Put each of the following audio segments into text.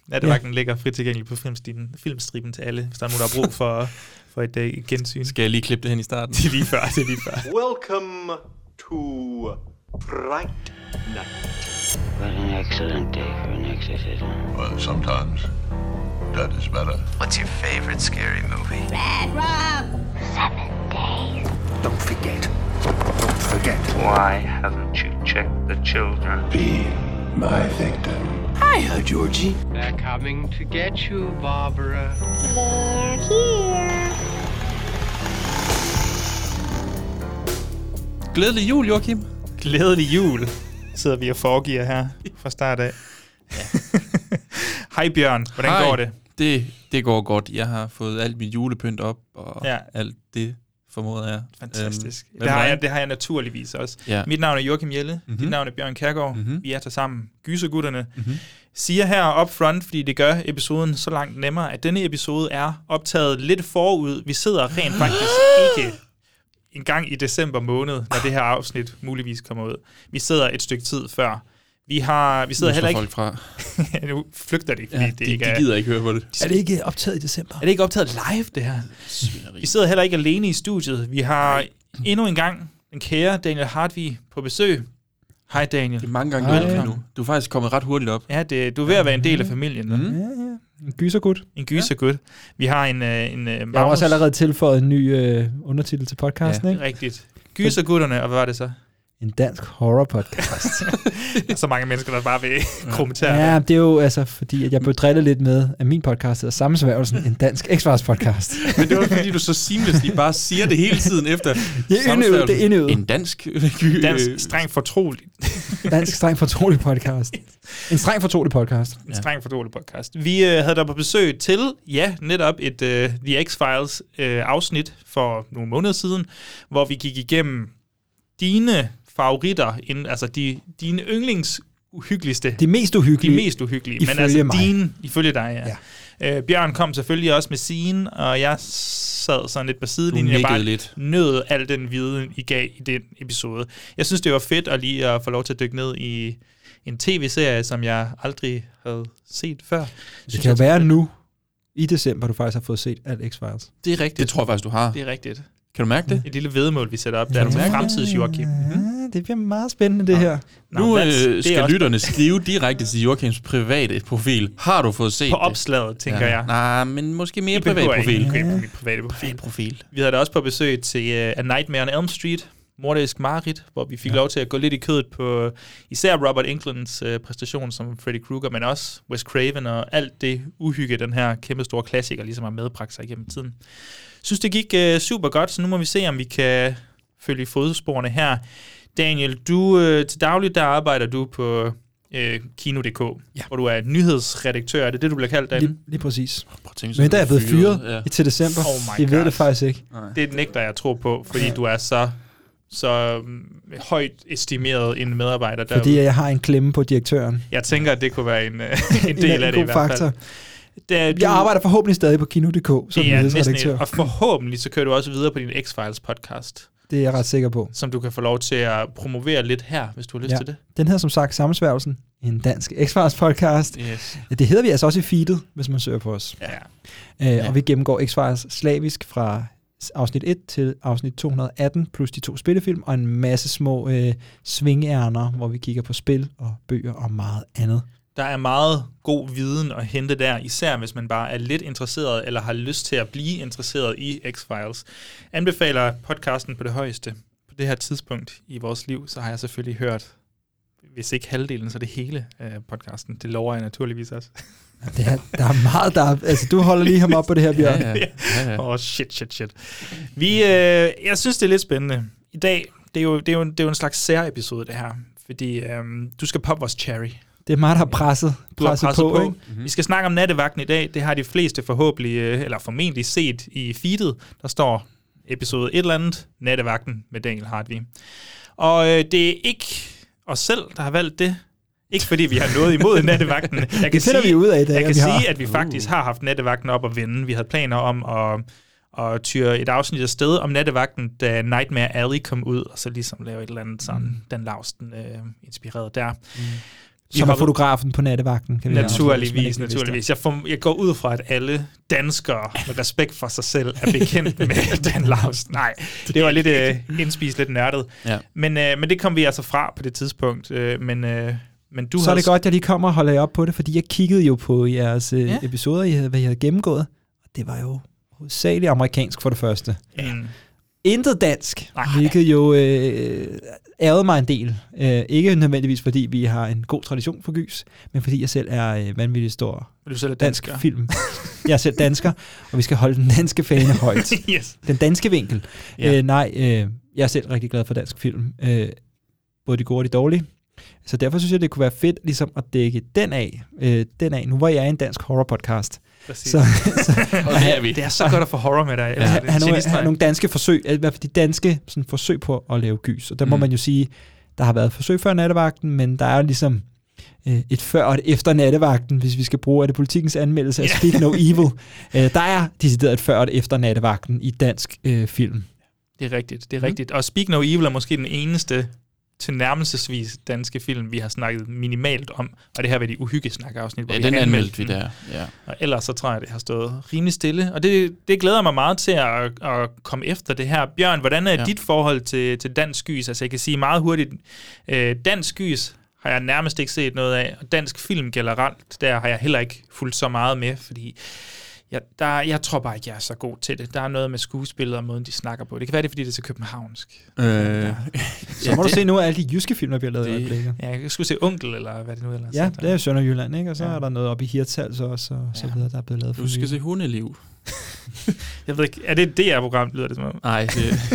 Nattevagten ligger frit tilgængelig på filmstriben til alle, hvis der er nogen, der har brug for et gensyn. Skal jeg lige klippe det hen i starten? Det er lige før. Welcome to Fright Night. What an excellent day for an exorcism. Well, sometimes that is better. What's your favorite scary movie? Red Room! 7 days. Don't forget. Why haven't you checked the children? Be my victim. Hiya, Georgie. They're coming to get you, Barbara. They're here. Glædelig jul, Joachim. Glædelig jul, sidder vi og foregiver her fra start af. Hej Bjørn, hvordan går det? Det går godt. Jeg har fået alt mit julepynt op, og alt det formoder jeg. Fantastisk. Det har jeg naturligvis også. Ja. Mit navn er Joachim Jelle, dit navn er Bjørn Kjærgaard. Vi er sammen, Gysergutterne. Siger her up front, fordi det gør episoden så langt nemmere, at denne episode er optaget lidt forud. Vi sidder rent faktisk ikke en gang i december måned, når det her afsnit muligvis kommer ud. Vi sidder et stykke tid før. Vi sidder heller ikke... folk fra. Nu flygter de, fordi det ikke de gider ikke høre på det. Er det ikke optaget i december? Er det ikke optaget live, det her? Vi sidder heller ikke alene i studiet. Vi har endnu en gang den kære Daniel Hartvig på besøg. Hej Daniel. Det er mange gange velkommen nu. Du er faktisk kommet ret hurtigt op. Ja, du er ved at være en del af familien. Ja. En gysergut. En gysergut. Vi har en Jeg har også allerede tilføjet en ny undertitel til podcasten, ikke? Rigtigt. Gysergutterne, og hvad var det så? En dansk horror-podcast. Så mange mennesker, der bare vil kommentere. Ja, det er jo altså, fordi at jeg blev drillet lidt med, at min podcast hedder Sammensværgelsen, en dansk X-Files-podcast. Men det var fordi, du så seamlessly bare siger det hele tiden efter. Det er indøvet. En dansk strengt fortrolig. Dansk strengt fortrolig podcast. En strengt fortrolig podcast. En strengt fortrolig podcast. Vi havde der på besøg til, netop et The X-Files afsnit for nogle måneder siden, hvor vi gik igennem dine favoritter, altså dine yndlingsuhyggeligste. De mest uhyggelige. Men altså dine, ifølge dig, ja. Bjørn kom selvfølgelig også med sine, og jeg sad sådan lidt på sidelinjen. Jeg bare nød al den viden, I gav i den episode. Jeg synes, det var fedt at lige at få lov til at dykke ned i en tv-serie, som jeg aldrig havde set før. Det kan jo være nu, i december, du faktisk har fået set alt X-Files. Det er rigtigt. Det tror jeg faktisk, du har. Det er rigtigt. Kan du mærke det? Et lille vedmål, vi sætter op. Der er du fremtids Joachim. Det bliver meget spændende, det her. Nu skal lytterne skrive direkte til Joachims private profil. Har du fået set det? På opslaget, tænker jeg. Nej, men måske mere privat profil. Ikke på mit private profil. Vi havde da også på besøg til A Nightmare on Elm Street, Morderisk Mareridt, hvor vi fik lov til at gå lidt i kødet på især Robert Englunds præstation som Freddy Krueger, men også Wes Craven og alt det uhygge, den her kæmpe store klassiker ligesom har medbragt sig igennem tiden. Synes, det gik super godt, så nu må vi se, om vi kan følge fodsporene her. Daniel, du til dagligt, der arbejder du på Kino.dk, hvor du er nyhedsredaktør. Er det det, du bliver kaldt, Daniel? Lige præcis. Men der er blevet fyret til december. I ved det faktisk ikke. Nej. Det nægter jeg tro på, fordi du er så højt estimeret en medarbejder. Fordi jeg har en klemme på direktøren. Jeg tænker, at det kunne være en del af det i hvert fald. Jeg arbejder forhåbentlig stadig på Kino.dk som nyhedsredaktør. Og forhåbentlig så kører du også videre på din X-Files podcast. Det er jeg ret sikker på. Som du kan få lov til at promovere lidt her, hvis du har lyst til det. Den hedder som sagt Sammensværgelsen, en dansk X-Files podcast. Yes. Det hedder vi altså også i feedet, hvis man søger på os. Ja. Og vi gennemgår X-Files slavisk fra afsnit 1 til afsnit 218, plus de 2 spillefilm, og en masse små svingærner, hvor vi kigger på spil og bøger og meget andet. Der er meget god viden at hente der, især hvis man bare er lidt interesseret, eller har lyst til at blive interesseret i X-Files. Anbefaler podcasten på det højeste. På det her tidspunkt i vores liv, så har jeg selvfølgelig hørt, hvis ikke halvdelen, så det hele af podcasten. Det lover jeg naturligvis også. Der er meget, altså du holder lige ham op på det her, Bjørn. Ja. Shit. Jeg synes, det er lidt spændende. I dag, det er jo en slags særepisode, det her. Fordi du skal poppe vores cherry. Det er mig, der har presset på. Ikke? Mm-hmm. Vi skal snakke om Nattevagten i dag. Det har de fleste formentlig set i feedet. Der står episode 1 eller andet, Nattevagten med Daniel Hartvig. Og det er ikke os selv, der har valgt det. Ikke fordi vi har noget imod Nattevagten. Jeg kan sige, at vi faktisk har haft Nattevagten op at vende. Vi havde planer om at tyre et afsnit af sted om Nattevagten, da Nightmare Alley kom ud, og så ligesom lave et eller andet sådan, Dan Lausten inspireret der. Som er fotografen på nattevagten, kan vi Naturligvis. Jeg går ud fra, at alle danskere med respekt for sig selv er bekendt med Dan Laustsen. Nej, det var lidt indspist, lidt nørdet. Ja. Men det kom vi altså fra på det tidspunkt. Men du så er det godt, at jeg lige kommer og holder jer op på det, fordi jeg kiggede jo på jeres episoder, hvad I havde gennemgået. Og det var jo hovedsageligt amerikansk for det første. Intet dansk, hvilket jo ærede mig en del. Ikke nødvendigvis, fordi vi har en god tradition for gys, men fordi jeg selv er vanvittigt stor dansk film. Jeg er selv dansker, og vi skal holde den danske fane højt. Yes. Den danske vinkel. Jeg er selv rigtig glad for dansk film. Både de gode og de dårlige. Så derfor synes jeg, det kunne være fedt ligesom at dække den af. Nu var jeg en dansk horror-podcast. Så det er så godt at få horror med dig. Har nogle danske forsøg, i hvert fald de danske sådan, forsøg på at lave gys. Og der må man jo sige, der har været forsøg før nattevagten, men der er ligesom et før og et efter nattevagten, hvis vi skal bruge det Politikens anmeldelse af Speak No Evil. Der er decideret et før og et efter nattevagten i dansk film. Det er rigtigt. Og Speak No Evil er måske den eneste tilnærmelsesvis danske film, vi har snakket minimalt om, og det her var de uhyggesnak-afsnit, hvor vi har anmeldt den. Der. Ja. Og ellers så tror jeg, det har stået rimelig stille, og det glæder mig meget til at komme efter det her. Bjørn, hvordan er dit forhold til dansk gys? Altså jeg kan sige meget hurtigt, dansk gys har jeg nærmest ikke set noget af, og dansk film generelt, der har jeg heller ikke fulgt så meget med, fordi jeg tror bare ikke, jeg er så god til det. Der er noget med skuespillet og måden, de snakker på. Det kan være, det er, fordi det er så københavnsk. Så må du se nogle af alle de jyske film, der bliver lavet i øjeblikket. Ja, jeg skulle se Onkel, eller hvad det nu ellers. Ja, det er jo Sønderjylland, ikke? Og så er der noget oppe i Hirtshals også, og så videre, der er blevet lavet. Du skal se Hundeliv. Jeg ved ikke, er det DR-program, lyder det som om? Nej,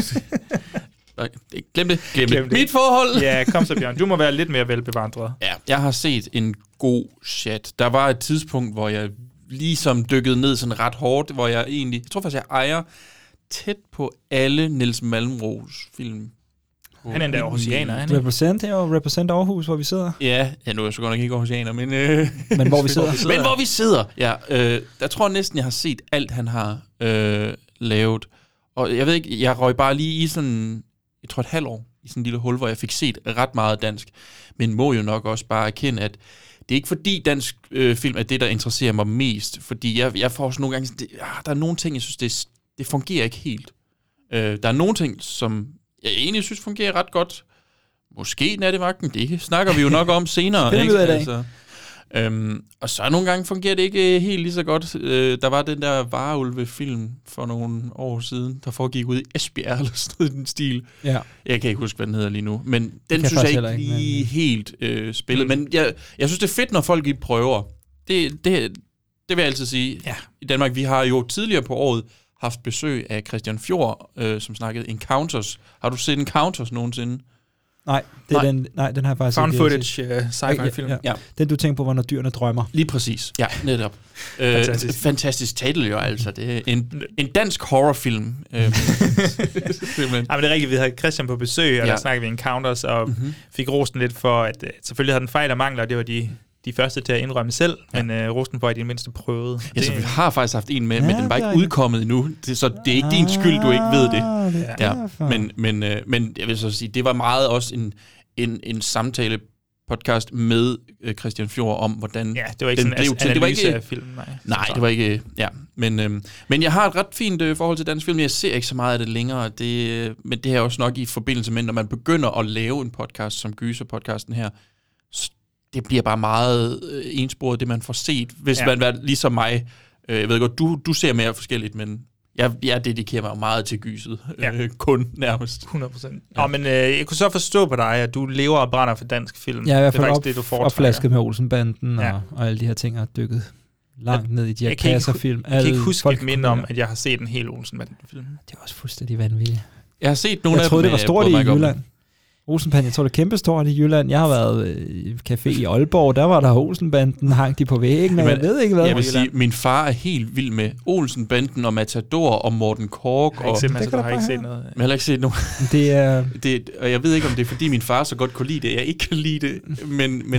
Glem det. Mit forhold. Ja, kom så, Bjørn. Du må være lidt mere velbevandret. Ja, jeg har set en god chat. Der var et tidspunkt, hvor jeg ligesom dykkede ned sådan ret hårdt, hvor jeg tror faktisk, jeg ejer tæt på alle Niels Malmros film. Han er endda aarhusianer, han Represent Aarhus, hvor vi sidder. Ja, nu er jeg så godt nok ikke aarhusianer, men hvor vi sidder. Men hvor vi sidder, ja. Jeg tror næsten, jeg har set alt, han har lavet. Og jeg ved ikke, jeg røg bare lige i sådan, jeg tror et halvt år, i sådan en lille hul, hvor jeg fik set ret meget dansk. Men må jo nok også bare erkende, at det er ikke fordi dansk film er det, der interesserer mig mest, fordi jeg får også nogle gange, der er nogle ting, jeg synes, det fungerer ikke helt. Der er nogle ting, som jeg egentlig synes fungerer ret godt. Måske nattevagten, det snakker vi jo nok om senere. Ikke? Altså, og så nogle gange fungerer det ikke helt lige så godt. Der var den der Varulve-film for nogle år siden, der foregik ud i Esbjerg, eller sådan noget i den stil. Ja. Jeg kan ikke huske, hvad den hedder lige nu, men den synes jeg ikke lige helt spillet. Men jeg synes, det er fedt, når folk lige prøver. Det vil jeg altid sige. Ja. I Danmark, vi har jo tidligere på året haft besøg af Christian Fjord, som snakkede Encounters. Har du set Encounters nogensinde? Nej, den har jeg faktisk Found footage sci-fi film. Ja. Den du tænker på, var Når dyrene drømmer. Lige præcis. Ja, netop. Fantastisk titel jo, altså. Det er en dansk horrorfilm. Ja, men det er rigtigt, vi havde Christian på besøg, og der snakkede vi Encounters, og fik rosten lidt for, at selvfølgelig havde den fejl og mangler, det var de første til at indrømme selv, men rosten for, at de mindste prøvede. Ja, så vi har faktisk haft en med, men den var ikke udkommet endnu, så det er ikke din skyld, du ikke ved det. Men jeg vil så sige, det var meget også en samtale podcast med Christian Fjord om, hvordan det var ikke sådan en analyse af filmen. Nej, det var ikke. Ja, men jeg har et ret fint forhold til dansk film. Jeg ser ikke så meget af det længere. Men det er også nok i forbindelse med, når man begynder at lave en podcast som Gyser-podcasten her. Det bliver bare meget ensporet, det man får set, hvis man er ligesom mig. Jeg ved godt, du ser mere forskelligt, men jeg dedikerer mig meget til gyset. Kun nærmest. 100%. Ja. Men jeg kunne så forstå på dig, at du lever og brænder for dansk film. Ja, i hvert fald det, du opflasket med Olsenbanden og alle de her ting, har dykket langt ned i de her kasserfilm. Jeg kan ikke huske et minde om, at jeg har set en hel Olsenbanden-film. Det var også fuldstændig vanvittigt. Jeg har set nogle af dem. Jeg troede, det var stort i Jylland. Olsenbanden, jeg tror, det er kæmpestort i Jylland. Jeg har været i café i Aalborg, der var der Olsenbanden, hang de på væggen, og jeg ved ikke hvad. Jeg vil sige, min far er helt vild med Olsenbanden og Matador og Morten Korch. Jeg har ikke set noget. Jeg har heller ikke set noget. Og jeg ved ikke, om det er, fordi min far så godt kunne lide det. Jeg ikke kan lide det, men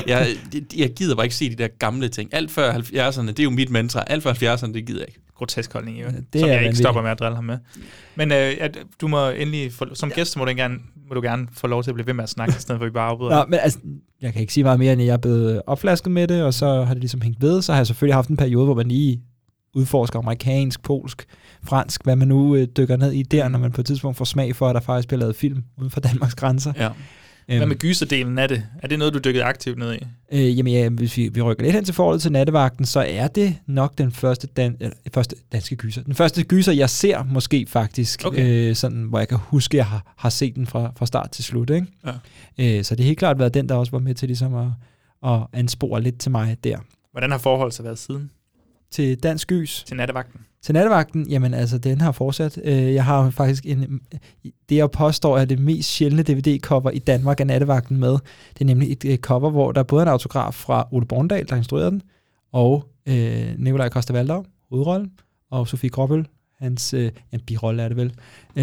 jeg gider bare ikke se de der gamle ting. Alt før 70'erne, det er jo mit mantra. Alt før 70'erne, det gider jeg ikke. Grotesk holdning, som jeg ikke stopper med at drille ham med. Men du må endelig, som gæst må du gerne må du gerne få lov til at blive ved med at snakke, i stedet for at vi bare afbryder. Nå, men altså, jeg kan ikke sige meget mere, end at jeg er blevet opflasket med det, og så har det ligesom hængt ved. Så har jeg selvfølgelig haft en periode, hvor man lige udforsker amerikansk, polsk, fransk, hvad man nu dykker ned i der, når man på et tidspunkt får smag for, at der faktisk bliver lavet film uden for Danmarks grænser. Ja. Hvad med gyserdelen af det? Er det noget, du dykkede aktivt ned i? Jamen ja, hvis vi rykker lidt hen til forholdet til Nattevagten, så er det nok den første danske gyser. Den første gyser, jeg ser måske faktisk, okay. Sådan, hvor jeg kan huske, at jeg har set den fra start til slut. Ikke? Ja. Så det har helt klart været den, der også var med til ligesom at anspore lidt til mig der. Hvordan har forholdet så været siden? Til dansk gys? Til Nattevagten? Til Nattevagten, jamen altså, den har fortsat. Jeg har faktisk det jeg påstår er det mest sjældne DVD-cover i Danmark af Nattevagten med. Det er nemlig et cover, hvor der er både en autograf fra Ole Bornedal, der instruerede den, og Nikolaj Coster-Waldau, hovedrollen, og Sofie Gråbøl, hans birolle er det vel.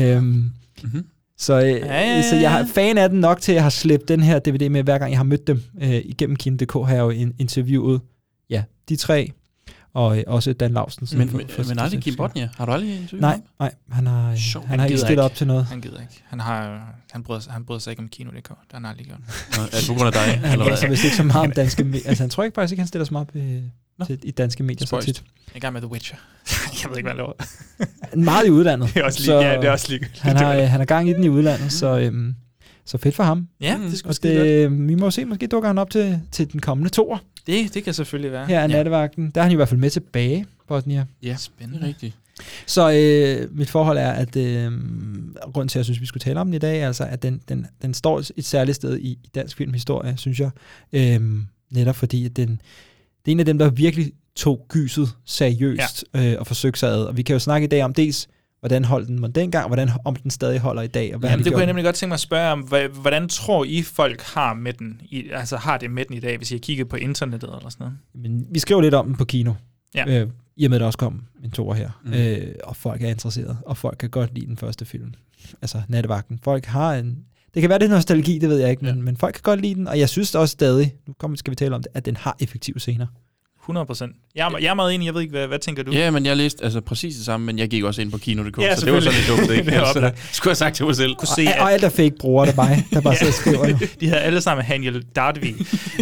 Så jeg er fan af den nok til, at jeg har slæbt den her DVD med, hver gang jeg har mødt dem. Igennem Kino.dk har jeg jo interviewet de tre, og også Dan Laustsen. Men aldrig Kim Bodnia? Har du aldrig interviewet? Nej, han har ikke stillet op til noget. Han gider ikke. Han bryder sig ikke om Kino.dk. Det har han aldrig gjort. Er det på grund af dig? Han læser vist ikke så meget om danske medier. Altså, han tror ikke faktisk, han stiller så meget i danske medier så tit. Jeg er i gang med The Witcher. Jeg ved ikke, hvad han laver. Meget i udlandet. Det er også lige. Han har gang i den i udlandet, så fedt for ham. Ja, det skulle ske godt. Vi må se, måske dukker han op til den kommende toer. Det kan selvfølgelig være. Her er Nattevagten. Der er han i hvert fald med tilbage, Bodnia. Ja, spændende. Rigtigt. Så mit forhold er, at grunden til, at jeg synes, vi skulle tale om den i dag, altså, at den står et særligt sted i dansk filmhistorie, synes jeg. Netop fordi, at det er en af dem, der virkelig tog gyset seriøst og forsøgte sig ad. Og vi kan jo snakke i dag om dels, hvordan holdt den dengang, og om den stadig holder i dag. Og hvad det kunne jeg nemlig godt tænke mig at spørge om. Hvordan tror I, folk har med den, har det med den i dag, hvis I har kigget på internettet eller sådan noget? Men vi skriver lidt om den på Kino. Ja. I og med, der også kom en toer her. Og folk er interesseret, og folk kan godt lide den første film. Altså Nattevagten. Folk har det kan være det nostalgi, det ved jeg ikke, men folk kan godt lide den, og jeg synes også stadig, skal vi tale om det, at den har effektive scener. 100%. Jeg er meget enig, jeg ved ikke, hvad tænker du? Ja, men jeg læste præcis det samme, men jeg gik også ind på Kino.dk, så det var sådan lidt dumt, ikke? Så skulle jeg sagt til mig selv. Og alt er fake brugere, der bare sidder og skriver nu. De havde alle sammen Haniel Dardvi.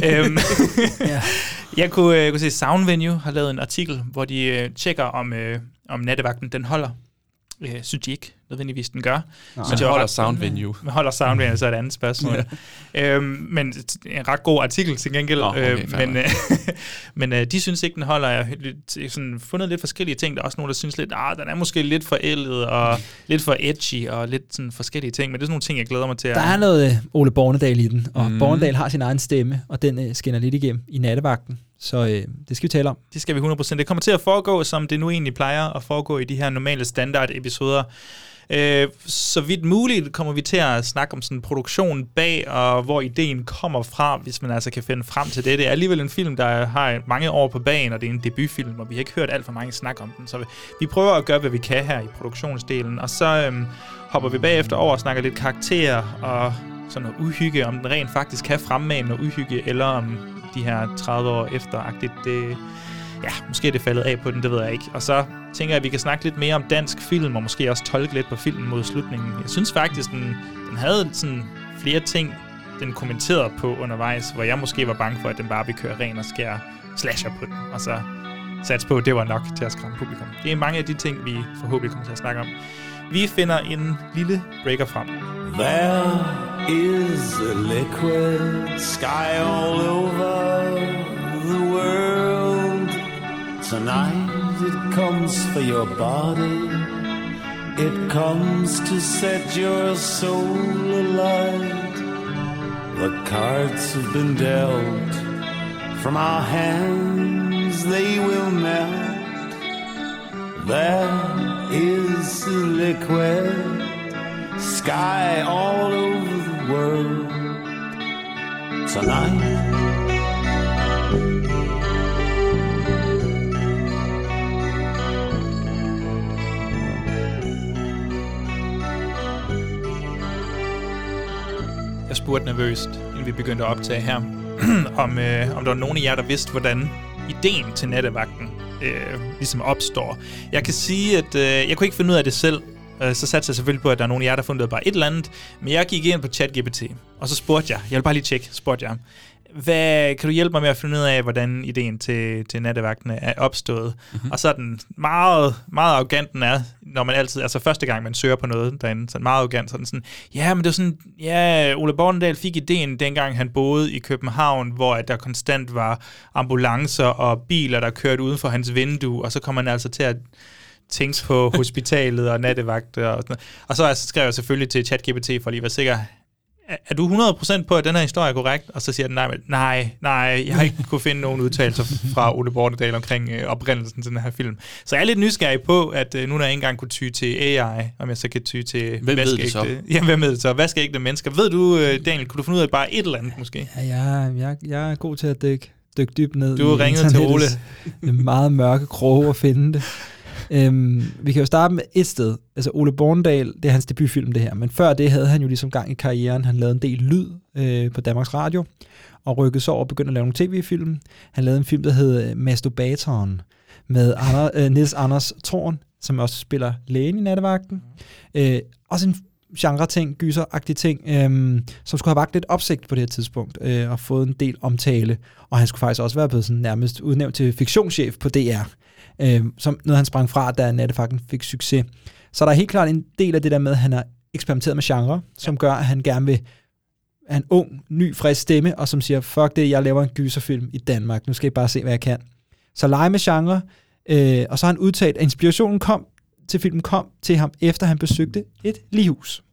Jeg kunne se Sound Venue har lavet en artikel, hvor de tjekker, om Nattevagten den holder. Synes de ikke nødvendigvis, den gør. Men det holder Sound Venue. Holder Sound Venue, så er et andet spørgsmål. Men en ret god artikel til gengæld. Men de synes ikke, den holder. Jeg har sådan fundet lidt forskellige ting. Der er også nogen, der synes lidt, den er måske lidt for ældet, og lidt for edgy, og lidt sådan forskellige ting. Men det er sådan nogle ting, jeg glæder mig til. Der er noget Ole Bornedal i den, og Bornedal har sin egen stemme, og den skinner lidt igennem i Nattevagten. Så det skal vi tale om. Det skal vi 100%. Det kommer til at foregå, som det nu egentlig plejer at foregå i de her normale standard-episoder. Så vidt muligt kommer vi til at snakke om sådan en produktion bag, og hvor ideen kommer fra, hvis man altså kan finde frem til det. Det er alligevel en film, der har mange år på bagen, og det er en debutfilm, og vi har ikke hørt alt for mange snak om den. Så vi prøver at gøre, hvad vi kan her i produktionsdelen, og så hopper vi bagefter over og snakker lidt karakterer og sådan noget uhygge, om den rent faktisk kan fremmane noget uhygge, eller om de her 30 år efter-agtigt, måske er det faldet af på den, det ved jeg ikke. Og så tænker jeg, at vi kan snakke lidt mere om dansk film, og måske også tolke lidt på filmen mod slutningen. Jeg synes faktisk, den havde sådan flere ting, den kommenterede på undervejs, hvor jeg måske var bange for, at den bare ville køre ren og skære slasher på den, og så sats på, at det var nok til at skræmme publikum. Det er mange af de ting, vi forhåbentlig kommer til at snakke om. Vi finder en lille breaker frem. There is a liquid sky all over the world. Tonight it comes for your body. It comes to set your soul alight. The cards have been dealt. From our hands they will melt. There is a liquid sky all over the world tonight. Jeg spurgte nervøst, inden vi begyndte at optage her, om der var nogen af jer, der vidste, hvordan ideen til Nattevagten ligesom opstår. Jeg kan sige, at jeg kunne ikke finde ud af det selv, Så satte jeg selvfølgelig på, at der er nogen af jer, der fundet bare et eller andet. Men jeg gik ind på ChatGPT, og så spurgte jeg vil bare lige tjekke, kan du hjælpe mig med at finde ud af, hvordan ideen til nattevagtene er opstået? Mm-hmm. Og så er den meget, meget arrogant, den er, når man altid, altså første gang man søger på noget derinde, så meget arrogant, sådan, ja, men det var sådan, Ole Bornedal fik ideen, dengang han boede i København, hvor der konstant var ambulancer og biler, der kørte uden for hans vindue, og så kom man altså til at tænke på hospitalet og nattevagter og sådan noget. Og så skrev jeg selvfølgelig til ChatGPT for lige at være sikker, er du 100% på, at den her historie er korrekt? Og så siger den, nej, jeg har ikke kunne finde nogen udtalelser fra Ole Bornedal omkring oprindelsen til den her film. Så jeg er lidt nysgerrig på, at nu når jeg ikke engang kunne ty til AI, om jeg så kan ty til hvem ved det så? Ja, hvem ved det så? Vaskeægte mennesker. Ved du, Daniel, kunne du finde ud af bare et eller andet måske? Ja, jeg er god til at dykke dybt ned. Du ringede til Ole. Meget mørke kroge at finde det. Vi kan jo starte med et sted. Altså Ole Bornedal, det er hans debutfilm det her, men før det havde han jo ligesom gang i karrieren. Han lavede en del lyd på Danmarks Radio, og rykkede så over og begyndte at lave nogle tv-film. Han lavede en film, der hed Masturbatoren, med Niels Anders Thorn, som også spiller lægen i nattevagten. Også en genre-ting, gyser-agtig ting, som skulle have vagt lidt opsigt på det her tidspunkt, og fået en del omtale. Og han skulle faktisk også være blevet sådan nærmest udnævnt til fiktionschef på DR. Som noget han sprang fra, da nattevagten fik succes. Så der er helt klart en del af det der med, at han har eksperimenteret med genre, som gør, at han gerne vil have en ung, ny, frisk stemme, og som siger, fuck det, jeg laver en gyserfilm i Danmark, nu skal I bare se, hvad jeg kan. Så lege med genre, og så har han udtalt, at inspirationen til filmen kom til ham, efter han besøgte et lighus.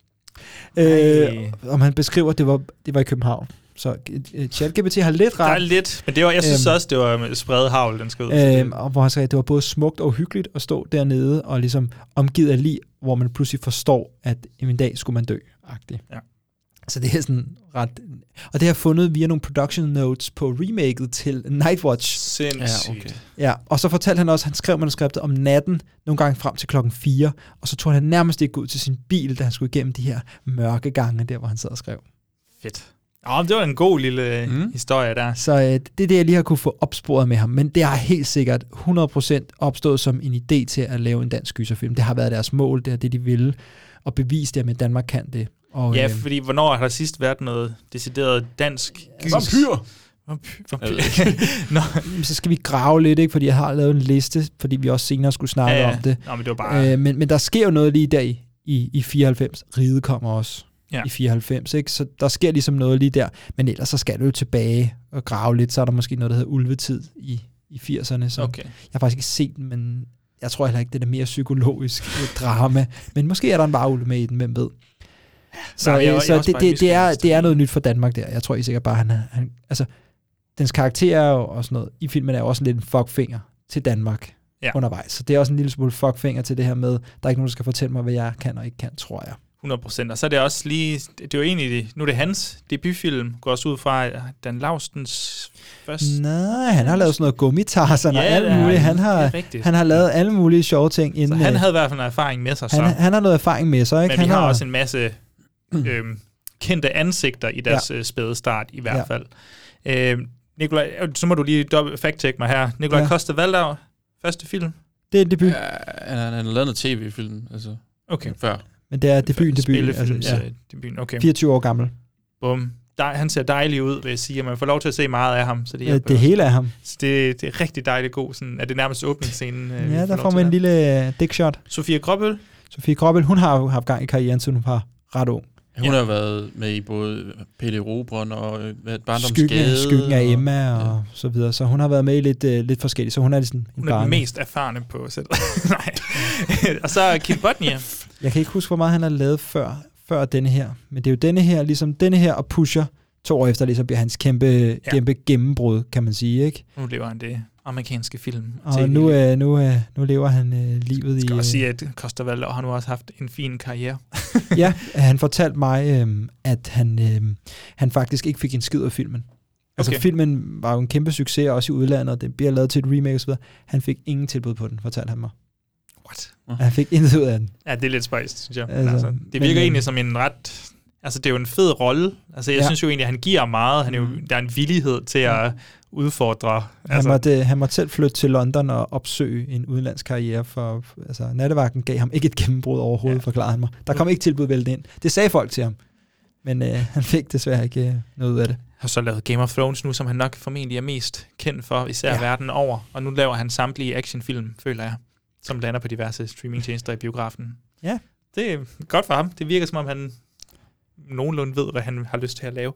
Om han beskriver, at det var i København. Så ChatGPT har lidt ret. Der er lidt, men det var, jeg synes også, det var spredet havl, den skød. Og hvor han sagde, at det var både smukt og hyggeligt at stå dernede og ligesom omgivet af lig, hvor man pludselig forstår, at en dag skulle man dø-agtigt. Ja. Så det er sådan ret... Og det har jeg fundet via nogle production notes på remaket til Nightwatch. Sindssygt. Ja, okay. Ja, og så fortalte han også, at han skrev manuskriptet om natten, nogle gange frem til 4:00, og så tog han nærmest ikke ud til sin bil, da han skulle igennem de her mørke gange, der hvor han sad og skrev. Fedt. Ja, det var en god lille historie der. Så det er det, jeg lige har kunne få opsporet med ham. Men det har helt sikkert 100% opstået som en idé til at lave en dansk gyserfilm. Det har været deres mål, det er det, de ville. Og bevise det, at Danmark kan det. Og, ja, fordi hvornår har der sidst været noget decideret dansk gys? Vampyr! Nå. Så skal vi grave lidt, ikke? Fordi jeg har lavet en liste, fordi vi også senere skulle snakke om det. Nå, men det var bare... men der sker jo noget lige der i 94. Riget kommer også. Ja. I 94, ikke? Så der sker ligesom noget lige der, men ellers så skal du jo tilbage og grave lidt, så er der måske noget, der hedder Ulvetid i 80'erne, så jeg har faktisk ikke set den, men jeg tror heller ikke, det er mere psykologisk drama, men måske er der en varulv med i den, hvem ved. Så, det er noget nyt for Danmark der. Jeg tror ikke sikkert bare, han altså, dens karakter og sådan noget i filmen er jo også lidt en fuckfinger til Danmark undervejs, så det er også en lille smule fuckfinger til det her med, der er ikke nogen, der skal fortælle mig, hvad jeg kan og ikke kan, tror jeg. 100%. Og så er det også lige... Det er jo egentlig... Nu er det hans debutfilm. Går også ud fra Dan Laustens første... Nej, han har lavet sådan noget Gummitarsen og alt muligt. Han har lavet alle mulige sjove ting inden... Så han havde i hvert fald noget erfaring med sig. Han har noget erfaring med sig, ikke? Men vi har også en masse kendte ansigter i deres spæde start, i hvert fald. Nikolaj, så må du lige fact-check mig her. Nikolaj Coster-Waldau, første film? Det er en debut. Han har lavet noget tv-film, altså. Okay. Før. Men det er debuten. Debuten, okay. 24 år gammel. Bum. Han ser dejlig ud, vil jeg sige, og man får lov til at se meget af ham. Så det hele af ham. Så det er rigtig dejligt god. Sådan, er det nærmest åbningsscenen? Ja, der får man en lille dickshot. Sofie Gråbøl, hun har jo haft gang i karrieren, så hun var ret ung. Hun har været med i både Pelle Robrøn og Barndomsgade. Skyggen af Emma og så videre. Så hun har været med i lidt forskelligt. Så hun er sådan hun er den mest erfarne på selv. Nej. Og så Kim Bodnia. Jeg kan ikke huske, hvor meget han har lavet før denne her. Men det er jo denne her, ligesom denne her og Pusher. 2 år efter ligesom bliver hans kæmpe gennembrud, kan man sige, ikke? Nu lever han det amerikanske film. Og nu lever han livet i... Jeg skal også sige, at Coster-Waldau har nu også haft en fin karriere. Ja, han fortalte mig, at han faktisk ikke fik en skid af filmen. Altså filmen var jo en kæmpe succes, også i udlandet, og det bliver lavet til et remake og så videre. Han fik ingen tilbud på den, fortalte han mig. What? Han fik intet ud af den. Ja, det er lidt spøjst, synes jeg. Altså, det virker egentlig som en ret... Altså, det er jo en fed rolle. Altså, jeg synes jo egentlig, at han giver meget. Der er en villighed til at udfordre. Han måtte selv flytte til London og opsøge en udenlandsk karriere, for altså, nattevagten gav ham ikke et gennembrud overhovedet, forklarede han mig. Der kom ikke tilbud væltet ind. Det sagde folk til ham, men han fik desværre ikke noget ud af det. Har så lavet Game of Thrones nu, som han nok formentlig er mest kendt for, især verden over. Og nu laver han samtlige actionfilm, føler jeg, som lander på diverse streamingtjenester i biografen. Ja. Det er godt for ham. Det virker, som om han nogenlunde ved, hvad han har lyst til at lave.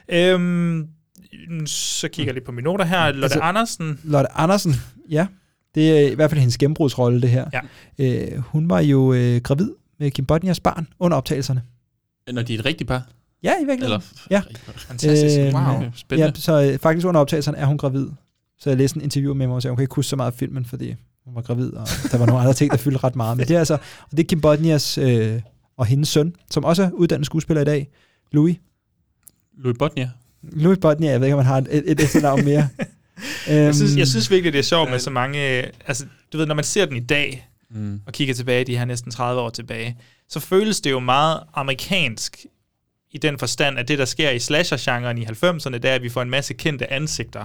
Så kigger jeg lidt på mine noter her. Lotte Andersen, ja. Det er i hvert fald hendes gennembrudsrolle, det her. Ja. Hun var jo gravid med Kim Bodnias barn under optagelserne. Når de er et rigtigt par? Ja, i virkeligheden. Ja. Fantastisk. Wow. Spændende. Ja, så faktisk under optagelserne er hun gravid. Så jeg læste en interview med mig, og sagde, hun kan ikke huske så meget af filmen, fordi hun var gravid, og der var nogle andre ting, der fyldte ret meget. Men det er altså, og det er Kim Bodnias og hendes søn, som også er uddannet skuespiller i dag, Louis Bodnia. Louis Bodnia, jeg ved ikke, om han har et efternavn mere. Jeg synes virkelig, det er sjovt med så mange... Altså, du ved, når man ser den i dag, og kigger tilbage, de her næsten 30 år tilbage, så føles det jo meget amerikansk i den forstand, at det, der sker i slasher-genren i 90'erne, det er, at vi får en masse kendte ansigter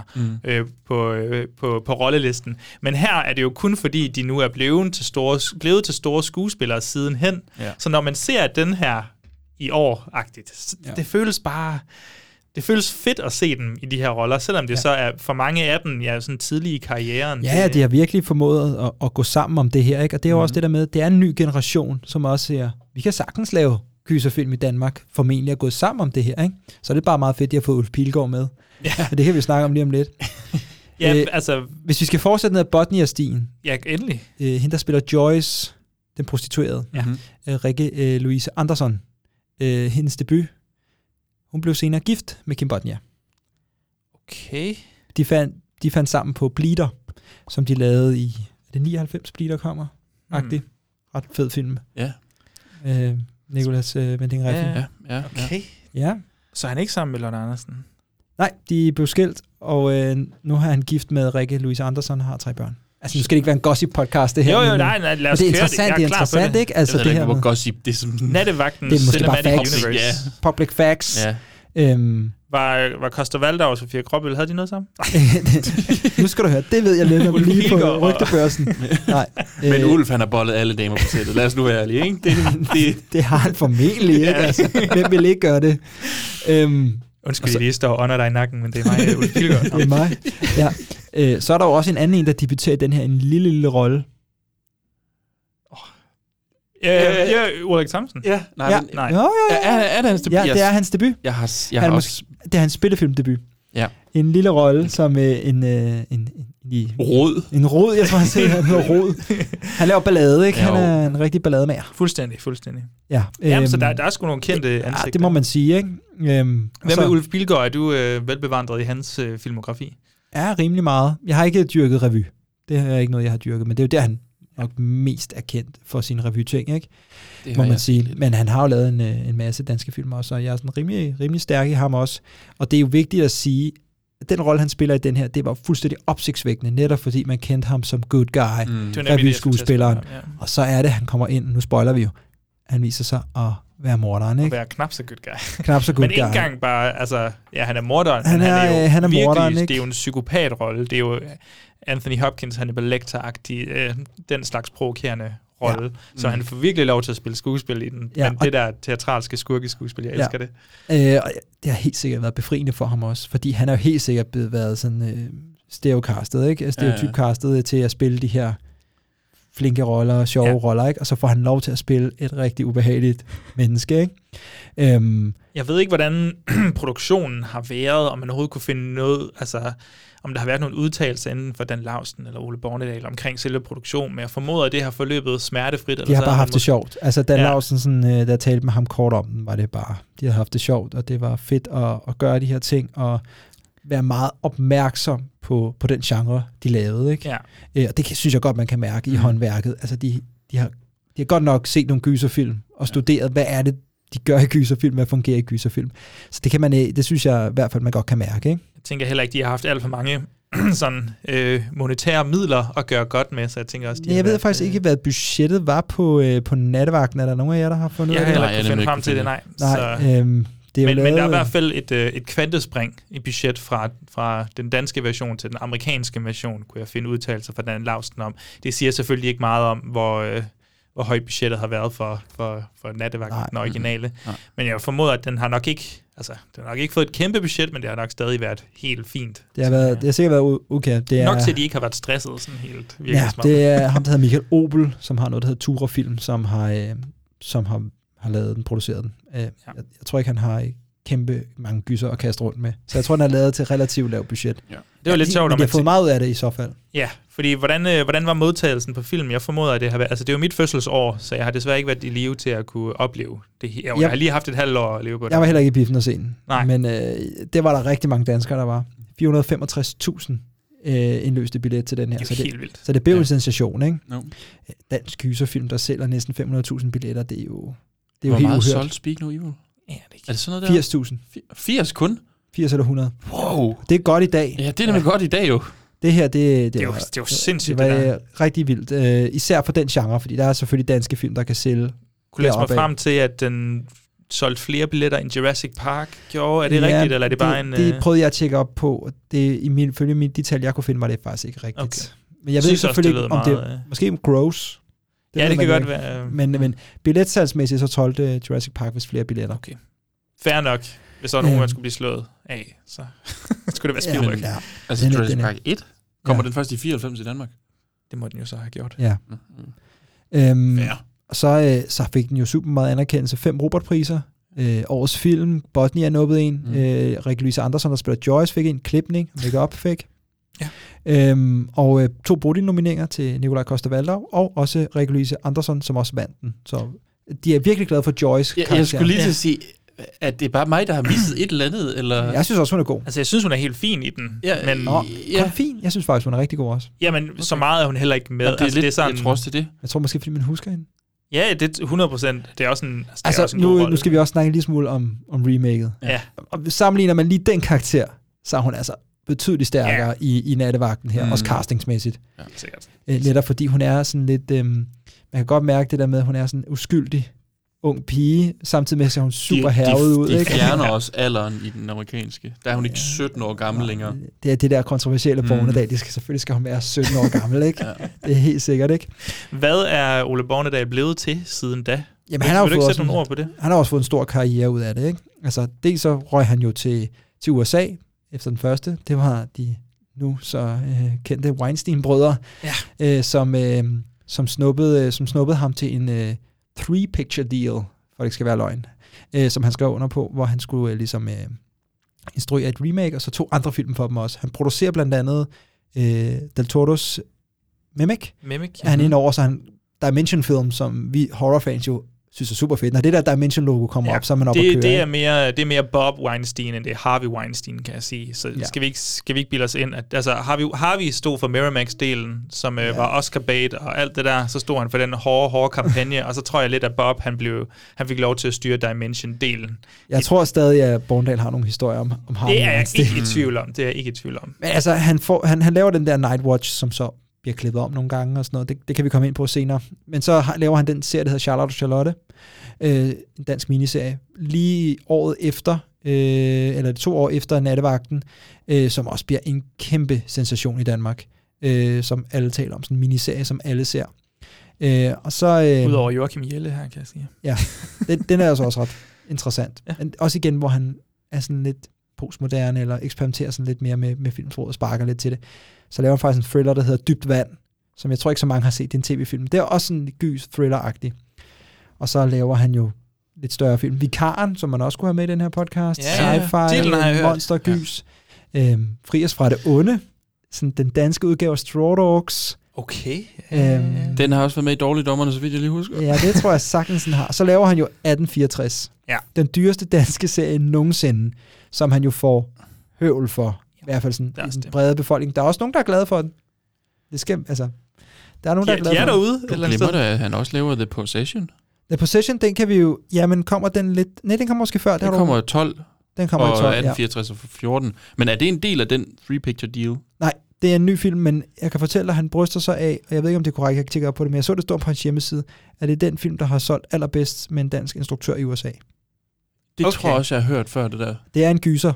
på rollelisten. Men her er det jo kun fordi, de nu er blevet til store skuespillere sidenhen. Ja. Så når man ser den her i år-agtigt, det føles bare... Det føles fedt at se dem i de her roller, selvom det så er for mange af dem sådan tidlige i karrieren. Ja, de har virkelig formået at gå sammen om det her, ikke? Og det er jo også det der med, det er en ny generation, som også siger, vi kan sagtens lave gyserfilm i Danmark, formentlig er gået sammen om det her, ikke? Så det er bare meget fedt, at de har fået Ulf Pilgaard med. Ja. Men det kan vi snakke om lige om lidt. Hvis vi skal fortsætte ned ad Bodnia-stien. Ja, endelig. Hende, der spiller Joyce, den prostituerede. Ja. Rikke Louise Andersson. Hendes debut. Hun blev senere gift med Kim Bodnia. Okay. De fandt sammen på Bleeder, som de lavede i... Er det 99 Bleeder kommer? Agtigt. Ret fed film. Ja. Nicolas Winding Refn. Ja. Okay. Ja. Så han er ikke sammen med Lotte Andersen? Nej, de blev skilt, og nu har han gift med Rikke Louise Andersson og har 3 børn. Altså, nu skal det ikke være en gossip-podcast, det her. Jo, nej, lad os det er interessant, det er interessant, ikke? Altså, det her med gossip, det er som... Nattevagtens det er måske bare Cinematic facts. Universe. Yeah. Public facts. Ja. Var Koster Valdau og Sofia Gråbøl, havde de noget sammen? Nu skal du høre, det ved jeg lidt om lige på rygtebørsen. Nej. Men Ulf, han har bollet alle damer på sættet. Lad os nu være ærlige, ikke? Det har han formentlig, ikke? Altså, hvem vil ikke gøre det? Undskyld, jeg lige står under dig i nakken, men det er mig, Ulf Pilgaard. Det er mig, ja. Så er der jo også en anden, der debuterer i den her, en lille rolle. Ulrik Thomsen. Ja, nej. Ja. Nej. Jo. Er det hans debut? Ja, det er hans debut. Jeg har også... Det er hans spillefilmdebut. Ja. En lille rolle som en rod. En rod, jeg tror, han siger, han hedder rod. Han laver ballade, ikke? Han er en rigtig ballademager. Fuldstændig. Ja. Jamen, så der er sgu nogle kendte ansigter. Ja, det må man sige, ikke? Hvad med Ulf Pilgaard? Er du velbevandret i hans filmografi? Ja, rimelig meget. Jeg har ikke dyrket revy. Det er ikke noget, jeg har dyrket, men det er jo der, han nok mest er kendt for sine revy-ting, ikke? Det må man sige. Men han har jo lavet en masse danske film også, og jeg er sådan rimelig stærk i ham også. Og det er jo vigtigt at sige, at den rolle, han spiller i den her, det var fuldstændig opsigtsvækkende, netop fordi man kendte ham som good guy, revy-skuespilleren. Ja. Og så er det, han kommer ind, nu spoiler vi jo, han viser sig at være morderen, ikke? At være knap så good guy. Knap så good men guy. ikke engang bare, altså, ja, han er morderen, han er virkelig, morderen, ikke? Det er jo en psykopatrolle, det er jo Anthony Hopkins, Hannibal Lecter-agtig, den slags provokerende rolle, så han får virkelig lov til at spille skuespil i den, men det der teatralske skurkeskuespil, jeg elsker det. Og det har helt sikkert været befriende for ham også, fordi han er jo helt sikkert blevet været sådan stereocastet, ikke? Stereotypcastet til at spille de her flinke roller, sjove roller, ikke? Og så får han lov til at spille et rigtig ubehageligt menneske, ikke? Jeg ved ikke, hvordan produktionen har været, om man overhovedet kunne finde noget, altså om der har været nogle udtalelser inden for Dan Laustsen eller Ole Bornedal omkring selve produktionen, men jeg formoder, at det har forløbet smertefrit. De har bare haft det sjovt. Altså Dan Laustsen, sådan, da jeg talte med ham kort om den, var det bare, de har haft det sjovt, og det var fedt at gøre de her ting, og være meget opmærksom på den genre, de lavede, ikke? Ja. Og det synes jeg godt, man kan mærke i håndværket. Altså de har godt nok set nogle gyserfilm og studeret, hvad er det, de gør i gyserfilm, hvad fungerer i gyserfilm. Så det kan man, det synes jeg i hvert fald, man godt kan mærke, ikke? Jeg tænker heller ikke, de har haft alt for mange sådan monetære midler at gøre godt med, så jeg tænker også... Jeg ved faktisk ikke, hvad budgettet var på nattevagten. Er der nogen af jer, der har fundet ud af det? Jeg har heller ikke fundet frem til det, nej. Så Det er men der er i hvert fald et kvantespring i budget fra den danske version til den amerikanske version, kunne jeg finde udtalelser fra Dan Laustsen om. Det siger selvfølgelig ikke meget om, hvor højt budgettet har været for Nattevagten, den originale. Nej. Men jeg formoder, at den har nok ikke fået et kæmpe budget, men det har nok stadig været helt fint. Det har sikkert været okay. Det nok til, at de ikke har været stresset sådan helt. Ja, det er ham, der hedder Michael Obel, som har noget, der hedder Tura Film, som har lavet den, produceret den. Jeg tror ikke, han har kæmpe mange gyser at kaste rundt med. Så jeg tror, den er lavet til relativt lavt budget. Ja. Det var lidt sjovt. Men de har fået meget ud af det i så fald. Ja, fordi hvordan var modtagelsen på film? Jeg formoder, at det har været... Altså, det er jo mit fødselsår, så jeg har desværre ikke været i live til at kunne opleve det her. Jeg har lige haft et halvt år at leve på det. Jeg var heller ikke i biffen at se den. Nej. Men det var der rigtig mange danskere, der var. 465.000 indløste billet til den her. Det er helt vildt. Så det blev en sensation, ikke? No. Dansk gyserfilm, der sælger næsten 500.000 billetter, det er jo helt uhørt. Hvor meget solgt Speak No Evil? Ja, er det sådan noget der? 80.000. 80 kun? 80 eller 100. Wow. Det er godt i dag. Ja, det er nemlig godt i dag jo. Det her, det er jo sindssygt. Det var rigtig vildt. Især for den genre, fordi der er selvfølgelig danske film, der kan sælge. Kunne læse mig frem til, at den solgte flere billetter end Jurassic Park gjorde. Er det rigtigt, eller er det bare en... Det prøvede jeg at tjekke op på, og ifølge de tal, jeg kunne finde, var det faktisk ikke rigtigt. Okay. Men jeg ved selvfølgelig ikke, om det måske om gross. Det kan godt være. Men billetsalgsmæssigt så solgte Jurassic Park vist flere billetter. Okay. Fair nok. Hvis der var nogen, man skulle blive slået af, så skulle det være Spielberg. Ja. Altså Jurassic Park 1? Kommer den først i 94 i Danmark? Det må den jo så have gjort. Ja. Så fik den jo super meget anerkendelse. 5 Robert-priser. Årets film. Botnia nåede en. Rikke-Louise Andersson, der spiller Joyce, fik en. Klipning. Make-up fik. Ja. Og 2 Bodil-nomineringer til Nikolaj Coster-Waldau, og også Rikke-Louise Andersson, som også vandt den. Så de er virkelig glade for Joyce. Jeg skulle lige til at sige, at det er bare mig, der har misset et eller andet, eller... Jeg synes også, hun er god. Altså, jeg synes, hun er helt fin i den. Ja, men fin. Jeg synes faktisk, hun er rigtig god også. Jamen, okay. Så meget er hun heller ikke med. Ja, det er sådan, jeg tror også, det er det. Jeg tror måske, fordi man husker hende. Ja, det er 100%. Det er også en, nu skal vi også snakke en lille smule om remaket. Ja. Og sammenligner man lige den karakter, så er hun altså betydeligt stærkere i Nattevagten her, også castingsmæssigt. Ja, sikkert. Netop fordi hun er sådan lidt... man kan godt mærke det der med, at hun er sådan uskyldig ung pige, samtidig med, at hun super hærget ud. De fjerner også alderen i den amerikanske. Der er hun ikke 17 år gammel længere. Det er det der kontroversielle Bornedal. Selvfølgelig skal hun være 17 år gammel, ikke? Det er helt sikkert, ikke? Hvad er Ole Bornedal blevet til siden da? Jamen, han har jo ikke sætte nogle ord på det? Han har også fået en stor karriere ud af det, ikke? Altså, dels så røg han jo til USA efter den første. Det var de nu så kendte Weinstein-brødre, som snuppede ham til en 3-picture deal, for det ikke skal være løgn, som han skrev under på, hvor han skulle instruere et remake, og så 2 andre film for dem også. Han producerer blandt andet Del Toros Mimic. Han er inde over, så han Dimension-film, som vi horrorfans jo synes er super fedt. Når det der Dimension-logo kommer op, så er man op at køre. Det er mere Bob Weinstein, end det er Harvey Weinstein, kan jeg sige. Så skal vi ikke bilde os ind. Altså, Harvey stod for Miramax-delen, som var Oscar bait og alt det der. Så stod han for den hårde kampagne, og så tror jeg lidt, at Bob, han fik lov til at styre Dimension-delen. Jeg tror stadig, at Bornedal har nogle historier om Harvey Weinstein. Det er jeg ikke i tvivl om. Men altså, han laver den der Night Watch, som så bliver klippet om nogle gange og sådan noget. Det kan vi komme ind på senere. Men så laver han den serie, der hedder Charlotte og Charlotte. En dansk miniserie. Lige året efter, eller 2 år efter Nattevagten, som også bliver en kæmpe sensation i Danmark. Som alle taler om. Sådan en miniserie, som alle ser. Og så... Udover Joachim Jelle her, kan jeg sige. Ja, den er altså også ret interessant. Ja. Men også igen, hvor han er sådan lidt postmoderne, eller eksperimenterer sådan lidt mere med filmsproget og sparker lidt til det. Så laver han faktisk en thriller, der hedder Dybt Vand, som jeg tror ikke så mange har set. Det er en tv-film. Det er også sådan gys thriller-agtig. Og så laver han jo lidt større film. Vikaren, som man også kunne have med i den her podcast. Sci-fi, monstergys. Ja. Fri os fra det onde. Sådan den danske udgave af Straw Dogs. Okay. Den har også været med i Dårligdommerne, så vidt jeg lige husker. Ja, det tror jeg sagtens han har. Så laver han jo 1864. Ja. Den dyreste danske serie nogensinde, som han jo får høvl for. I hvert fald sådan i den brede befolkning. Der er også nogen, der er glade for den. Det skal, altså... Der er nogen, der er glade for derude. Du glemmer da, at han også laver The Possession. The Possession, den kan vi jo... Jamen, kommer den lidt... Nej, den kommer måske før. Den kommer 12. Den kommer i 12, 1864 og 14. Men er det en del af den 3-picture deal? Nej, det er en ny film, men jeg kan fortælle dig, at han bryster sig af, og jeg ved ikke, om det er korrekt, jeg kan tjekke op på det, men jeg så det står på hans hjemmeside, at det er den film, der har solgt allerbedst med en dansk instruktør i USA. Det tror jeg også, jeg har hørt før, det der. Det er en gyser.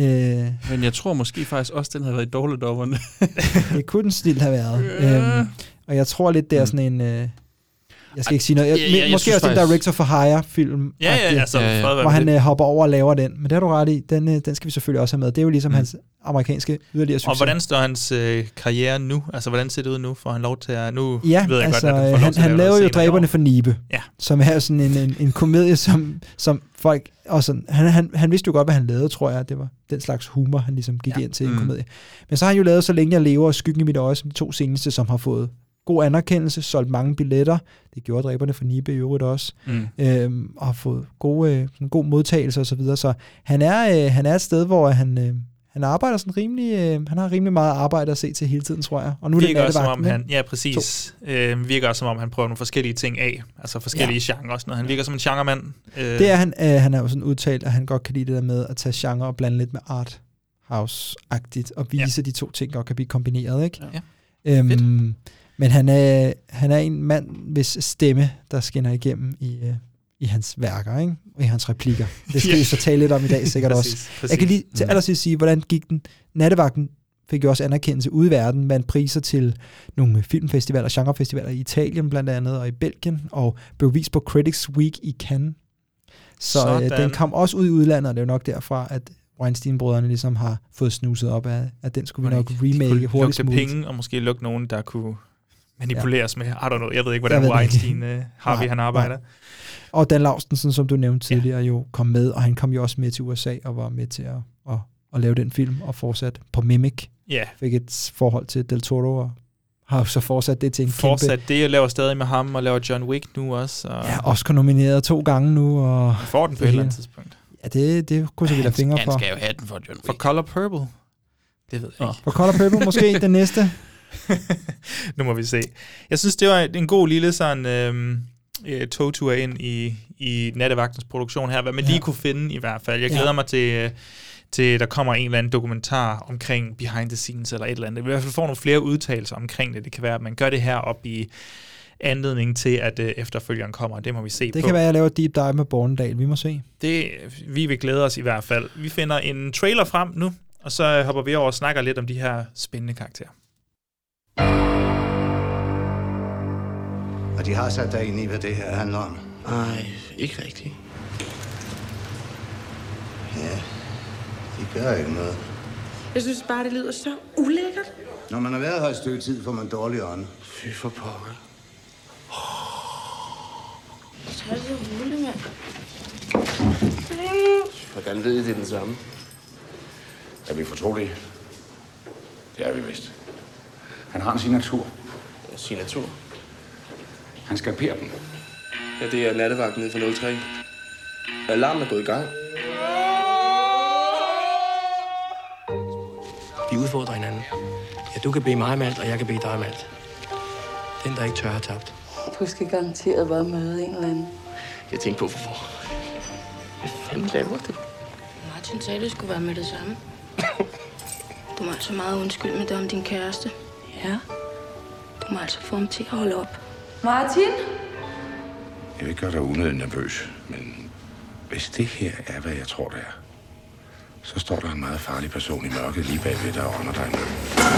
Men jeg tror måske faktisk også, den havde været i dårligdommerne. Det kunne den stilt have været. Og jeg tror lidt, det er sådan en... jeg skal ikke sige noget. Måske også faktisk... en Director for Hire-film. Hvor han hopper over og laver den. Men det har du ret i. Den skal vi selvfølgelig også have med. Det er jo ligesom hans amerikanske yderligere succes. Og hvordan står hans karriere nu? Altså, hvordan ser det ud nu? Får han lov til at... Nu ved jeg godt, at han laver jo Dræberne for Nibe. Ja. Som er sådan en komedie, som folk... Og sådan, han vidste jo godt, hvad han lavede, tror jeg. Det var den slags humor, han ligesom gik ind til en komedie. Men så har han jo lavet Så længe jeg lever og Skyggen i mit øje, som de 2 seneste, som har fået god anerkendelse, solgt mange billetter. Det gjorde Dræberne for Nibe i øvrigt også. Og har fået god modtagelse og så videre. Så han er et sted, hvor han arbejder sådan rimelig... han har rimelig meget arbejde at se til hele tiden, tror jeg. Og nu er det nattevagten. Ja, præcis. Virker også, som om han prøver nogle forskellige ting af. Altså forskellige genrer og sådan noget. Han virker som en genremand. Det er han. Han er jo sådan udtalt, at han godt kan lide det der med at tage genre og blande lidt med art house-agtigt. Og vise, de 2 ting godt kan blive kombineret, ikke? Ja. Men han er en mand, hvis stemme, der skinner igennem i hans værker, ikke? Og i hans replikker. Det skal vi så tale lidt om i dag, sikkert også. Jeg kan lige til allersidst sige, hvordan gik den. Nattevagten fik jo også anerkendelse ude i verden, vandt priser til nogle filmfestivaler, genrefestivaler i Italien blandt andet, og i Belgien, og blev vist på Critics Week i Cannes. Så den kom også ud i udlandet, og det er jo nok derfra, at Weinstein-brødrene ligesom har fået snuset op af, at den skulle vi nok remake hurtigst muligt. Penge, og måske lukke nogen, der kunne manipuleres med. I don't know. Jeg ved ikke, hvordan Weinstein han arbejder. Og Dan Laustsen, som du nævnte tidligere, jo kom med, og han kom jo også med til USA og var med til at lave den film og fortsat på Mimic. Fik et forhold til Del Toro og har så fortsat det til en kæmpe... det, jeg laver stadig med ham og laver John Wick nu også. Og... Ja, Oscar nomineret 2 gange nu. Og får den på et eller andet tidspunkt. Ja, det kunne så vidt fingre for. Han skal jo have den for John Wick. For Color Purple? Det ved jeg ikke. For Color Purple måske den næste. Nu må vi se. Jeg synes, det var en god lille sådan... togtur ind i nattevagtens produktion her, hvad man lige kunne finde i hvert fald. Jeg glæder mig til der kommer en eller anden dokumentar omkring behind the scenes eller et eller andet. Vi i hvert fald får nogle flere udtalelser omkring det. Det kan være, at man gør det her op i anledning til, at efterfølgeren kommer. Det må vi se på. Det kan være, at jeg laver deep dive med Bornedal. Vi må se. Vi vil glæde os i hvert fald. Vi finder en trailer frem nu, og så hopper vi over og snakker lidt om de her spændende karakterer. Og de har sat dig ind i, hvad det her handler om? Nej, ikke rigtigt. Ja, de gør ikke noget. Jeg synes bare, det lyder så ulækkert. Når man har været her et stykke tid, får man dårlig ånd. Fy for pokker. Så er det roligt, mand. Hvordan ved I, det er den samme? Er vi fortrolige? Det er vi vist. Han har en signatur. Signatur? Han skalperer den. Ja, det er nattevagten nede for 03. Alarmen er gået i gang. Vi udfordrer hinanden. Ja, du kan bede mig om alt, og jeg kan bede dig om alt. Den, der ikke tør, har tabt. Du skal garanteret bare møde en eller anden. Jeg tænkte på, hvorfor. Hvad fanden laver du? Martin sagde, det skulle være med det samme. Du må altså meget undskylde med det om din kæreste. Ja. Du må altså få ham til at holde op. Martin? Jeg vil ikke gøre dig unødigt nervøs, men hvis det her er, hvad jeg tror, det er, så står der en meget farlig person i mørket lige bagved dig og ånder dig ned.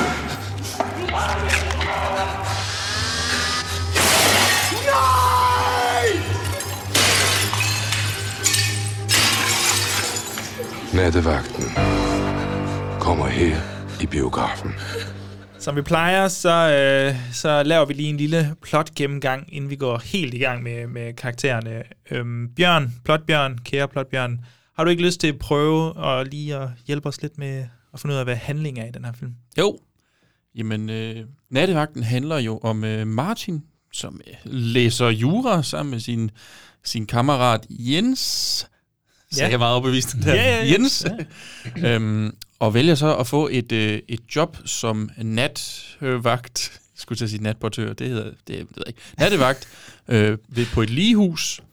Nej! Nattevagten kommer her i biografen. Som vi plejer, så laver vi lige en lille plot-gennemgang, inden vi går helt i gang med karaktererne. Plotbjørn, kære Plotbjørn, har du ikke lyst til at prøve at lige at hjælpe os lidt med at finde ud af, hvad handlingen er i den her film? Jo. Jamen, nattevagten handler jo om Martin, som læser jura sammen med sin kammerat Jens. Så jeg er meget overbevist den der. Jens. Og vælger så at få et job som natvagt. Jeg skulle til at sige natportør. Det hedder det ved jeg ikke. Nattevagt på et ligehus.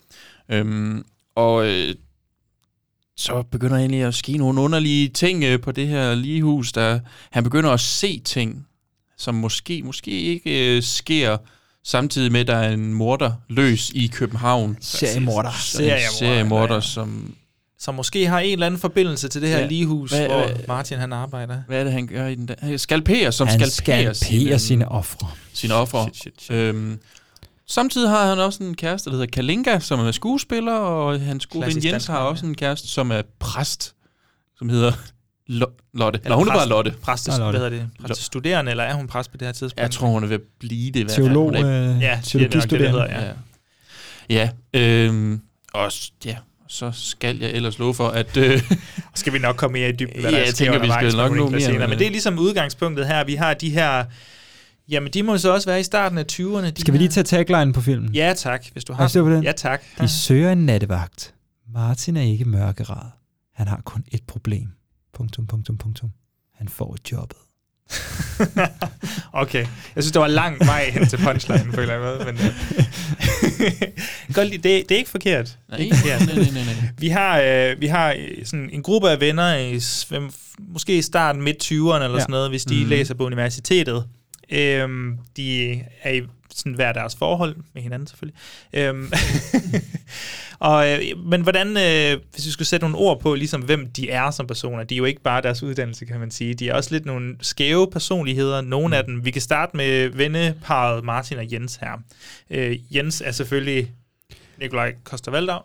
Så begynder han egentlig at ske nogle underlige ting på det her ligehus. Han begynder at se ting, som måske ikke sker, samtidig med, at der er en morder løs i København. Seriemorder, som som måske har en eller anden forbindelse til det her ligehus, hvor Martin han arbejder. Hvad er det, han gør i den der? Han skalperer sine ofre. Sine ofre. Samtidig har han også en kæreste, der hedder Kalinka, som er skuespiller, og hans gode ven Jens har også en kæreste, som er præst, som hedder Lotte. Nå, hun er bare Lotte. Hvad hedder det? Præstestuderende, eller er hun præst på det her tidspunkt? Jeg tror, hun er ved at blive det. Teolog, teologistuderende. Og så skal jeg ellers love for, at... skal vi nok komme mere i dybden, hvad der jeg tænker, vi skal nok nå mere. Men det er ligesom udgangspunktet her. Vi har de her... Jamen, de må så også være i starten af 20'erne. Skal vi lige tage tagline på filmen? Ja, tak. Hvis du har den. Ja, tak. De søger en nattevagt. Martin er ikke mørkeret. Han har kun et problem. ... Han får jobbet. Okay. Jeg synes, der var lang vej hen til punchline på en eller anden måde. Men, det er ikke forkert. Nej. Vi har sådan en gruppe af venner, måske i starten midt-20'erne eller sådan noget, hvis de læser på universitetet. De er i sådan hver deres forhold med hinanden selvfølgelig. Men hvordan, hvis vi skulle sætte nogle ord på, ligesom hvem de er som personer, de er jo ikke bare deres uddannelse, kan man sige. De er også lidt nogle skæve personligheder, nogle af dem. Vi kan starte med venneparret Martin og Jens her. Jens er selvfølgelig Nikolaj Coster-Waldau.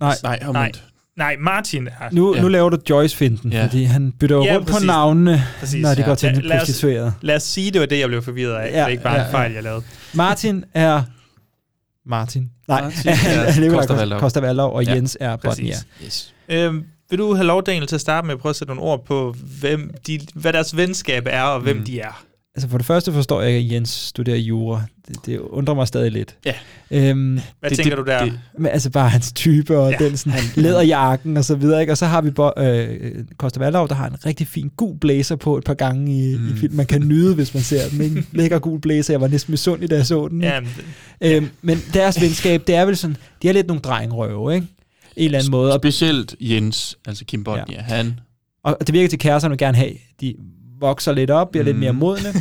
Nej, Martin er... Nu laver du Joyce-finten, fordi han bytter rundt på navnene, når de går til den prostituerede. Lad os sige, det var det, jeg blev forvirret af. Det er ikke bare en fejl, jeg lavede. Martin er... Martin er Coster-Waldau, og Jens er Botnia. Yes. Vil du have lov, Daniel, til at starte med at prøve at sætte nogle ord på, hvad deres venskab er, og hvem de er? Altså for det første forstår jeg ikke, at Jens studerer jura. Det undrer mig stadig lidt. Ja. Hvad tænker du der? Altså bare hans type og den sådan, læderjakken og så videre. Ikke? Og så har vi Coster-Waldau, der har en rigtig fin gul blazer på et par gange i film. Man kan nyde, hvis man ser den. Ikke? Lækker gul blazer. Jeg var næsten misundelig, da jeg så den. Men deres venskab, det er vel sådan, de er lidt nogle drengrøve, ikke? En eller anden måde. Specielt Jens, altså Kim Botnia. Han. Og det virker til kæresterne vil gerne have, de vokser lidt op, bliver lidt mere modne.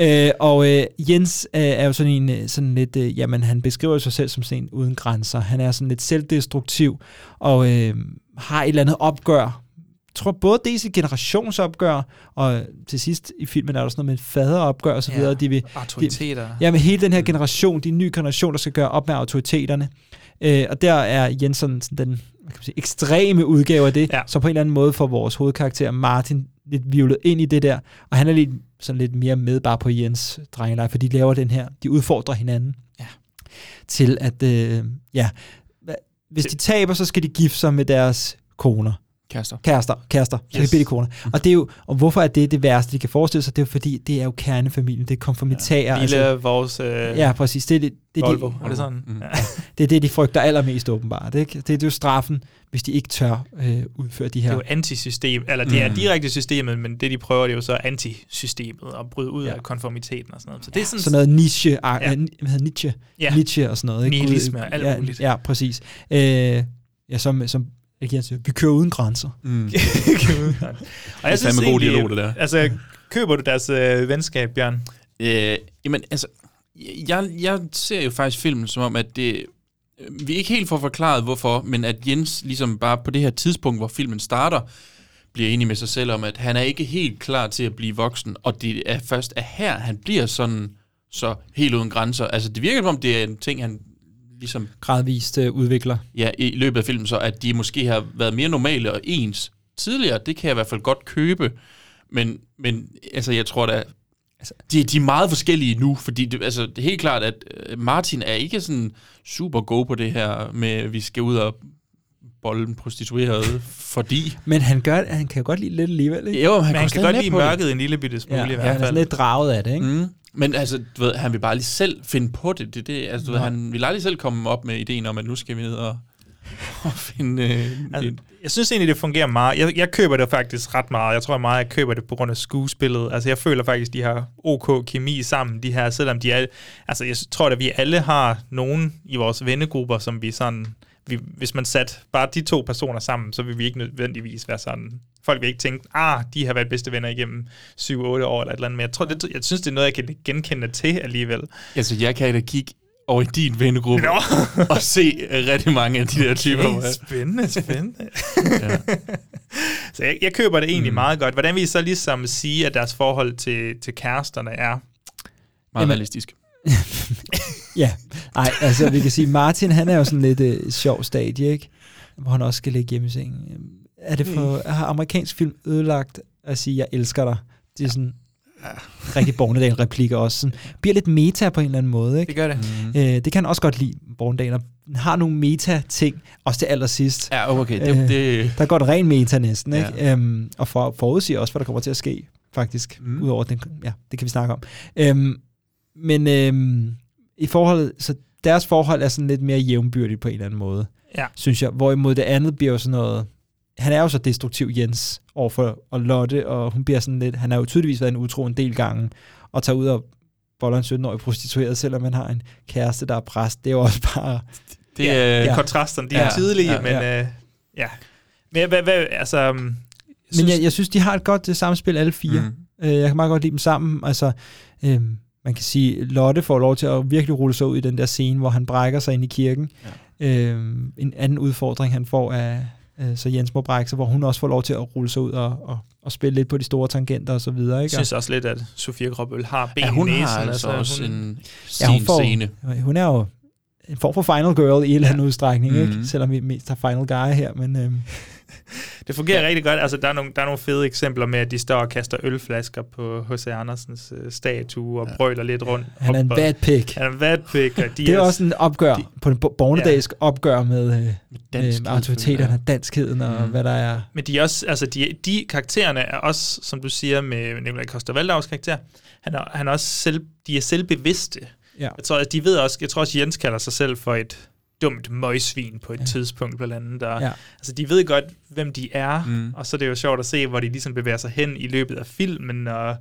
Jens er jo sådan lidt, jamen han beskriver sig selv som sådan en uden grænser. Han er sådan lidt selvdestruktiv, og har et eller andet opgør. Jeg tror både det er et generationsopgør, og til sidst i filmen er der sådan noget med et faderopgør og så videre. Autoriteter. Med hele den her generation, de nye generation, der skal gøre op med autoriteterne. Og der er Jens sådan den ekstreme udgave af det, så på en eller anden måde får vores hovedkarakter Martin lidt vivlet ind i det der, og han er lidt mere med bare på Jens drengeleje, for de laver den her, de udfordrer hinanden til at, hvis de taber, så skal de gifte sig med deres koner. Kærester. Så yes. Kan koner. Og det er jo, og hvorfor er det værste, de kan forestille sig? Det er jo fordi, det er jo kernefamilien, det er konformitære. Vores ja, præcis. Det Volvo, er det sådan? Det er det, de frygter allermest åbenbart. Det er jo straffen, hvis de ikke tør udføre de her... Det er jo antisystem, eller det er direkte systemet, men det de prøver, det er jo så antisystemet, at bryde ud af konformiteten og sådan noget. Så det er sådan noget Nietzsche, hvad hedder Nietzsche og sådan noget. Ikke? Nihilisme og alt muligt. Ja, præcis. Som vi kører uden grænser. Og jeg synes egentlig, altså, køber du deres venskab, Bjørn? Jamen, altså, jeg ser jo faktisk filmen som om, at det... Vi ikke helt får forklaret, hvorfor, men at Jens ligesom bare på det her tidspunkt, hvor filmen starter, bliver enig med sig selv om, at han er ikke helt klar til at blive voksen, og det er først her, han bliver sådan så helt uden grænser. Altså, det virker som om, det er en ting, han ligesom gradvist udvikler. Ja, i løbet af filmen, så at de måske har været mere normale og ens tidligere, det kan jeg i hvert fald godt købe. Men altså, jeg tror da, de er meget forskellige nu, fordi det er helt klart, at Martin er ikke sådan super god på det her med, at vi skal ud og bolden prostituerede, fordi... Men han kan jo godt lide lidt alligevel, ikke? Jo, han kan godt lide mørket en lille bitte smule i hvert fald. Ja, han er sådan lidt draget af det, ikke? Men altså, du ved, han vil bare lige selv finde på det. Altså, du ved, han vil aldrig selv komme op med ideen om, at nu skal vi ned og finde... jeg synes egentlig, det fungerer meget. Jeg køber det faktisk ret meget. Jeg tror meget, jeg køber det på grund af skuespillet. Altså, jeg føler faktisk, de har OK kemi sammen, de her, selvom de er... Altså, jeg tror at vi alle har nogen i vores vennegrupper, som vi sådan... Hvis man satte bare de to personer sammen, så vil vi ikke nødvendigvis være sådan... Folk vil ikke tænke, de har været bedste venner igennem 7-8 år eller et eller andet, men jeg synes, det er noget, jeg kan genkende til alligevel. Altså, jeg kan da kigge over i din vennegruppe og se rigtig mange af de der typer. Okay, spændende. Ja. Så jeg køber det egentlig meget godt. Hvordan vil I så ligesom sige, at deres forhold til kæresterne er? Meget realistisk. Ja, nej, altså vi kan sige, Martin, han er jo sådan lidt sjov stadie, ikke? Hvor han også skal ligge hjemme i sengen. Er det har amerikansk film ødelagt at sige, jeg elsker dig? Det er sådan rigtig Bornedal-replikker også. Sådan, bliver lidt meta på en eller anden måde, ikke? Det gør det. Det kan han også godt lide, Bornedal. Den har nogle meta-ting, også til allersidst. Ja, okay. Der går en ren meta næsten, ikke? Ja. Og forudsiger også, hvad der kommer til at ske, faktisk. Udover den, ja, det kan vi snakke om. Men i forhold, så deres forhold er sådan lidt mere jævnbyrdigt på en eller anden måde, synes jeg. Hvorimod det andet bliver jo sådan noget, han er jo så destruktiv, Jens, overfor og Lotte, og hun bliver sådan lidt, han har jo tydeligvis været en utro en del gange, og tager ud og boller en 17-årig prostitueret, selvom man har en kæreste, der er præst. Det er jo også bare... Det er kontrasterne, de er tydelige, men ja. Men hvad altså... Men jeg synes, de har et godt samspil, alle fire. Jeg kan meget godt lide dem sammen. Altså, man kan sige, Lotte får lov til at virkelig rulle sig ud i den der scene, hvor han brækker sig ind i kirken. Ja. En anden udfordring, han får af... Så Jens må brække sig, hvor hun også får lov til at rulle sig ud og spille lidt på de store tangenter og så videre. Ikke? Jeg synes også lidt, at Sofia Gråbøl har ben i næsen. Hun har altså også en scene. Hun er jo en form for final girl i en eller anden udstrækning, ikke? Selvom vi mest har final guy her. Men, det fungerer rigtig godt. Altså, der er nogle fede eksempler med, at de står og kaster ølflasker på H.C. Andersens statue og brøler lidt rundt. Han er en bad pig. Det er også en opgør, på en bornedagsk opgør med autoriteterne, danskheden og hvad der er. Men de er også, altså de karaktererne er også, som du siger med Nikolaj Coster-Waldau's karakter, han er også de er selvbevidste. Ja. Jeg tror også Jens kalder sig selv for et dumt møgsvin på et tidspunkt blandt andet. Altså, de ved godt, hvem de er, og så er det jo sjovt at se, hvor de ligesom bevæger sig hen i løbet af filmen, og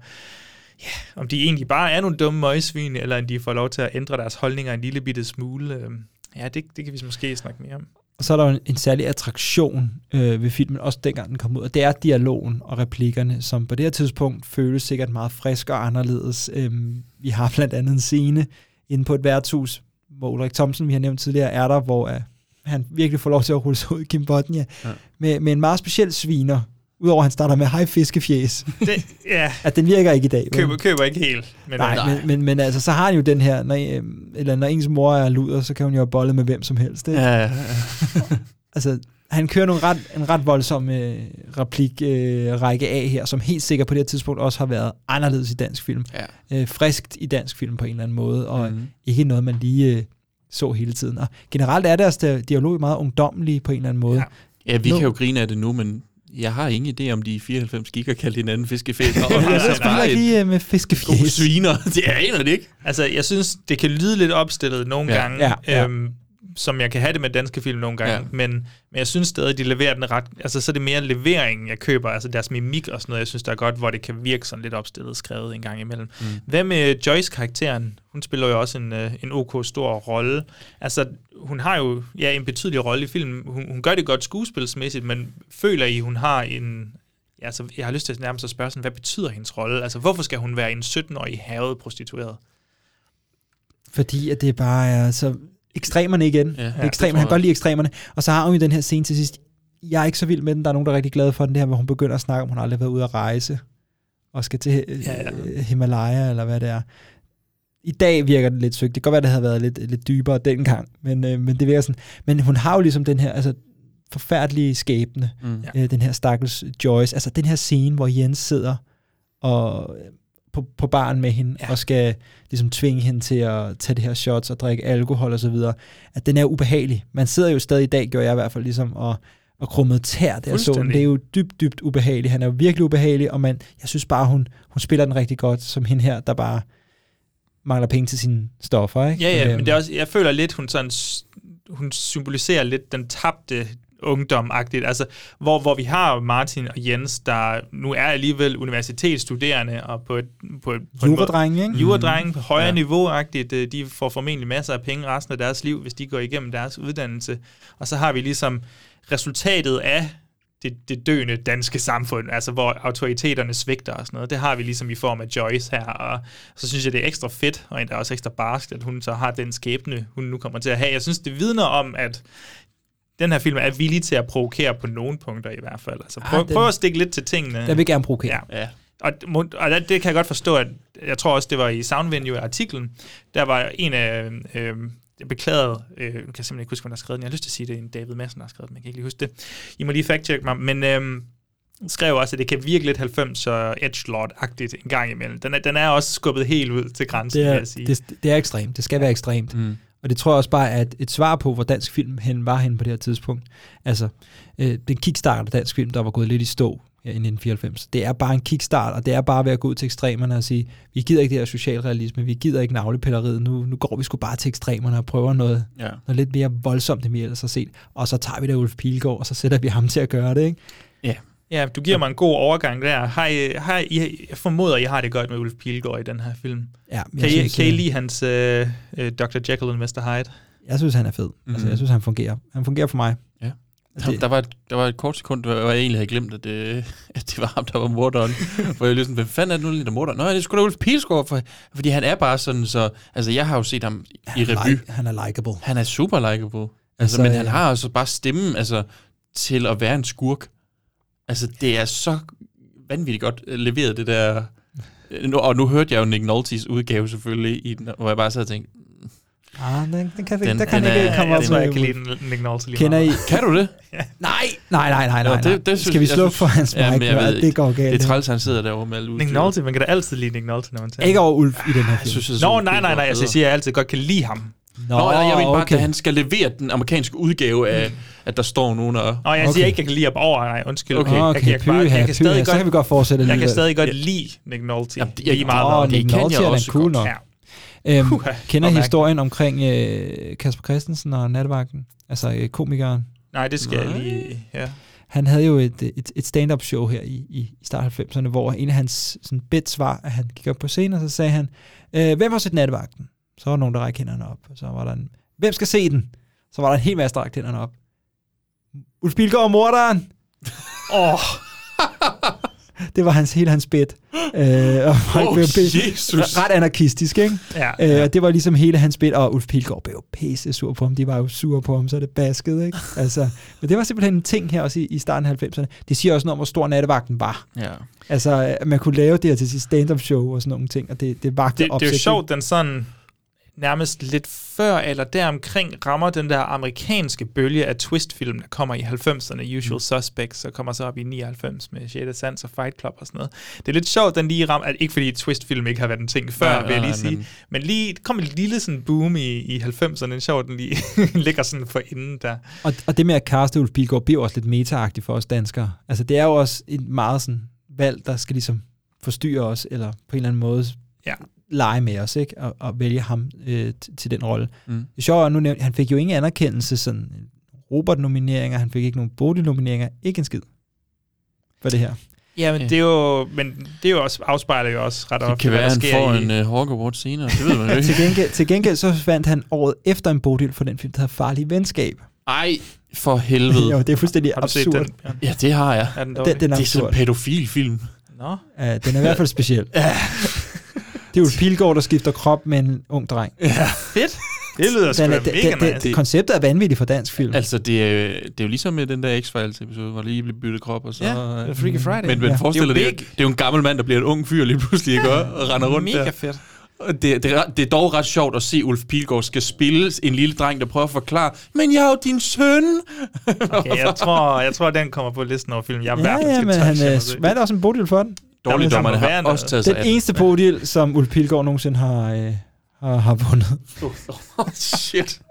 om de egentlig bare er nogle dumme møgsvin, eller om de får lov til at ændre deres holdninger en lille bitte smule. Det kan vi måske snakke mere om. Og så er der jo en særlig attraktion ved filmen, også dengang den kom ud, og det er dialogen og replikkerne, som på det her tidspunkt føles sikkert meget frisk og anderledes. Vi har blandt andet en scene inde på et værtshus, hvor Ulrik Thomsen, vi har nævnt tidligere, er der, hvor han virkelig får lov til at rulle sig ud i Kim Bodnia, med en meget speciel sviner, udover at han starter med hej fiskefjæs. At den virker ikke i dag. Køber ikke helt. Men altså, så har han jo den her, når ens mor er luder, så kan hun jo bolle med hvem som helst. Ikke? Ja. Altså, han kører en ret voldsom replik-række af her, som helt sikkert på det her tidspunkt også har været anderledes i dansk film. Ja. Friskt i dansk film på en eller anden måde, og ikke noget, man lige så hele tiden. Og generelt er deres dialog meget ungdomlige på en eller anden måde. Ja, vi kan jo grine af det nu, men jeg har ingen idé, om de 94 gik og kaldte hinanden fiskefæs. Jeg spiller ikke lige med fiskefjæs. Gode sviner, det aner det ikke. Altså, jeg synes, det kan lyde lidt opstillet nogle gange. Ja. Som jeg kan have det med danske film nogle gange, men jeg synes stadig, de leverer den ret, altså så er det mere leveringen, jeg køber, altså deres mimik og sådan noget, jeg synes, der er godt, hvor det kan virke sådan lidt opstillet skrevet en gang imellem. Hvad med Joyce-karakteren? Hun spiller jo også en OK stor rolle. Altså, hun har jo en betydelig rolle i filmen. Hun gør det godt skuespilsmæssigt, men føler I, hun har en... Altså, jeg har lyst til at nærmest at spørge sådan, hvad betyder hendes rolle? Altså, hvorfor skal hun være en 17-årig havet prostitueret? Fordi at det bare er så... Ekstremerne igen. Han kan godt lide ekstremerne. Og så har hun jo den her scene til sidst. Jeg er ikke så vild med den. Der er nogen, der er rigtig glade for den, det her, hvor hun begynder at snakke om, hun har aldrig været ude at rejse. Og skal til Himalaya, eller hvad det er. I dag virker det lidt søgt. Det kan godt være, det havde været lidt dybere dengang. Men det virker sådan. Men hun har jo ligesom den her altså, forfærdelige skæbne. Den her stakkels Joyce. Altså den her scene, hvor Jens sidder og... på baren med hende, og skal ligesom tvinge hende til at tage det her shots og drikke alkohol og så videre, at den er ubehagelig. Man sidder jo stadig i dag, gør jeg i hvert fald ligesom, og krummet tær der så. Det er jo dybt ubehageligt. Han er jo virkelig ubehagelig, og jeg synes bare, hun spiller den rigtig godt, som hende her, der bare mangler penge til sine stoffer, ikke? Ja, men det er også, jeg føler lidt, hun symboliserer lidt den tabte ungdom-agtigt, altså hvor vi har Martin og Jens, der nu er alligevel universitetsstuderende og på juradrenge på højere niveau-agtigt, de får formentlig masser af penge resten af deres liv, hvis de går igennem deres uddannelse, og så har vi ligesom resultatet af det døende danske samfund, altså hvor autoriteterne svigter og sådan noget. Det har vi ligesom i form af Joyce her, og så synes jeg, det er ekstra fedt, og endda også ekstra barskt, at hun så har den skæbne, hun nu kommer til at have. Jeg synes, det vidner om, at den her film er villig til at provokere på nogle punkter i hvert fald. Altså prøv at stikke lidt til tingene. Jeg vil gerne provokere. Ja. Og det kan jeg godt forstå, at jeg tror også, det var i Soundvenue-artiklen, der var en af... jeg beklagede, jeg kan simpelthen ikke huske, hvem der har skrevet den. Jeg har lyst til at sige, det er en David Madsen, der har skrevet den. Jeg kan ikke lige huske det. I må lige fact-check mig. Men skrev også, at det kan virke lidt 90'er edgelord-agtigt en gang imellem. Den er også skubbet helt ud til grænsen, vil jeg sige. Det er ekstremt. Det skal være ekstremt. Og det tror jeg også bare er et svar på, hvor dansk film var henne på det her tidspunkt. Altså, den kickstart af dansk film, der var gået lidt i stå her i 1994. Det er bare en kickstart, og det er bare ved at gå ud til ekstremerne og sige, vi gider ikke det her socialrealisme, vi gider ikke navlepilleriet, nu går vi sgu bare til ekstremerne og prøver noget lidt mere voldsomt, end vi ellers har set. Og så tager vi da Ulf Pilgaard, og så sætter vi ham til at gøre det, ikke? Ja, du giver mig en god overgang der. Jeg formoder, I har det godt med Ulf Pilgaard i den her film. Ja, kan I lide hans Dr. Jekyll og Mr. Hyde? Jeg synes, han er fed. Altså, jeg synes, han fungerer. Han fungerer for mig. Ja. Der var et kort sekund, hvor jeg egentlig havde glemt, at det var ham, der var morderen. Hvor jeg ligesom, hvad fanden er det nu lige, der morderen? Nå, det er sgu da Ulf Pilgaard, fordi han er bare sådan så... Altså, jeg har jo set ham i revy. Han er likable. Han er super likable. Altså, men han har altså bare stemmen til at være en skurk. Altså, det er så vanvittigt godt leveret, det der... Og nu hørte jeg jo Nick Nolte's udgave selvfølgelig, hvor jeg bare sad og tænkte... den kan ikke komme op. Jeg kan lide Nick Nolte lige Kender I? Kan du det? Nej. Det skal vi slukke for hans mic? Det går galt. Det er træls, han sidder derovre med alle Nick Nolte, man kan da altid lide Nick Nolte, når man tager. Ikke over Ulf i den her film. Nej. Jeg siger, at jeg altid godt kan lide ham. Jeg mener bare, at han skal levere den amerikanske udgave af, at der står nogen og... Jeg siger ikke, at jeg kan lide ham over. Nej, undskyld. Jeg kan stadig godt... Så kan vi godt fortsætte Jeg kan stadig godt lide Nick Nolte. Lige meget. Nick Nolte er da cool nok. Kender historien omkring Kasper Christensen og Nattevagten? Altså komikeren? Nej, det skal jeg lige... Ja. Han havde jo et stand-up show her i start af 90'erne, hvor en af hans sådan bits var, at han gik op på scenen, og så sagde han, hvem har set Nattevagten? Så var der nogen, der rækte hænderne op. Så var der en, hvem skal se den? Så var der en hel masse, der rækte hænderne op. Ulf Pilgaard og morderen! Det var hele hans bit. Ret anarkistisk, ikke? Ja. Det var ligesom hele hans bit, og Ulf Pilgaard blev jo pisse sur på ham. De var jo sure på ham, så det baskede, ikke? Altså, men det var simpelthen en ting her også i starten af 90'erne. Det siger også noget om, hvor stor Nattevagten var. Ja. Altså, man kunne lave det her til sit stand-up show og sådan nogle ting, og det vagte det er jo sjovt, den sådan nærmest lidt før eller deromkring rammer den der amerikanske bølge af twistfilm, der kommer i 90'erne, Usual Suspects, og kommer så op i 99 med Shade of Sands og Fight Club og sådan noget. Det er lidt sjovt, den lige rammer, ikke fordi twistfilm ikke har været en ting før, vil jeg lige sige, men lige kom et lille sådan boom i 90'erne, det er sjovt, den lige ligger sådan for inden der. Og det med at caste Ulf Pilgaard bliver også lidt meta-agtigt for os danskere. Altså det er jo også et meget sådan valg, der skal ligesom forstyrre os, eller på en eller anden måde lege med os, ikke? Og vælge ham til den rolle. Det er sjovt, at nu nævnt, han fik jo ingen anerkendelse, sådan Robert-nomineringer, han fik ikke nogen Bodil-nomineringer, ikke en skid for det her. Ja, men det er jo også, afspejler jo også ret ofte, det kan være, han får en Hawke Award senere, det ved man jo ikke. til gengæld så vandt han året efter en Bodil for den film, der hedder Farlig Venskab. Ej, for helvede. Jo, det er fuldstændig absurd. Ja, det har jeg. Den er det er sådan en pædofil film. Nå. Ja, den er i hvert fald speciel. Det er jo Pilgaard, der skifter krop med en ung dreng. Ja, fedt. Det lyder sgu mega nice. Konceptet er vanvittigt for dansk film. Altså, det er jo ligesom med den der X-Files episode, hvor lige blev byttet krop, og så... Ja, Freaky Friday. Men forestil dig, det er jo en gammel mand, der bliver en ung fyr lige pludselig, ikke? Og render rundt mega der. Fedt. Det er dog ret sjovt at se Ulf Pilgaard skal spille en lille dreng, der prøver at forklare, men jeg er jo din søn. Okay, jeg tror, den kommer på listen over film. Jeg er men hvad er der også en Bodil for den? Dårligdommerne har også taget sig den eneste Bodil, som Ulf Pilgaard nogensinde har vundet. Shit.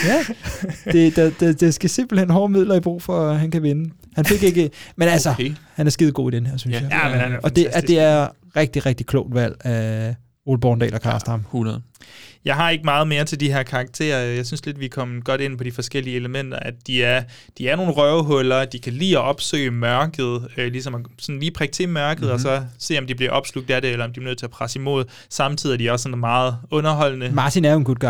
Ja, det skal simpelthen hårde midler i brug for, at han kan vinde. Han fik ikke... Men altså, han er skide god i den her, synes jeg. Ja, men han er og det er rigtig, rigtig klogt valg af Ole Borndal og kaste ham. 100. Jeg har ikke meget mere til de her karakterer. Jeg synes lidt, vi kom godt ind på de forskellige elementer, at de er nogle røvhuller, de kan lide at opsøge mørket, ligesom at sådan lige prikke til mørket, og så se, om de bliver opslugt af det, eller om de er nødt til at presse imod. Samtidig er de også sådan meget underholdende. Martin er jo en good guy.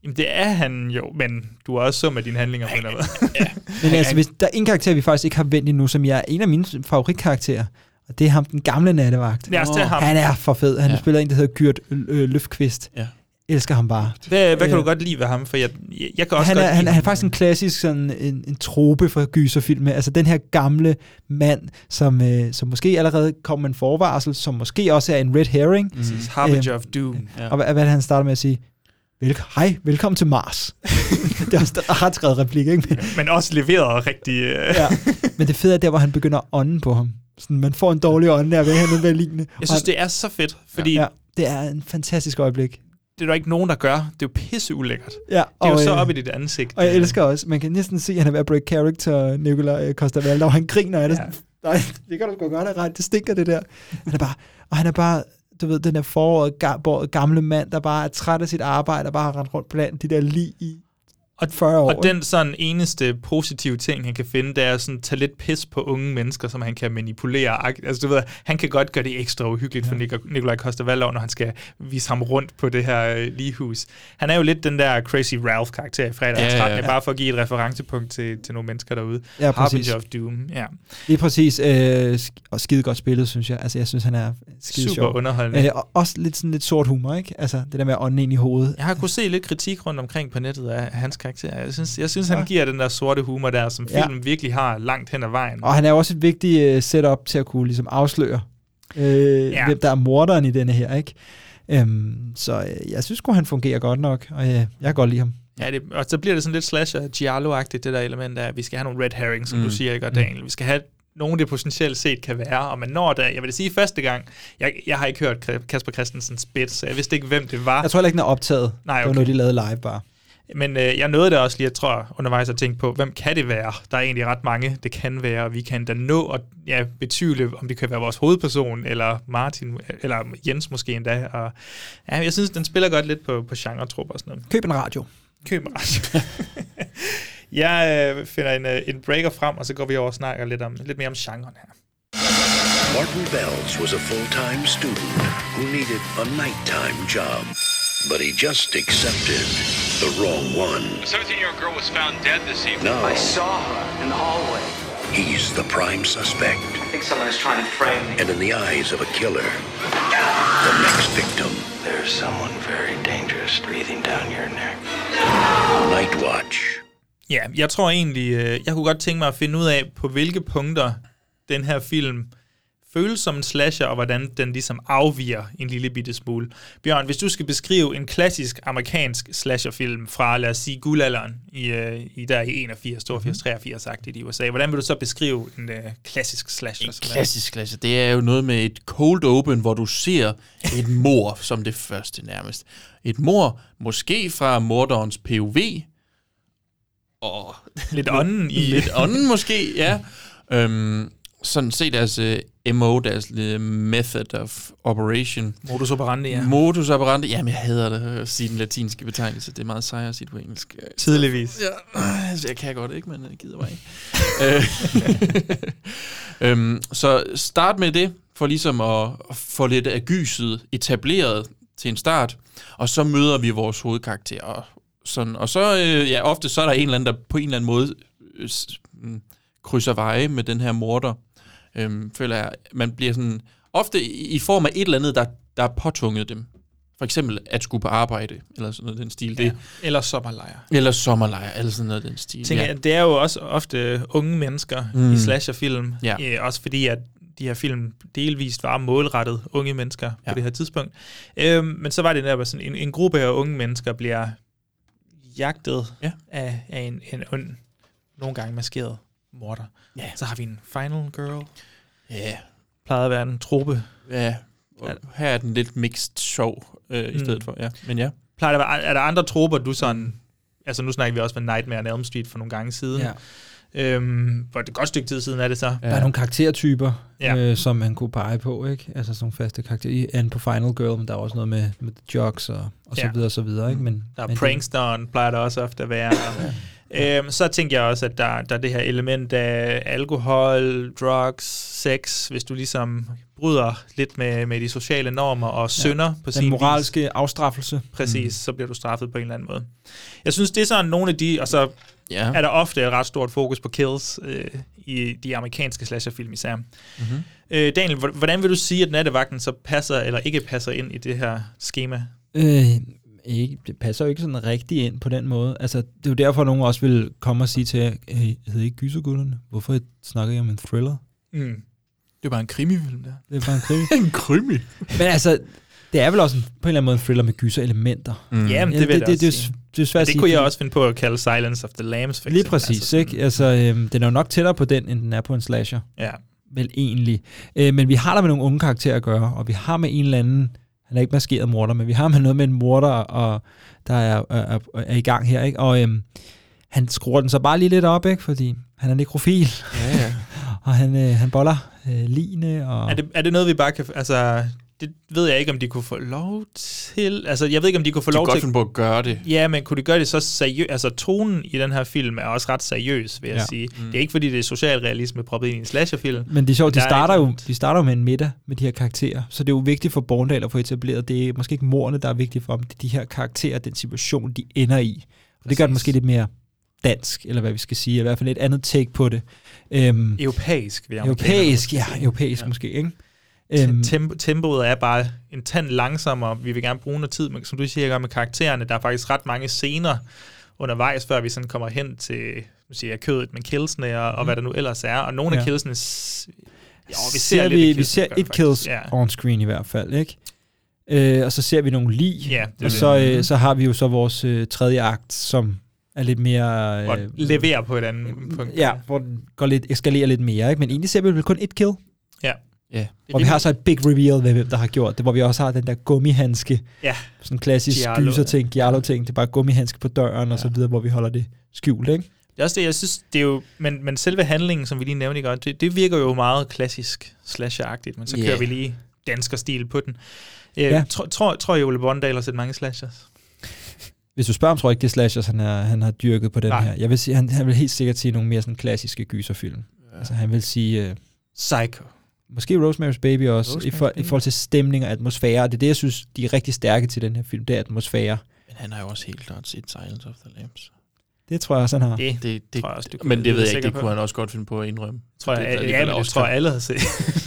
Jamen, det er han jo, men du er også sum af dine handlinger på en eller anden måde. Men altså, hvis der er en karakter, vi faktisk ikke har vendt endnu, som jeg er en af mine favoritkarakterer, og det er ham, den gamle nattevagt. Han er for fed. Han spiller en, der hedder Gyrt Løfqvist. Ja. Elsker ham bare. Hvad kan du godt lide ved ham? For jeg kan også han er faktisk en klassisk sådan en trope for gyserfilm. Altså den her gamle mand, som måske allerede kom med en forvarsel, som måske også er en red herring. Harbinger of Doom. Og hvad er det, han starter med at sige? Hej, velkommen til Mars. Det er også ret skrevet replik, ikke? Men også leveret rigtig... Ja. Men det fede er der, hvor han begynder at ånde på ham. Sådan, man får en dårlig ånde der ved hende ved lignende. Jeg synes, det er så fedt, fordi... Ja, det er en fantastisk øjeblik. Det er der ikke nogen, der gør. Det er jo pisse ulækkert. Ja, det er jo så op i dit ansigt. Og jeg elsker også. Man kan næsten se, at han er ved at break character, Nikolaj Coster-Waldau, og han griner af det. Nej, det kan du sgu godt have ret. Det stinker, det der. Han er bare, du ved, den der foråret gamle mand, der bare er træt af sit arbejde, og bare har rendt rundt blandt de der lig i 40 år. Og den sådan eneste positive ting, han kan finde, det er sådan tage lidt pis på unge mennesker, som han kan manipulere. Altså du ved, han kan godt gøre det ekstra uhyggeligt for Nikolaj Coster-Waldau, når han skal vise ham rundt på det her ligehus. Han er jo lidt den der Crazy Ralph-karakter i fredag 13. Bare for at give et referencepunkt til nogle mennesker derude. Ja, Harbinger of Doom. Ja. Det er præcis. Og skide godt spillet, synes jeg. Altså jeg synes, han er skide super underholdende. Og også lidt sort humor, ikke? Altså det der med at ånde ind i hovedet. Jeg har kunnet se lidt kritik rundt omkring på nettet af hans karakter. Jeg synes han giver den der sorte humor der, som filmen virkelig har langt hen ad vejen. Og han er også et vigtigt setup til at kunne ligesom afsløre, hvem der er morderen i denne her, ikke? Så jeg synes han fungerer godt nok, og jeg kan godt lide ham. Ja, og så bliver det sådan lidt slasher Giallo-agtigt, det der element af, at vi skal have nogle red herrings, som du siger, ikke? Og Daniel, vi skal have nogen, det potentielt set kan være, og man når der, jeg vil sige første gang, jeg har ikke hørt Kasper Christensens bit, så jeg vidste ikke, hvem det var. Jeg tror heller ikke, den er optaget. Nej, okay. Det var noget, de lavede live bare. Men jeg nåede det også lige, jeg tror, undervejs at tænke på, hvem kan det være? Der er egentlig ret mange, det kan være, og vi kan da nå at betvivle, om det kan være vores hovedperson, eller Martin, eller Jens måske endda. Og jeg synes, den spiller godt lidt på genre-trup og sådan noget. Køb en radio. Jeg finder en breaker frem, og så går vi over og snakker lidt mere om genren her. Martin Bells was a full-time student who needed a nighttime job, but he just accepted the wrong one. A 17-year-old girl was found dead this evening. No. I saw her in the hallway. He's the prime suspect. I think someone is trying to frame me. And in the eyes of a killer, the next victim. There's someone very dangerous breathing down your neck. Night Watch. Ja, jeg tror egentlig, jeg kunne godt tænke mig at finde ud af, på hvilke punkter den her film føles som en slasher, og hvordan den ligesom afviger en lille bitte smule. Bjørn, hvis du skal beskrive en klassisk amerikansk slasherfilm fra, lad os sige, guldalderen i der i 81, 82, 83-agtigt i USA, hvordan vil du så beskrive en klassisk slasher? En klassisk slasher, det er jo noget med et cold open, hvor du ser et mord som det første nærmest. Et mord, måske fra morderens POV, og lidt ånden i... Lidt ånden måske, ja. Sådan se deres MO, deres method of operation. Modus operandi, ja. Modus operandi. Jamen, jeg hader det at sige den latinske betegnelse. Det er meget sejere at sige det på engelsk. Tydeligvis. Ja, jeg kan godt ikke, men jeg gider mig ikke. Så start med det, for ligesom at få lidt af gyset etableret til en start, og så møder vi vores hovedkarakter. Og så, ofte så er der en eller anden, der på en eller anden måde krydser veje med den her morder. Føler jeg, man bliver sådan, ofte i form af et eller andet, der er påtvunget dem. For eksempel at skulle på arbejde, eller sådan noget den stil. Ja, eller sommerlejr. Eller sådan noget den stil. Det er jo også ofte unge mennesker i slasherfilm. Ja. Også fordi, at de her film delvist var målrettet unge mennesker på det her tidspunkt. Men så var det der sådan en gruppe af unge mennesker bliver jagtet af en ond, nogle gange maskeret morder. Yeah. Så har vi en final girl. Ja. Plejede at være en trope. Ja. Her er den lidt mixed sjov i stedet for. Ja. Men ja. Er der andre troper, du sådan... Altså nu snakker vi også med Nightmare on Elm Street for nogle gange siden. Ja. For et godt stykke tid siden er det så. Der er nogle karaktertyper, som man kunne pege på, ikke? Altså sådan nogle faste karakterer. And på Final Girl, men der er også noget med jokes og så videre og så videre, ikke? Men der er pranksteren, plejer der også ofte at være. Så tænker jeg også, at der er det her element af alkohol, drugs, sex, hvis du ligesom bryder lidt med de sociale normer og synder på sin den moralske afstraffelse. Præcis, så bliver du straffet på en eller anden måde. Jeg synes, det er sådan nogle af de, og så er der ofte et ret stort fokus på kills i de amerikanske slasherfilm især. Mm-hmm. Daniel, hvordan vil du sige, at Nattevagten så passer eller ikke passer ind i det her schema? Det passer jo ikke sådan rigtig ind på den måde. Altså, det er jo derfor, at nogen også vil komme og sige til jer, hey, hedder ikke Gysergutterne? Hvorfor snakker jeg om en thriller? Det er bare en krimifilm der. Det er bare en krimi. En krimi? Men altså, det er vel også på en eller anden måde en thriller med gyser-elementer. Jamen, det vil jeg også sige. Det er svært at sige. Det kunne jeg også finde på at kalde Silence of the Lambs, for lige eksempel. præcis, altså, ikke? Altså, den er jo nok tættere på den, end den er på en slasher. Ja. Vel egentlig. Men vi har der med nogle unge karakterer at gøre, og vi har med en eller anden, han er ikke maskeret morder, men vi har med noget med en morder, og der er i gang her, ikke? Og han skruer den så bare lige lidt op, ikke? Fordi han er nekrofil. Ja. Og han boller ligene. Og er det noget, vi bare kan... Altså, det ved jeg ikke, om de kunne få lov til... Altså, jeg ved ikke, om de kunne få lov til... De kan godt finde på at gøre det. Ja, men kunne de gøre det så seriøst? Altså, tonen i den her film er også ret seriøs, vil jeg sige. Det er ikke, fordi det er socialrealisme proppet ind i en slasherfilm. Men det er sjovt, de starter jo med en middag med de her karakterer, så det er jo vigtigt for Borndal at få etableret. Det er måske ikke mordene, der er vigtigt for dem. Det er de her karakterer, den situation, de ender i. Og det gør det måske lidt mere dansk, eller hvad vi skal sige, i hvert fald et andet take på det. Europæisk, vil jeg Europæisk måske, ikke? Tempoet er bare en tand langsommere. Vi vil gerne bruge noget tid, men som du siger, med karaktererne, der er faktisk ret mange scener undervejs, før vi sådan kommer hen til, nu siger jeg, kødet med killsene og hvad der nu ellers er. Og nogle af killsene, vi ser et kills on screen i hvert fald, ikke? Og så ser vi nogle lig, og så har vi jo så vores tredje akt, som er lidt mere... Hvor leverer på et andet punkt. Ja, hvor den går lidt, eskalerer lidt mere, ikke? Men egentlig ser vi vel kun et kill. Ja. Ja. Og vi har så et big reveal ved, hvem der har gjort det, hvor vi også har den der gummihandske, sådan en klassisk gyser-ting, Giallo-ting, det er bare gummihandske på døren og så videre, hvor vi holder det skjult, ikke? Det er også det, jeg synes, det er jo, men selve handlingen, som vi lige nævnte, ikke, det virker jo meget klassisk slasher-agtigt, men så kører vi lige dansker-stil på den. Tror I, Ole Borndal har set mange slashers? Hvis du spørger ham, tror jeg ikke, det er slashers, han har dyrket på den her. Jeg vil sige, han vil helt sikkert sige nogle mere sådan klassiske gyserfilm. Ja. Altså han vil sige... Psycho. Måske Rosemary's Baby også, i forhold til stemning og atmosfære. Det er det, jeg synes, de er rigtig stærke til den her film, det er atmosfære. Men han har jo også helt klart set Silence of the Lambs. Det tror jeg også, han har. Det tror jeg også, men det ved jeg ikke, det kunne han også godt finde på at indrømme. Tror jeg, det tror jeg alle har set.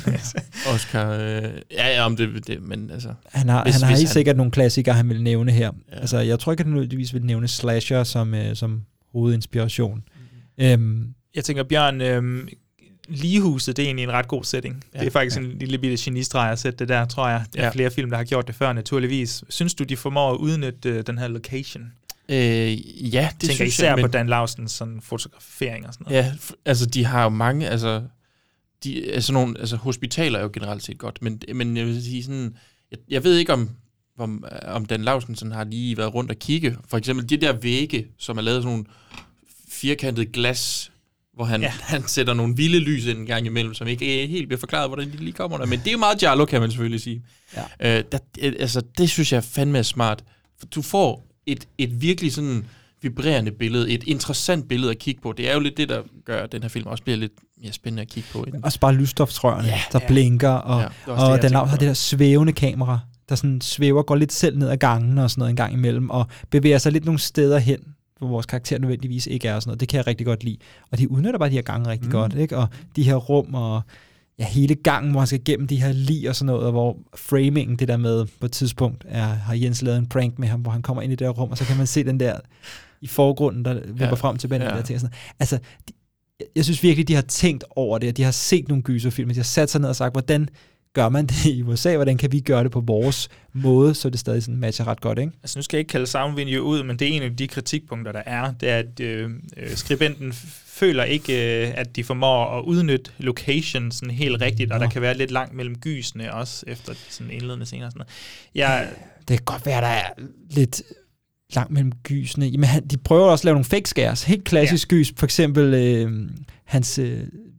Oscar, men altså... Han har helt sikkert nogle klassikere, han vil nævne her. Ja. Altså, jeg tror ikke, at han nødvendigvis vil nævne slasher som hovedinspiration. Jeg tænker, Bjørn... Ligehuset, det er egentlig en ret god setting. Det er faktisk en lille bitte genistreg at sætte det der, tror jeg. Der er flere film, der har gjort det før, naturligvis. Synes du, de formår at udnytte den her location? Ja, det tænker især jeg, på Dan Lausens sådan fotografering og sådan noget. Ja, altså de har jo mange, altså hospitaler er jo generelt set godt, men jeg vil sige sådan, jeg ved ikke om Dan Lausen sådan har lige været rundt og kigge. For eksempel de der vægge, som er lavet sådan nogle firkantet glas, hvor han sætter nogle vilde lys ind en gang imellem, som ikke helt bliver forklaret, hvordan de lige kommer der. Men det er jo meget Giallo, kan man selvfølgelig sige. Ja. Det synes jeg fandme er smart. For du får et virkelig sådan vibrerende billede, et interessant billede at kigge på. Det er jo lidt det, der gør, at den her film også bliver lidt mere spændende at kigge på. Også bare lysstoftrørene, der blinker, og den har det der svævende kamera, der sådan svæver, går lidt selv ned ad gangen og sådan noget en gang imellem, og bevæger sig lidt nogle steder hen, hvor vores karakter nødvendigvis ikke er og sådan noget. Det kan jeg rigtig godt lide. Og de udnytter bare de her gange rigtig godt, ikke? Og de her rum og hele gangen, hvor han skal gennem de her lig og sådan noget, og hvor framingen, det der med på et tidspunkt, har Jens lavet en prank med ham, hvor han kommer ind i det her rum, og så kan man se den der i forgrunden, der vipper frem til banden. Der ting, sådan. Altså, jeg synes virkelig, de har tænkt over det, og de har set nogle gyserfilm, de har sat sig ned og sagt, hvordan gør man det i USA? Hvordan kan vi gøre det på vores måde, så det stadig sådan matcher ret godt, ikke? Altså nu skal jeg ikke kalde Soundvenue ud, men det er en af de kritikpunkter, der er, det er, at skribenten føler ikke, at de formår at udnytte location sådan helt rigtigt, og der kan være lidt langt mellem gysene også, efter sådan indledende scener og sådan noget. Det kan godt være, der er lidt langt mellem gysene. Jamen, de prøver også at lave nogle fake scares. Helt klassisk gys. For eksempel hans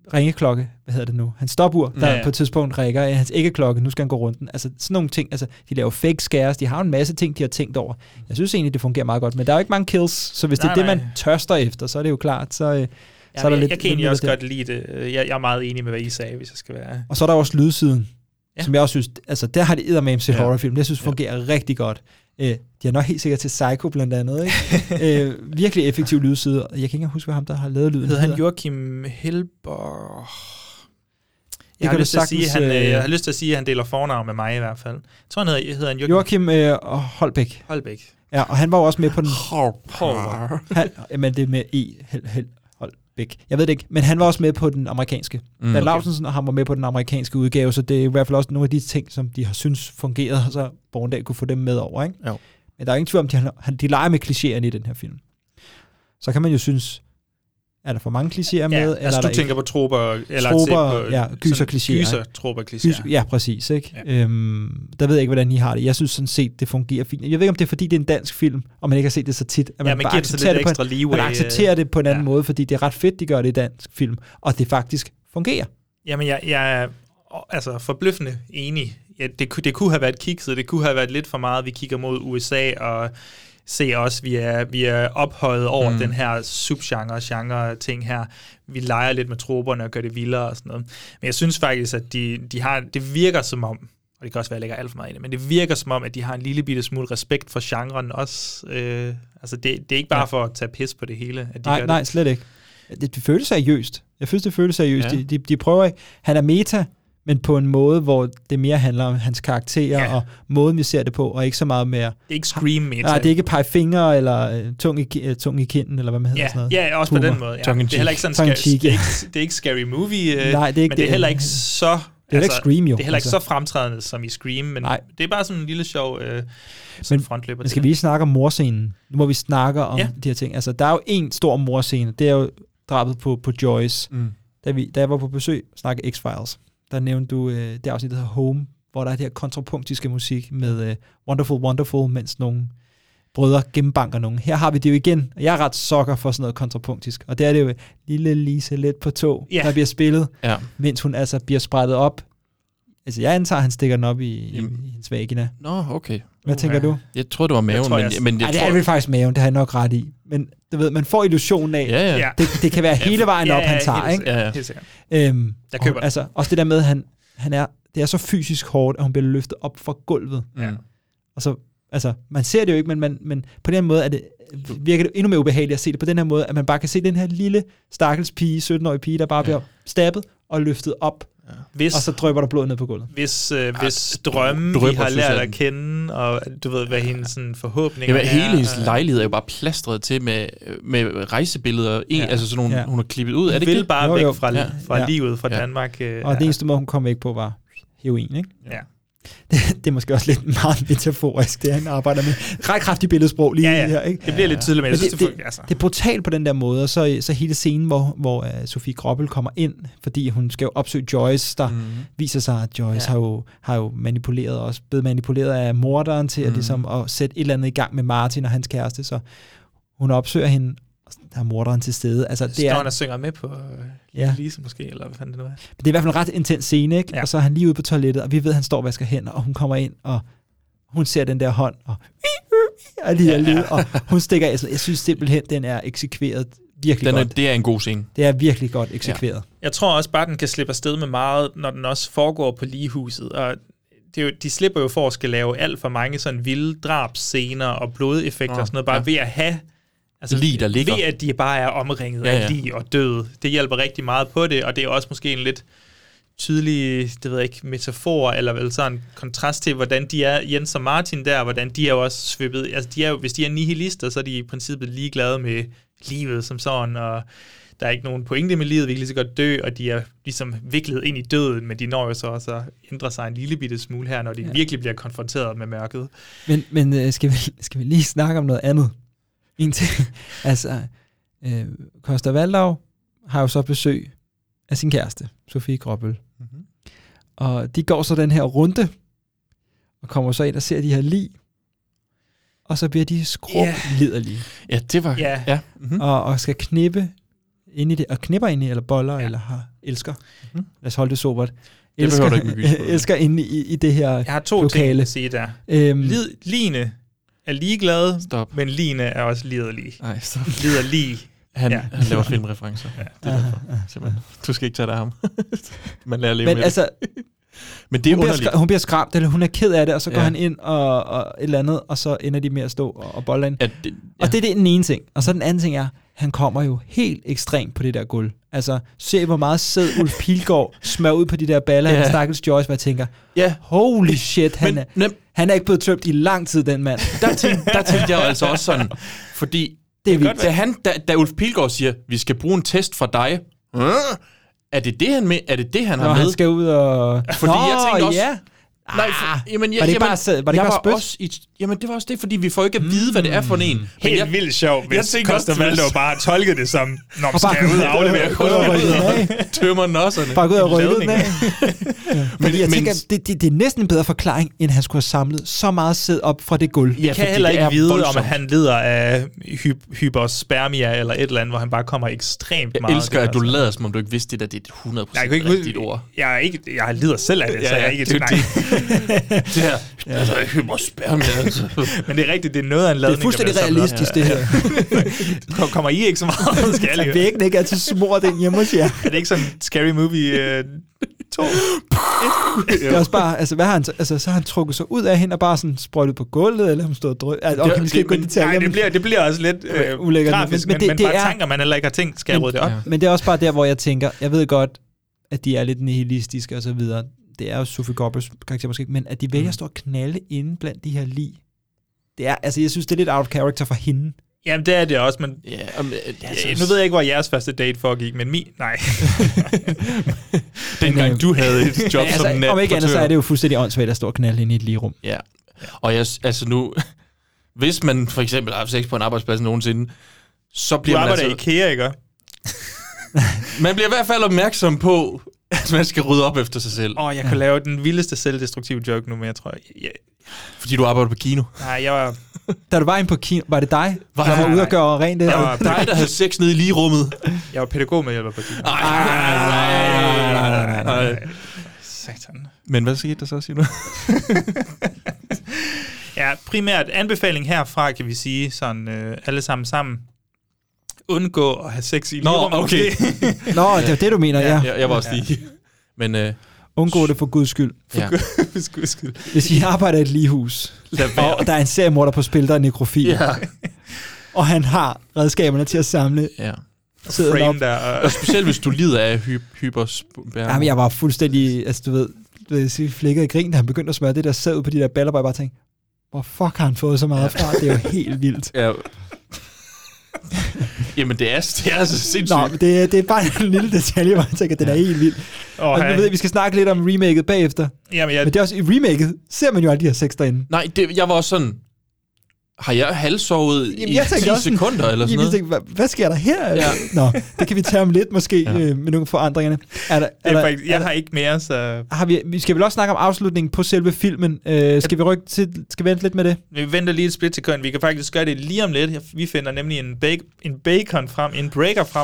ringeklokke, hvad hedder det nu? Hans stopur, der på et tidspunkt rækker hans æggeklokke, nu skal han gå rundt den. Altså sådan nogle ting, altså de laver fake scares, de har en masse ting, de har tænkt over. Jeg synes egentlig, det fungerer meget godt, men der er jo ikke mange kills, så hvis det er det, man tørster efter, så er det jo klart, så er der lidt... Jeg kan egentlig også godt lide det. Jeg er meget enig med, hvad I sagde, hvis jeg skal være... Og så er der også lydsiden, som jeg også synes, altså der har de eddermame set horrorfilm, det synes fungerer rigtig godt. De har nok helt sikkert til Psycho blandt andet, ikke? Virkelig effektiv lydside. Jeg kan ikke engang huske, hvad ham der har lavet lyden. Hedder han Joachim Helber? Jeg har lyst til at sige, at han deler fornavn med mig i hvert fald. Jeg tror, han hedder Joachim Holbæk. Holbæk. Ja, og han var jo også med på den... Men det er med Holbæk. Jeg ved det ikke, men han var også med på den amerikanske. Dan Laustsen og han var med på den amerikanske udgave, så det er i hvert fald også nogle af de ting, som de har synes fungerede, og så Borgendal kunne få dem med over, ikke? Jo. Men der er ingen tvivl om, de leger med klichéerne i den her film. Så kan man jo synes, er der for mange klichéer med? Eller altså du tænker på troper, eller på gyser-klichéer. Gyser-troper-klichéer. Ja, præcis. Ikke? Ja. Der ved jeg ikke, hvordan I har det. Jeg synes sådan set, det fungerer fint. Jeg ved ikke, om det er, fordi det er en dansk film, og man ikke har set det så tit. At man bare accepterer det, ekstra leeway, man accepterer det på en anden måde, fordi det er ret fedt, de gør det i dansk film, og det faktisk fungerer. Jamen, jeg er altså forbløffende enig. Ja, det kunne have været kikset, det kunne have været lidt for meget. Vi kigger mod USA og se også, vi er ophøjet over den her subgenre-ting her. Vi leger lidt med troperne og gør det vildere og sådan noget. Men jeg synes faktisk, at de har, det virker som om, og det kan også være, at jeg lægger alt for meget i det, men det virker som om, at de har en lille bitte smule respekt for genren også. Altså det er ikke bare for at tage pis på det hele, at de gør det. Nej, slet ikke. Det føles seriøst. Jeg synes, det føles seriøst. Ja. De prøver ikke. Han er meta, men på en måde, hvor det mere handler om hans karakterer og måden, vi ser det på, og ikke så meget mere... Det er ikke scream-meta. Nej, det er ikke pege fingre eller tung i kinden, eller hvad man hedder sådan noget. Ja, også humor. På den måde. Ja. Det er heller ikke sådan det er ikke scary movie, nej, det er ikke, men det er heller ikke så... Det er ikke Scream, jo. Det er heller ikke så fremtrædende som i Scream, men det er bare sådan en lille sjov frontløber. Men skal vi lige snakke om morscenen? Nu må vi snakke om de her ting. Altså, der er jo en stor morscene. Det er jo drabet på Joyce. Da jeg var på besøg og snakkede X-Files, der nævnte du det afsnit, der hedder Home, hvor der er det her kontrapunktiske musik med Wonderful, Wonderful, mens nogle brødre gennembanker nogen. Her har vi det jo igen, og jeg er ret sokker for sådan noget kontrapunktisk, og det er det jo lille Lise let på tog, der bliver spillet, mens hun altså bliver sprættet op. Altså jeg antager, han stikker den op i hendes vagina. Nå, okay. Hvad tænker du? Jeg tror det var maven, men det er vel faktisk maven, det har jeg nok ret i. Men du ved, man får illusionen af, det kan være hele vejen op, han tager, ikke? Ja, helt sikkert. Jeg køber altså, også det der med, det er så fysisk hårdt, at hun bliver løftet op fra gulvet. Ja. Og så, altså, man ser det jo ikke, men på den måde virker det endnu mere ubehageligt at se det på den her måde, at man bare kan se den her lille, stakkels pige, 17-årige pige, der bare bliver stabbet og løftet op. Og så drypper der blod ned på gulvet. Hvis drømme, vi har lært at kende, og du ved, hvad hendes sådan, forhåbninger er. Hele hendes lejlighed er jo bare plastret til med rejsebilleder. Altså sådan nogle, hun har klippet ud. Hun vil bare væk fra livet, fra Danmark. Og det eneste måde, hun kom væk på, var heroin, ikke? Ja. Det er måske også lidt meget metaforisk, det han arbejder med. Ret kraftig billedsprog lige her, ikke? Det bliver lidt tydeligt, men jeg synes, det er brutalt på den der måde, og så hele scenen, hvor Sofie Gråbøl kommer ind, fordi hun skal jo opsøge Joyce, der viser sig, at Joyce har jo manipuleret, også blevet manipuleret af morderen til at, ligesom, at sætte et eller andet i gang med Martin og hans kæreste, så hun opsøger hende, der er morderen til stede. Altså, det står han og synger med på Lise måske, eller hvad fanden det nu er. Men det er i hvert fald en ret intens scene, ikke? Ja. Og så er han lige ude på toilettet, og vi ved, at han står og vasker hænder, og hun kommer ind, og hun ser den der hånd, og hun stikker af. Jeg synes simpelthen, den er eksekveret virkelig godt. Det er en god scene. Det er virkelig godt eksekveret. Ja. Jeg tror også bare, den kan slippe afsted med meget, når den også foregår på ligehuset, og de slipper jo for at skal lave alt for mange sådan vilde drabsscener og blodeffekter og sådan noget, bare ved at have lige der ligger. Ved at de bare er omringet af lig og død. Det hjælper rigtig meget på det, og det er også måske en lidt tydelig, det ved jeg ikke, metafor, eller vel sådan en kontrast til, hvordan de er, Jens og Martin der, hvordan de er jo også svippet, altså de er jo, hvis de er nihilister, så er de i princippet ligeglade med livet som sådan, og der er ikke nogen pointe med livet, vi kan lige så godt dø, og de er ligesom viklet ind i døden, men de når jo så også at ændre sig en lille bitte smule her, når de virkelig bliver konfronteret med mørket. Men skal vi lige snakke om noget andet? En ting. Altså, Costa Waldau har jo så besøg af sin kæreste, Sofie Gråbøl. Mm-hmm. Og de går så den her runde, og kommer så ind og ser de her lig, og så bliver de skrub liderlige. Ja, det var... Mm-hmm. Og skal knippe inde i det, og knipper ind i, eller boller, eller elsker. Lad os holde det sobert. Det behøver du ikke med elsker inde i det her lokale. Jeg har 2 ting at sige der. Line er ligeglad, men Line er også liderlig. Nej, stop. Liderlig. Han laver filmreferencer. Ja, det er simpelthen. Du skal ikke tage dig af ham. Man lærer at leve men med altså, det. Men det er underligt. Hun bliver skræmt, eller hun er ked af det, og så går han ind og et eller andet, og så ender de med at stå og bolle ind. Og det er den ene ting. Og så den anden ting er, han kommer jo helt ekstremt på det der gulv. Altså, se hvor meget sæd Ulf Pilgaard smør ud på de der baller, han stakkels Joyce, hvor jeg tænker, holy shit, han er ikke blevet tømt i lang tid, den mand. Der tænkte jeg altså også sådan, fordi da Ulf Pilgaard siger, vi skal bruge en test for dig, er det det, han med? Er det det, han har med? Han skal ud og... Fordi jeg tænkte også... Ja. Nej, var det bare spødt? Jamen, det var også det, fordi vi får ikke at vide, hvad det er for en. Helt vildt sjovt, hvis Costa Valdo bare tolkede det som, når man skal ud og aflevere tømmer nosserne. Bare gå ud og rykke den af. Men jeg tænker, det er næsten en bedre forklaring, end han skulle have samlet så meget sæd op fra det gulv. Jeg kan heller ikke vide, om han lider af hyperspermia eller et eller andet, hvor han bare kommer ekstremt meget. Jeg elsker, at du lader, som om du ikke vidste det, at det er 100% rigtigt ord. Jeg lider selv af det, så jeg er ikke et det her, altså, hyperspermia. Men det er rigtigt, det er noget af en ladning. Det er fuldstændig realistisk, det her. Kommer I ikke så meget skærlig? Væggen ikke er til smurt ind hjemme hos jer. Er det ikke sådan en Scary Movie 2? Det er også bare, altså, hvad har han, altså, så har han trukket sig ud af hende og bare sådan sprøjtet på gulvet, eller han stod og drøg. Altså, okay, det bliver også lidt ulækkert, grafisk, men man bare tænker, man heller ikke har tænkt, skal jeg rydde det op? Men det er også bare der, hvor jeg tænker, jeg ved godt, at de er lidt nihilistiske og så videre. Det er jo Sofie Goppers karakter måske, men at de vælger at stå og knalde inde blandt de her lig. Det er, altså jeg synes, det er lidt out of character for hende. Jamen, det er det også, men nu ved jeg ikke, hvor jeres første date foregik, men nej. Dengang du havde et job som natportør. Om ikke andet, så er det jo fuldstændig åndssvagt at stå og knalde inde i et ligerum. Ja, og altså nu, hvis man for eksempel har sex på en arbejdsplads nogensinde, så bliver man altså... Du arbejder i IKEA, ikke? Man bliver i hvert fald opmærksom på, at man skal rydde op efter sig selv. Jeg kan lave den vildeste selvdestruktive joke nu, men jeg tror... Fordi du arbejder på kino? Nej, jeg var... Da du var inde på kino, var det dig, der var ude og gøre rent det? Det var dig, der havde sex nede i lige rummet. Jeg var pædagogmedhjælper på kino. Nej. Satan. Men hvad skete der så, siger du? Ja, primært anbefaling herfra, kan vi sige, sådan alle sammen. Undgå at have sex i lige rummet. Okay. Nå, det er det, du mener, ja. Jeg var også lige... Men... Undgå det for Guds skyld. For Guds skyld. Hvis I arbejder i et ligehus, og der er en seriemorder på spil, der er nekrofil, og han har redskaberne til at samle sæden op. Og specielt hvis du lider af hyperspermia. Jamen, jeg var fuldstændig, altså du ved, flækket i grin, da han begyndte at smøre det der sæd ud på de der baller, hvor jeg bare tænkte, hvor fuck har han fået så meget fra? Det er jo helt vildt. Ja. Jamen, det er så sindssygt. Nå, det er bare en lille detalje, hvor jeg tænker, at den er helt vild. Og nu ved jeg, vi skal snakke lidt om remaket bagefter. Jamen, men det er også i remaket, ser man jo alle de her sex derinde. Nej, jeg var også sådan, har jeg halvsovet i 10 sekunder eller sådan noget? Jeg tænkte, hvad sker der her? Ja. Nå, det kan vi tage om lidt måske med nogle forandringerne. Jeg har ikke mere, så... Vi skal vel også snakke om afslutningen på selve filmen. Skal vi vente lidt med det? Vi venter lige et splitsekund. Vi kan faktisk gøre det lige om lidt. Vi finder nemlig en bacon frem, en breaker frem.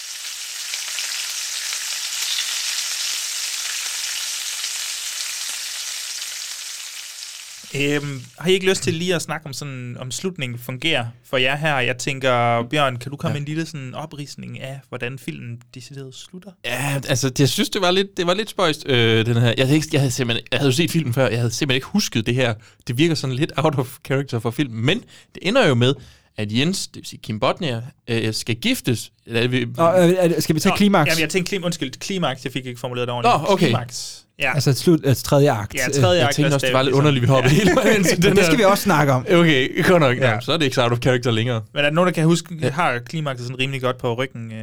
Har I ikke lyst til lige at snakke om sådan, om slutningen fungerer for jer her? Jeg tænker, Bjørn, kan du komme en lille sådan opridsning af, hvordan filmen decideret slutter? Ja, altså, jeg synes, det var lidt spøjst, den her. Jeg havde jo set filmen før, jeg havde simpelthen ikke husket det her. Det virker sådan lidt out of character for filmen, men det ender jo med, at Jens, det vil sige Kim Bodnia, skal giftes. Skal vi tage klimaks? Jamen, jeg tænkte klimaks, jeg fik ikke formuleret det ordentligt. Okay. Klimaks. Ja. Altså tredje akt. Ja, tredje akt. Jeg tænkte også, det var lidt underligt, vi hoppede hele vejen til den det skal vi også snakke om. Okay, godt nok. Ja. Så er det ikke så out of character længere. Men er der nogen, der kan huske, har klimakset sådan rimelig godt på ryggen?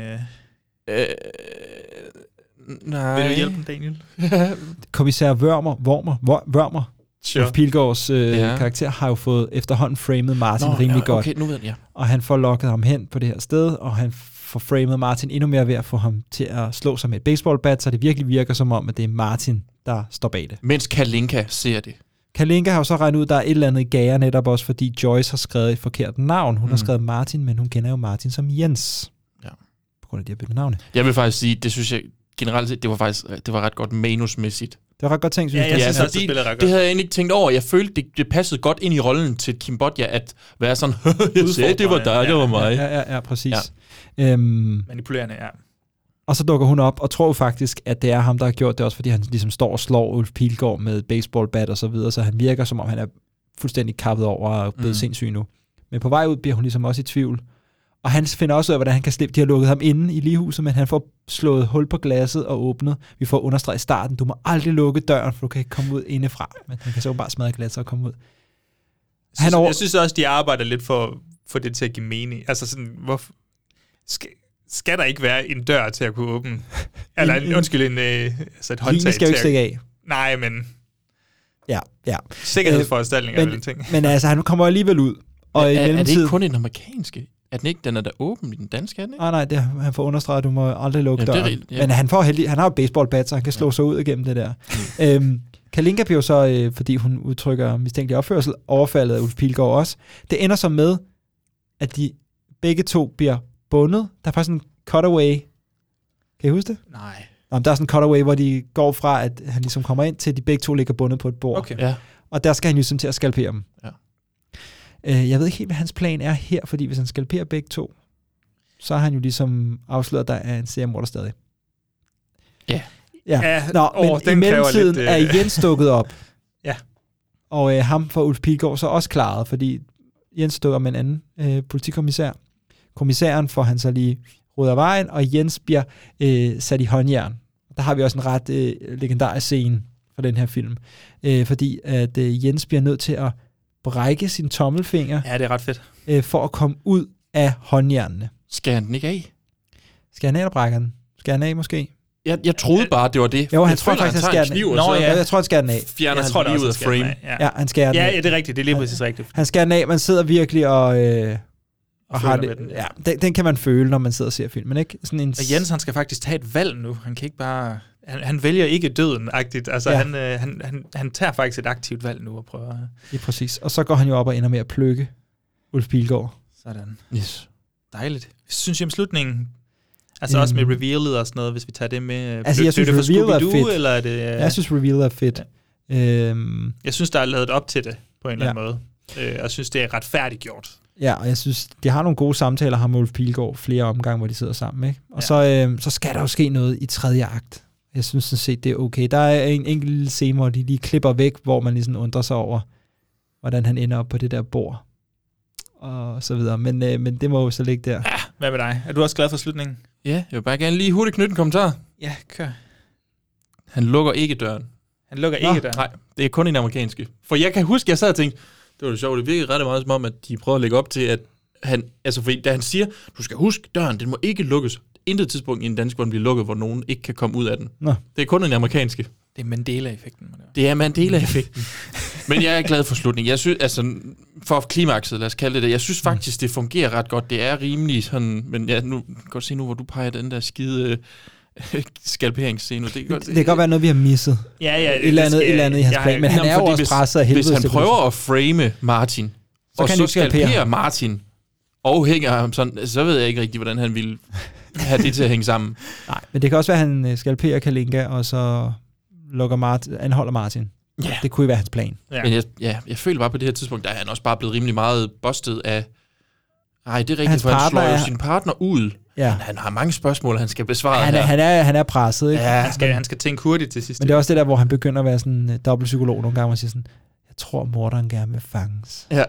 Nej. Vil du hjælpe Daniel? Kommissær Wørmer. Sure. Pilgaards karakter har jo fået efterhånden framet Martin rimelig godt. Okay, nu ved jeg. Og han får lokket ham hen på det her sted, og han får framet Martin endnu mere ved at få ham til at slå sig med et baseballbat, så det virkelig virker som om, at det er Martin, der står bag det. Mens Kalinka ser det. Kalinka har jo så regnet ud, at der er et eller andet i gære netop også, fordi Joyce har skrevet et forkert navn. Hun har skrevet Martin, men hun kender jo Martin som Jens. Ja. På grund af de her bytte navne. Jeg vil faktisk sige, det synes jeg generelt set, det var ret godt manusmæssigt. Det var ret godt tænkt, synes jeg. Jeg synes også, det spiller ret godt. Det havde jeg egentlig ikke tænkt over. Jeg følte, det passede godt ind i rollen til Kim Bodnia, at være sådan, jeg sagde, det var dig, det var mig. Ja, præcis. Ja. Manipulerende, ja. Og så dukker hun op og tror faktisk, at det er ham, der har gjort det også, fordi han ligesom står og slår Ulf Pilgaard med baseballbat og så videre, så han virker, som om han er fuldstændig kappet over og blevet sindssyg nu. Men på vej ud bliver hun ligesom også i tvivl. Og han finder også ud af, hvordan han kan slippe. De har lukket ham inde i ligehuset, men han får slået hul på glasset og åbnet. Vi får understreget i starten, du må aldrig lukke døren, for du kan ikke komme ud indefra. Men han kan så bare smadre glasset og komme ud. Jeg synes også, de arbejder lidt for det til at give mening. Altså sådan, hvorfor... Skal der ikke være en dør til at kunne åbne? Eller et håndtag skal jo ikke stikke af. Nej, men... Ja. Sikkerhedsforanstaltninger og den ting. Men altså, han kommer alligevel ud. Og er det ikke kun en amerikanske? Den er der åben i den danske, er den ikke? Nej, det, han får understreget, at du må aldrig lukke døren. Men han har jo baseballbat, så han kan slå sig ud igennem det der. Kalinka bliver så, fordi hun udtrykker mistænkelig opførsel, overfaldet af Ulf Pilgaard også. Det ender så med, at de begge to bliver bundet. Der er faktisk en cutaway. Kan I huske det? Nej. Der er sådan en cutaway, hvor de går fra, at han ligesom kommer ind til, de begge to ligger bundet på et bord. Okay. Ja. Og der skal han jo til at skalpere dem. Ja. Jeg ved ikke helt, hvad hans plan er her, fordi hvis han skalperer begge to, så har han jo ligesom afsløret, at der er en seriemorder stadig. Ja. Men i mellemtiden er Jens dukket op. Ja. Og ham for Ulf Pilgaard så også klaret, fordi Jens dukker med en anden politikommissær. Kommissæren får han så lige rodet af vejen, og Jens bliver sat i håndjern. Der har vi også en ret legendarisk scene fra den her film. Fordi at Jens bliver nødt til at brække sin tommelfinger. Ja, det er ret fedt. For at komme ud af håndjernene. Skal han den ikke af? Skal han af eller brækker den? Skal han af måske? Jeg troede bare, det var det. Jo, han tror faktisk, han skærer den af. Jeg tror, han skærer den af. Fjerner han lige ud af frame. Ja, han skærer den af. Ja, det er rigtigt. Det er lige præcis rigtigt. Han skærer den af. Man sidder virkelig og har det. Den. Ja, den kan man føle, når man sidder og ser filmen, ikke? Sådan en... Og Jens, han skal faktisk tage et valg nu. Han kan ikke bare... Han vælger ikke døden-agtigt. Altså, han tager faktisk et aktivt valg nu og prøver... Ja, præcis. Og så går han jo op og ender med at plukke Ulf Pilgaard. Sådan. Yes. Dejligt. Jeg synes, i slutningen... Altså også med revealet og sådan noget, hvis vi tager det med... Altså, jeg synes, revealet er fedt. Eller er det, jeg synes, revealet er fedt. Ja. Jeg synes, der er lavet op til det, på en eller anden måde. Jeg synes, det er retfærdigt gjort. Ja, og jeg synes, de har nogle gode samtaler her med Ulf Pilgaard, flere omgange, hvor de sidder sammen, ikke? Og så skal der jo ske noget i tredje akt. Jeg synes sådan set, det er okay. Der er en enkelt lille scene, hvor de lige klipper væk, hvor man ligesom undrer sig over, hvordan han ender op på det der bord. Og så videre. Men det må jo så ligge der. Ja, hvad med dig? Er du også glad for slutningen? Ja, jeg vil bare gerne lige hurtigt knytte en kommentar. Ja, kør. Han lukker ikke døren. Han lukker ikke døren? Nej, det er kun en amerikanske. For jeg kan huske, jeg sad og tænkte, det var det sjovt, det virkede ret meget som om, at de prøvede at lægge op til, at han, altså fordi da han siger, du skal huske døren, den må ikke lukkes. Intet tidspunkt i en dansk, hvor den bliver lukket, hvor nogen ikke kan komme ud af den. Nå. Det er kun en amerikanske. Det er Mandela-effekten. Det er Mandela-effekten. Men jeg er glad for slutningen. Jeg synes, altså, for klimakset, lad os kalde det, jeg synes faktisk, det fungerer ret godt. Det er rimelig sådan, men ja, nu kan godt se nu, hvor du peger den der skide skalperingsscene. Det kan godt være noget, vi har misset. Ja, et eller andet i hans plan, men han er jo også presset af helvede. Hvis han prøver at frame Martin, så skalperer Martin, og hænger ham sådan, så ved jeg ikke rigtig, hvordan han ville have det til at hænge sammen. Nej, men det kan også være, at han skalperer Kalinka, og så anholder Martin. Ja. Det kunne jo være hans plan. Ja. Men jeg føler bare på det her tidspunkt, der er han også bare blevet rimelig meget bustet af... Nej, det er rigtigt, for han slår jo sin partner ud. Ja. Han har mange spørgsmål, han skal besvare han er presset, ikke? Ja, han skal tænke hurtigt til sidst. Men det er også det der, hvor han begynder at være sådan en dobbeltpsykolog nogle gange, og siger sådan, jeg tror, morderen gerne vil fanges. Ja.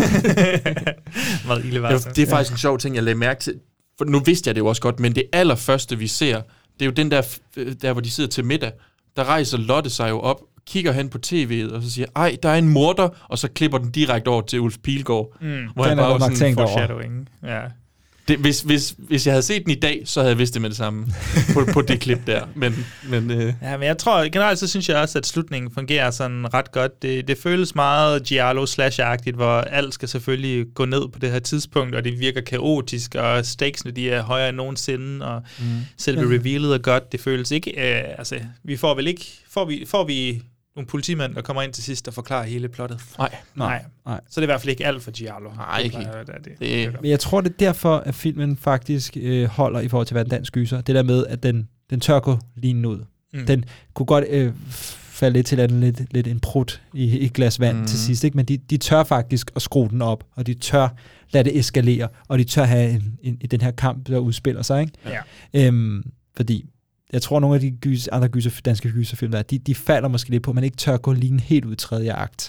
Meget ildevarende. Det er faktisk en sjov ting, jeg lagde mærke til. For nu vidste jeg det jo også godt, men det allerførste, vi ser, det er jo den der hvor de sidder til middag. Der rejser Lotte sig jo op, kigger hen på tv'et, og så siger, ej, der er en morder, og så klipper den direkte over til Ulf Pilgaard. Hvor han bare var sådan foreshadowing. Ja. Det, hvis jeg havde set den i dag, så havde jeg vidst det med det samme på det klip der. Ja, men jeg tror, generelt så synes jeg også, at slutningen fungerer sådan ret godt. Det føles meget Giallo-slash-agtigt, hvor alt skal selvfølgelig gå ned på det her tidspunkt, og det virker kaotisk, og stakesene de er højere end nogensinde, og selve revealet er godt. Det føles ikke... vi får vel ikke... Får vi nogle politimænd, der kommer ind til sidst og forklarer hele plottet. Nej. Så det er i hvert fald ikke alt for Giallo. Nej, ikke. Men jeg tror, det er derfor, at filmen faktisk holder i forhold til at være en dansk gyser. Det der med, at den tør gå linen ud. Den kunne godt falde lidt til lidt en prut i et glas vand til sidst, ikke? Men de tør faktisk at skrue den op, og de tør lade det eskalere, og de tør have den her kamp, der udspiller sig, ikke? Ja. Fordi jeg tror, nogle af de andre danske gyserfilm, der de falder måske lidt på, at man ikke tør gå linen helt ud i tredje akt.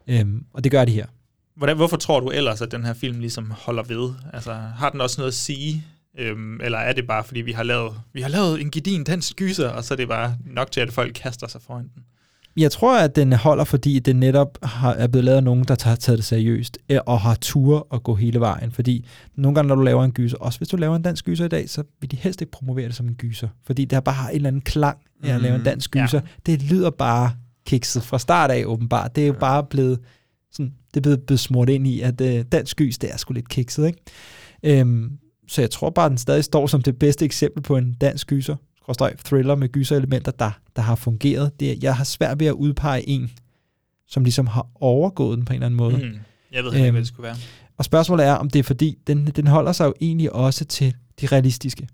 Og det gør de her. Hvorfor tror du ellers, at den her film ligesom holder ved? Altså, har den også noget at sige? Eller er det bare, fordi vi har lavet en gedigen dansk gyser, og så er det bare nok til, at folk kaster sig foran den? Jeg tror, at den holder, fordi den netop er blevet lavet af nogen, der har taget det seriøst, og har tur at gå hele vejen. Fordi nogle gange, når du laver en gyser, også hvis du laver en dansk gyser i dag, så vil de helst ikke promovere det som en gyser. Fordi det har bare en eller anden klang af at lave en dansk gyser. Ja. Det lyder bare kikset fra start af, åbenbart. Det er jo bare blevet sådan, det er blevet smurt ind i, at dansk gys, det er sgu lidt kikset, ikke? Så jeg tror bare, at den stadig står som det bedste eksempel på en dansk gyser, thriller med gyserelementer, der har fungeret. Jeg har svært ved at udpege en, som ligesom har overgået den på en eller anden måde. Jeg ved ikke, hvad det skulle være. Og spørgsmålet er, om det er fordi, den holder sig jo egentlig også til de realistiske.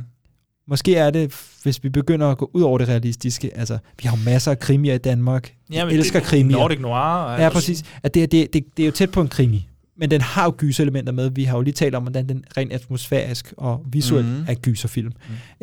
Måske er det, hvis vi begynder at gå ud over det realistiske, altså, vi har jo masser af krimier i Danmark. Jeg elsker krimier. Nordic noir. Ja, præcis. At det er jo tæt på en krimi. Men den har jo gyserelementer med. Vi har jo lige talt om, hvordan den rent atmosfærisk og visuelt er gyserfilm.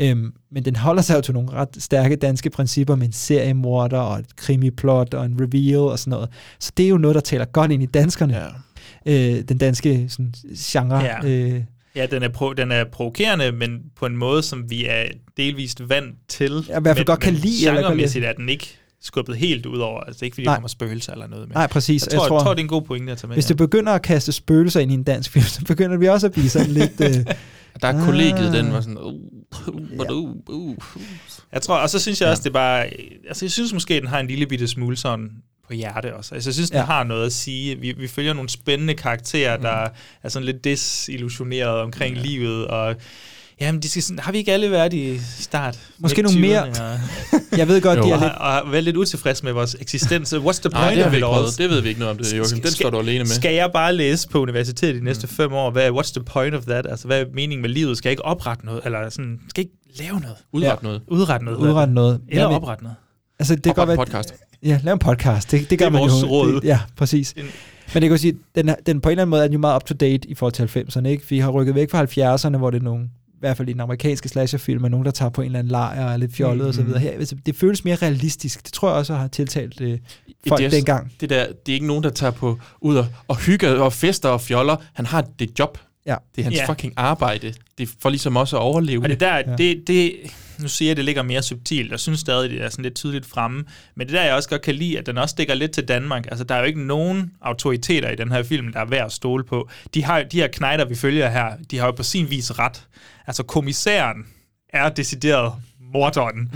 Men den holder sig jo til nogle ret stærke danske principper med en seriemorder og et krimiplot og en reveal og sådan noget. Så det er jo noget, der taler godt ind i danskerne. Ja. Den danske sådan, genre. Ja. Ja, den er provokerende, men på en måde, som vi er delvist vant til. Ja, i hvert fald godt kan lide. Genremæssigt er den ikke skubbet helt ud over. Altså ikke fordi der kommer spøgelser eller noget. Men nej, præcis. Jeg tror, det er en god pointe at tage med. Hvis det begynder at kaste spøgelser ind i en dansk film, så begynder vi også at blive sådan lidt... Der er kollegiet, den var sådan... Jeg tror, og så synes jeg også, det bare... Altså, jeg synes måske, den har en lille bitte smule sådan på hjerte også. Altså, jeg synes, den har noget at sige. Vi følger nogle spændende karakterer, der er sådan lidt desillusioneret omkring livet, og... Jamen, de skal sådan, har vi ikke alle været i start? Måske nogle mere... Jeg ved godt, de er lidt... Og været lidt utilfredse med vores eksistens. What's the point of it all? Det ved vi ikke noget om det, Joachim. Den står du alene med. Skal jeg bare læse på universitetet de næste 5 år? What's the point of that? Altså, hvad er meningen med livet? Skal jeg ikke oprette noget? Eller sådan, skal jeg ikke lave noget? Udrette noget. Eller oprette noget. Altså, det kan godt podcast. Ja, lave en podcast. Det gør man jo. Råd. Ja, præcis. Men det kan sige, den på en eller anden måde er jo meget up-to-date i forhold til 90'erne, ikke? Vi har rykket væk fra 70'erne, hvor det er nogle... i hvert fald i den amerikanske slasherfilm, er nogen, der tager på en eller anden lejr og er lidt fjollet og så videre. Her, det føles mere realistisk. Det tror jeg også har tiltalt folk dengang. Det er ikke nogen, der tager på ud og hygger og fester og fjoller. Han har det job. Ja. Det er hans fucking arbejde. Det er for ligesom også at overleve. Og det der, nu siger jeg, det ligger mere subtilt. Jeg synes stadig, det er sådan lidt tydeligt fremme. Men det der, jeg også godt kan lide, at den også stikker lidt til Danmark. Altså, der er jo ikke nogen autoriteter i den her film, der er værd at stole på. De her knejder, vi følger her, de har jo på sin vis ret. Altså, kommissæren er decideret morderen.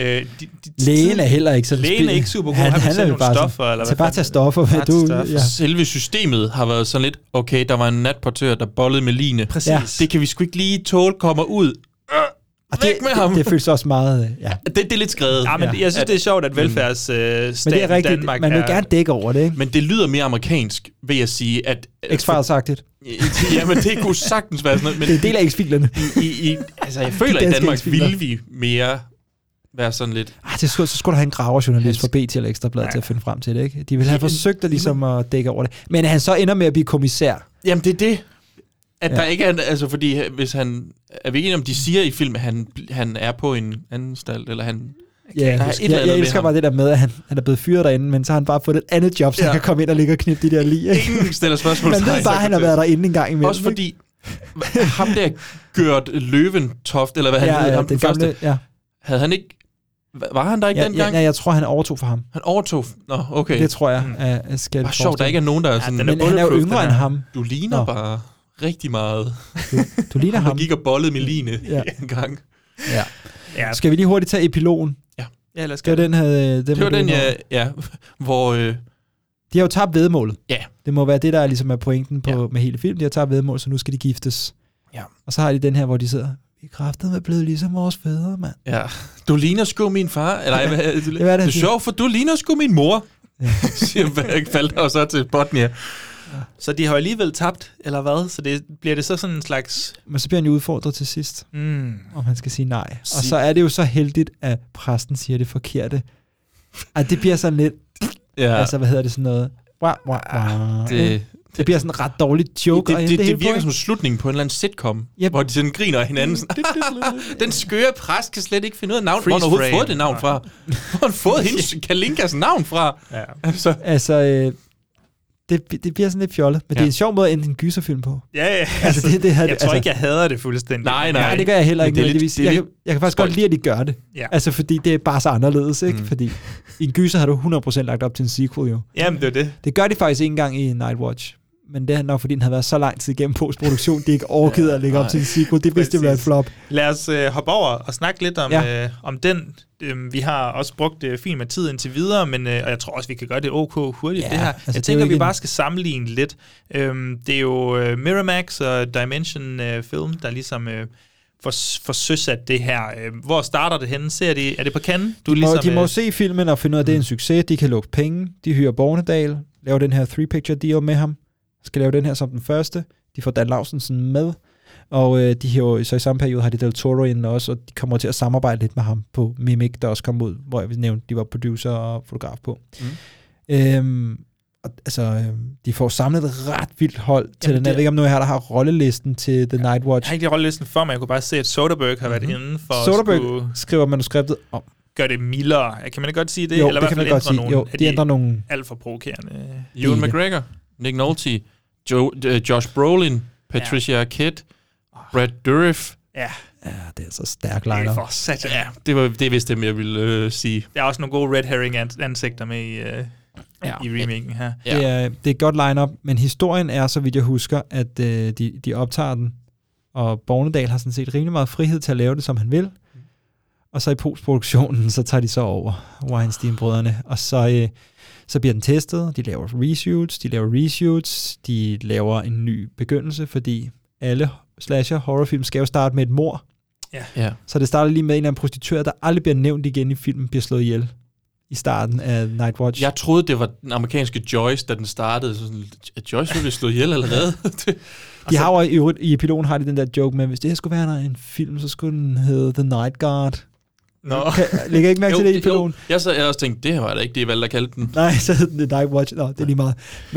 Lægen er heller ikke så... Lægen er ikke super god. Han er nogle stoffer, eller hvad? Bare tage stoffer. Selve systemet har været sådan lidt, okay, der var en natportør, der bollede med Line. Præcis. Ja. Det kan vi sgu ikke lige tåle kommer ud. Væk med ham. Det føles også meget... Det er lidt skrevet. Ja, men jeg synes, det er sjovt, at velfærdsstaten Danmark man vil gerne dække over det, ikke? Men det lyder mere amerikansk, vil jeg sige, at... X-Files-agtigt. Jamen, det kunne sagtens være sådan noget. Men det er en del af X-filerne. Altså, jeg føler, at i Danmark ville vi mere være sådan lidt... Så skulle der have en graverjournalist fra BT eller Ekstrabladet til at finde frem til det, ikke? De ville have forsøgt at, ligesom at dække over det. Men han så ender med at blive kommissær. Jamen, det er det. At der ikke er... Altså, fordi hvis han... Er vi enige om, de siger i film, at han er på en anstalt, eller han... Ja, jeg elsker bare det der med, at han er blevet fyret derinde, men så har han bare fået et andet job, så han kan komme ind og ligge og knippe de der lige. Ingen stiller spørgsmål. Man ved bare, at han har været derinde en gang imellem. Også fordi, ham der Gert Løventoft, eller hvad han hed, ham den første, havde han ikke... Var han der ikke dengang? Ja, jeg tror, han overtog for ham. Han overtog? Nå, okay. Det tror jeg. Bare sjovt, der ikke er nogen, der er sådan... Men han er jo yngre end ham. Du ligner bare rigtig meget. Du ligner ham. Han gik og bollede med Line en gang. Ja. Skal vi lige hurtigt tage epilogen? Ja, lad os gøre den. Det var den, hvor... De har jo tabt væddemålet. Ja. Det må være det, der ligesom er pointen på med hele filmen. De har tabt væddemål, så nu skal de giftes. Ja. Og så har de den her, hvor de sidder. I kraftedeme er blevet ligesom vores fædre, mand. Ja. Du ligner sgu min far. Eller, det er sjovt, for du ligner sgu min mor. Ja. Siger Falter så til Botnia. Ja. Så de har alligevel tabt, eller hvad? Så bliver det så sådan en slags... Men så bliver han jo udfordret til sidst, om han skal sige nej. Og så er det jo så heldigt, at præsten siger det forkerte. At det bliver sådan lidt... Ja. Altså, hvad hedder det sådan noget? Det bliver sådan en ret dårligt joke. Det virker som slutningen på en eller anden sitcom, hvor de sådan griner af hinanden. Den skøre præst kan slet ikke finde ud af navn. Hvor har hun fået det navn fra? Hvor har hun fået hendes Kalinkas navn fra? Ja. Altså det bliver sådan lidt fjollet. Men det er en sjov måde at ende en gyserfilm på. Ja. Altså, jeg tror ikke, jeg hader det fuldstændig. Nej, det gør jeg heller ikke nødvendigvis. Jeg kan faktisk godt lide, at de gør det. Ja. Altså, fordi det er bare så anderledes, ikke? Fordi i en gyser har du 100% lagt op til en sequel, jo. Jamen, det er det. Det gør de faktisk ikke engang i Nightwatch. Men det er nok, fordi den havde været så lang tid igennem postproduktion, de ikke orkede at lægge op til en sequel. Det vidste det var et flop. Lad os hoppe over og snakke lidt om den. Vi har også brugt fint med tid indtil videre, men og jeg tror også, vi kan gøre det hurtigt, det her. Altså, jeg tænker, vi bare skal sammenligne lidt. Det er jo Miramax og Dimension Film, der ligesom... for søsat det her. Hvor starter det henne? Er det på Cannes? De må se filmen og finde ud af, at det er en succes. De kan lukke penge. De hyrer Bornedal, laver den her 3-picture deal med ham. Skal lave den her som den første. De får Dan Laustsen med. Og de her, så i samme periode har de Del Toro inden også, og de kommer til at samarbejde lidt med ham på Mimic, der også kom ud, hvor jeg vil nævne, de var producer og fotograf på. De får samlet et ret vildt hold til den. Jeg ved ikke, om nu her, der har rollelisten til The Night Watch. Jeg har ikke rollelisten for mig. Jeg kunne bare se, at Soderbergh har været inde for Soderbergh skriver manuskriptet om. Gør det mildere. Kan man ikke godt sige det? Jo, eller det kan man godt sige. Jo, de ændrer nogle... Alt for provokerende. Ewan McGregor, Nick Nolte, Josh Brolin, Patricia Arquette, Brad Dourif. Ja, det er så stærk line. Det er vist det, jeg vil sige. Der er også nogle gode red herring ansigter med i remaken her. Ja. Det er et godt line-up, men historien er, så vidt jeg husker, at de optager den, og Bornedal har sådan set rimelig meget frihed til at lave det, som han vil. Og så i postproduktionen, så tager de så over Weinstein-brødrene, og så bliver den testet, de laver reshoots, de laver en ny begyndelse, fordi alle slasher-horrorfilm skal jo starte med et mord. Ja. Så det starter lige med en eller anden prostitueret, der aldrig bliver nævnt igen i filmen, bliver slået ihjel i starten af Nightwatch. Jeg troede, det var den amerikanske Joyce, da den startede. Så sådan, at Joyce ville slå ihjel allerede. De har jo i epilogen har de den der joke med, hvis det her skulle være en film, så skulle den hedde The Night Guard. Lægger ikke mærke til det i epilogen? Jeg også tænkt, det var da ikke det, jeg valgte at kalde den. Nej, så hed den The Night Watch. Nå, det er lige meget.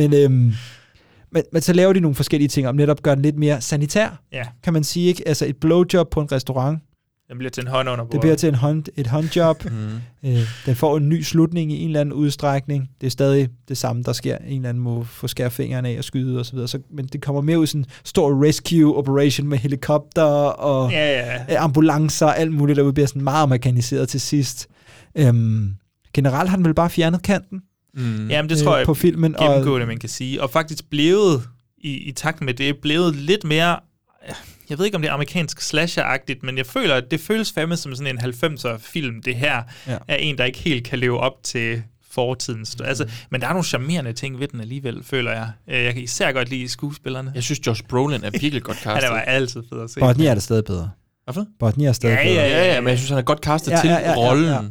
Men så laver de nogle forskellige ting, om netop gør den lidt mere sanitær, kan man sige, ikke? Altså et blowjob på en restaurant. Den bliver til en hånd under bordet. Det bliver til et håndjob. Den får en ny slutning i en eller anden udstrækning. Det er stadig det samme, der sker. En eller anden må få skære fingrene af og skyde og så videre. Men det kommer mere ud sådan en stor rescue operation med helikopter og ambulancer og alt muligt, der bliver sådan meget amerikaniseret til sidst. Generelt har den vel bare fjernet kanten. Jamen det tror jeg på filmen. Gennemgående, man kan sige. Og faktisk blevet, i takt med det, blevet lidt mere... Jeg ved ikke, om det er amerikansk slasher-agtigt, men jeg føler, at det føles fandme som sådan en 90'er-film, det her, er en, der ikke helt kan leve op til fortidens. Altså, men der er nogle charmerende ting ved den alligevel, føler jeg. Jeg kan især godt lide skuespillerne. Jeg synes, Josh Brolin er virkelig godt castet. Han var altid fed at se. Botnia er det stadig bedre. Hvorfor? Botnia er stadig bedre. Ja, men jeg synes, han er godt castet til rollen.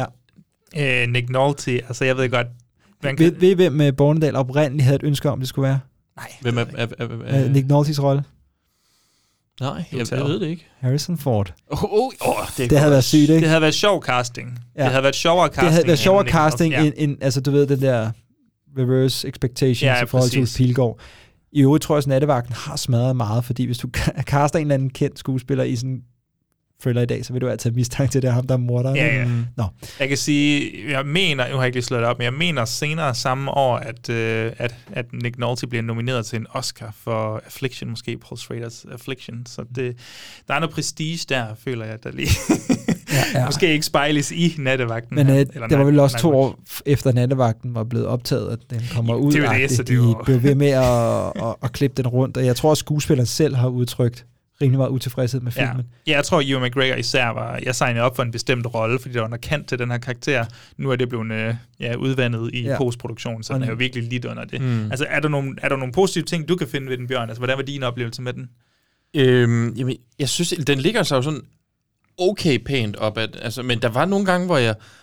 Nick Nolte, altså jeg ved godt... Ved hvem Bornedal oprindeligt havde et ønske om, det skulle være? Nej. Hvem er Nick Noltes rolle? Nej, jeg ved det ikke. Harrison Ford. Det havde været sygt, ikke? Det havde været sjov casting. Ja. Det havde været sjovere casting. Det havde været sjovere casting end altså du ved, den der reverse expectations i forhold til Pilgaard. I øvrigt tror jeg, at Nattevagten har smadret meget, fordi hvis du caster en eller anden kendt skuespiller i sådan thriller i dag, så vil du altid have mistanke til, det er ham, der er morderen. Ja. Nå. Jeg kan sige, jeg mener, nu har jeg ikke lige slået det op, men jeg mener senere samme år, at Nick Nolte bliver nomineret til en Oscar for Affliction, måske Paul Schraders Affliction. Så der er noget prestige der, føler jeg, der lige måske ikke spejles i Nattevagten. Men det var vel også 2 år efter Nattevagten var blevet optaget, at den kommer ud. De blev ved med at klippe den rundt, og jeg tror, at skuespilleren selv har udtrykt rimelig meget utilfredshed med filmen. Ja, jeg tror, Ewan McGregor især jeg signede op for en bestemt rolle, fordi der var noget kant til den her karakter. Nu er det blevet udvandet i postproduktion, så den er jo virkelig lidt under det. Altså, er der nogle positive ting, du kan finde ved den, Bjørn? Altså, hvordan var din oplevelse med den? Jamen, jeg synes, den ligger så jo sådan okay pænt op, altså, men der var nogle gange, hvor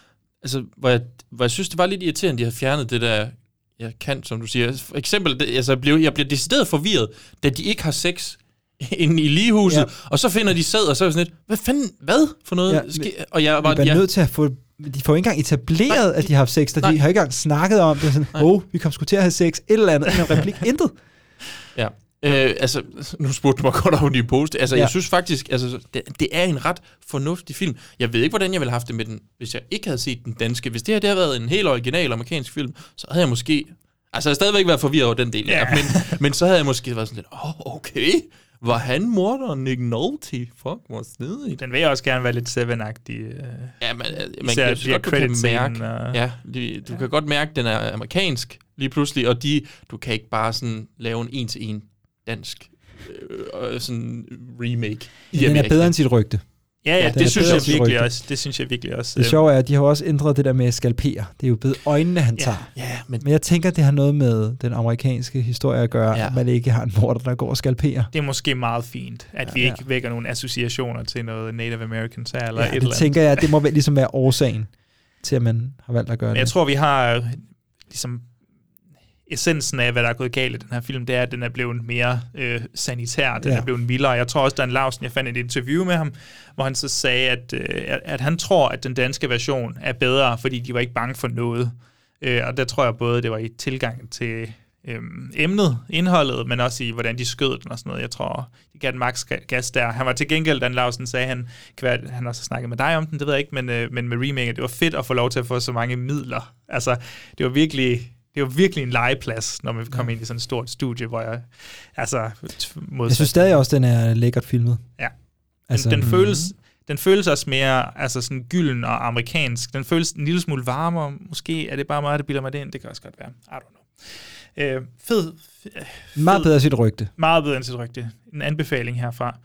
jeg synes, det var lidt irriterende, de havde fjernet det der, jeg kan, som du siger. For eksempel, jeg bliver decideret forvirret, da de ikke har sex inde i ligehuset, og så finder de sæd, og så er sådan lidt, hvad for noget? Og jeg var nødt til at få... De får ikke engang etableret, at de har haft sex, de har ikke engang snakket om det. Sådan, vi kom sgu til at have sex, et eller andet, en replik, intet. Ja. Altså, nu spurgte du mig godt om din post. Altså, jeg synes faktisk, altså, det er en ret fornuftig film. Jeg ved ikke, hvordan jeg ville have haft det med den, hvis jeg ikke havde set den danske. Hvis det her det havde været en helt original amerikansk film, så havde jeg måske... Altså, jeg havde stadigvæk været forvirret over den del. Ja. Men så havde jeg måske været sådan lidt, okay, var han morderen Nick Nolte? Fuck, hvor snedig. Den vil jeg også gerne være lidt Seven-agtig. Ja, man kan godt du kan mærke, du kan godt mærke, at den er amerikansk lige pludselig, og du kan ikke bare sådan lave en en-til-en dansk sådan remake. Den er bedre end sit rygte. Ja, det synes jeg virkelig også. Det synes jeg virkelig også. Det sjove er, at de har også ændret det der med at skalpere. Det er jo bedre øjnene, han tager. Ja, men jeg tænker, det har noget med den amerikanske historie at gøre, at man ikke har en morder, der går og skalperer. Det er måske meget fint, at vi ikke vækker nogle associationer til noget Native Americans her, eller et eller andet. Tænker jeg, at det må ligesom være årsagen til, at man har valgt at gøre det. Jeg tror, vi har ligesom... Essensen af, hvad der er gået galt i den her film, det er, at den er blevet mere sanitær, den er blevet mildere. Jeg tror også, Dan Lausen, jeg fandt et interview med ham, hvor han så sagde, at han tror, at den danske version er bedre, fordi de var ikke bange for noget. Og der tror jeg både, det var i tilgang til emnet, indholdet, men også i, hvordan de skød den og sådan noget. Jeg tror, de gav den max gas der. Han var til gengæld, Dan Lausen sagde, han også snakket med dig om den, det ved jeg ikke, men med remake, det var fedt at få lov til at få så mange midler. Altså, det var virkelig en legeplads, når man kommer ind i sådan et stort studie, hvor jeg... Altså, jeg synes stadig også, den er lækkert filmet. Ja. Altså, den føles også mere altså sådan gylden og amerikansk. Den føles en lille smule varmere. Måske er det bare meget, der bilder mig det ind. Det kan også godt være. I don't know. Fed. Meget bedre end sit rygte. Meget bedre end sit rygte. En anbefaling herfra.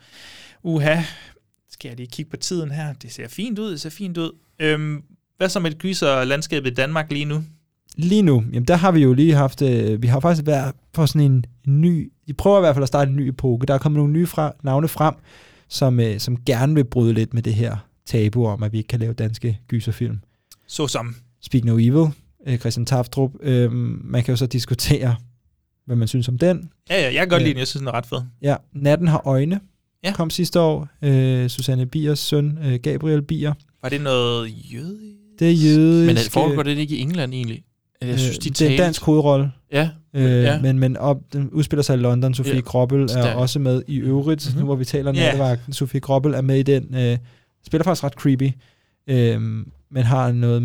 Skal jeg lige kigge på tiden her? Det ser fint ud. Hvad så med gyserlandskabet i Danmark lige nu? Lige nu, jamen der har vi jo lige haft, vi har faktisk været på sådan en ny, de prøver i hvert fald at starte en ny epoke. Der er kommet nogle nye navne frem, som gerne vil bryde lidt med det her tabu om, at vi ikke kan lave danske gyserfilm. Såsom? Speak No Evil, Christian Tafdrup. Man kan jo så diskutere, hvad man synes om den. Ja, jeg kan godt lide den, jeg synes, den er ret fed. Ja, Natten har øjne, kom sidste år. Susanne Biers søn, Gabriel Bier. Var det noget jødisk? Det er jødisk. Men foregår det ikke i England egentlig? Jeg synes, det er en dansk hovedrolle. Ja. Men den udspiller sig i London. Sofie Grobbel er også med i øvrigt. Nu hvor vi taler nattevagten. Sofie Grobbel er med i den. Spiller faktisk ret creepy. Men har noget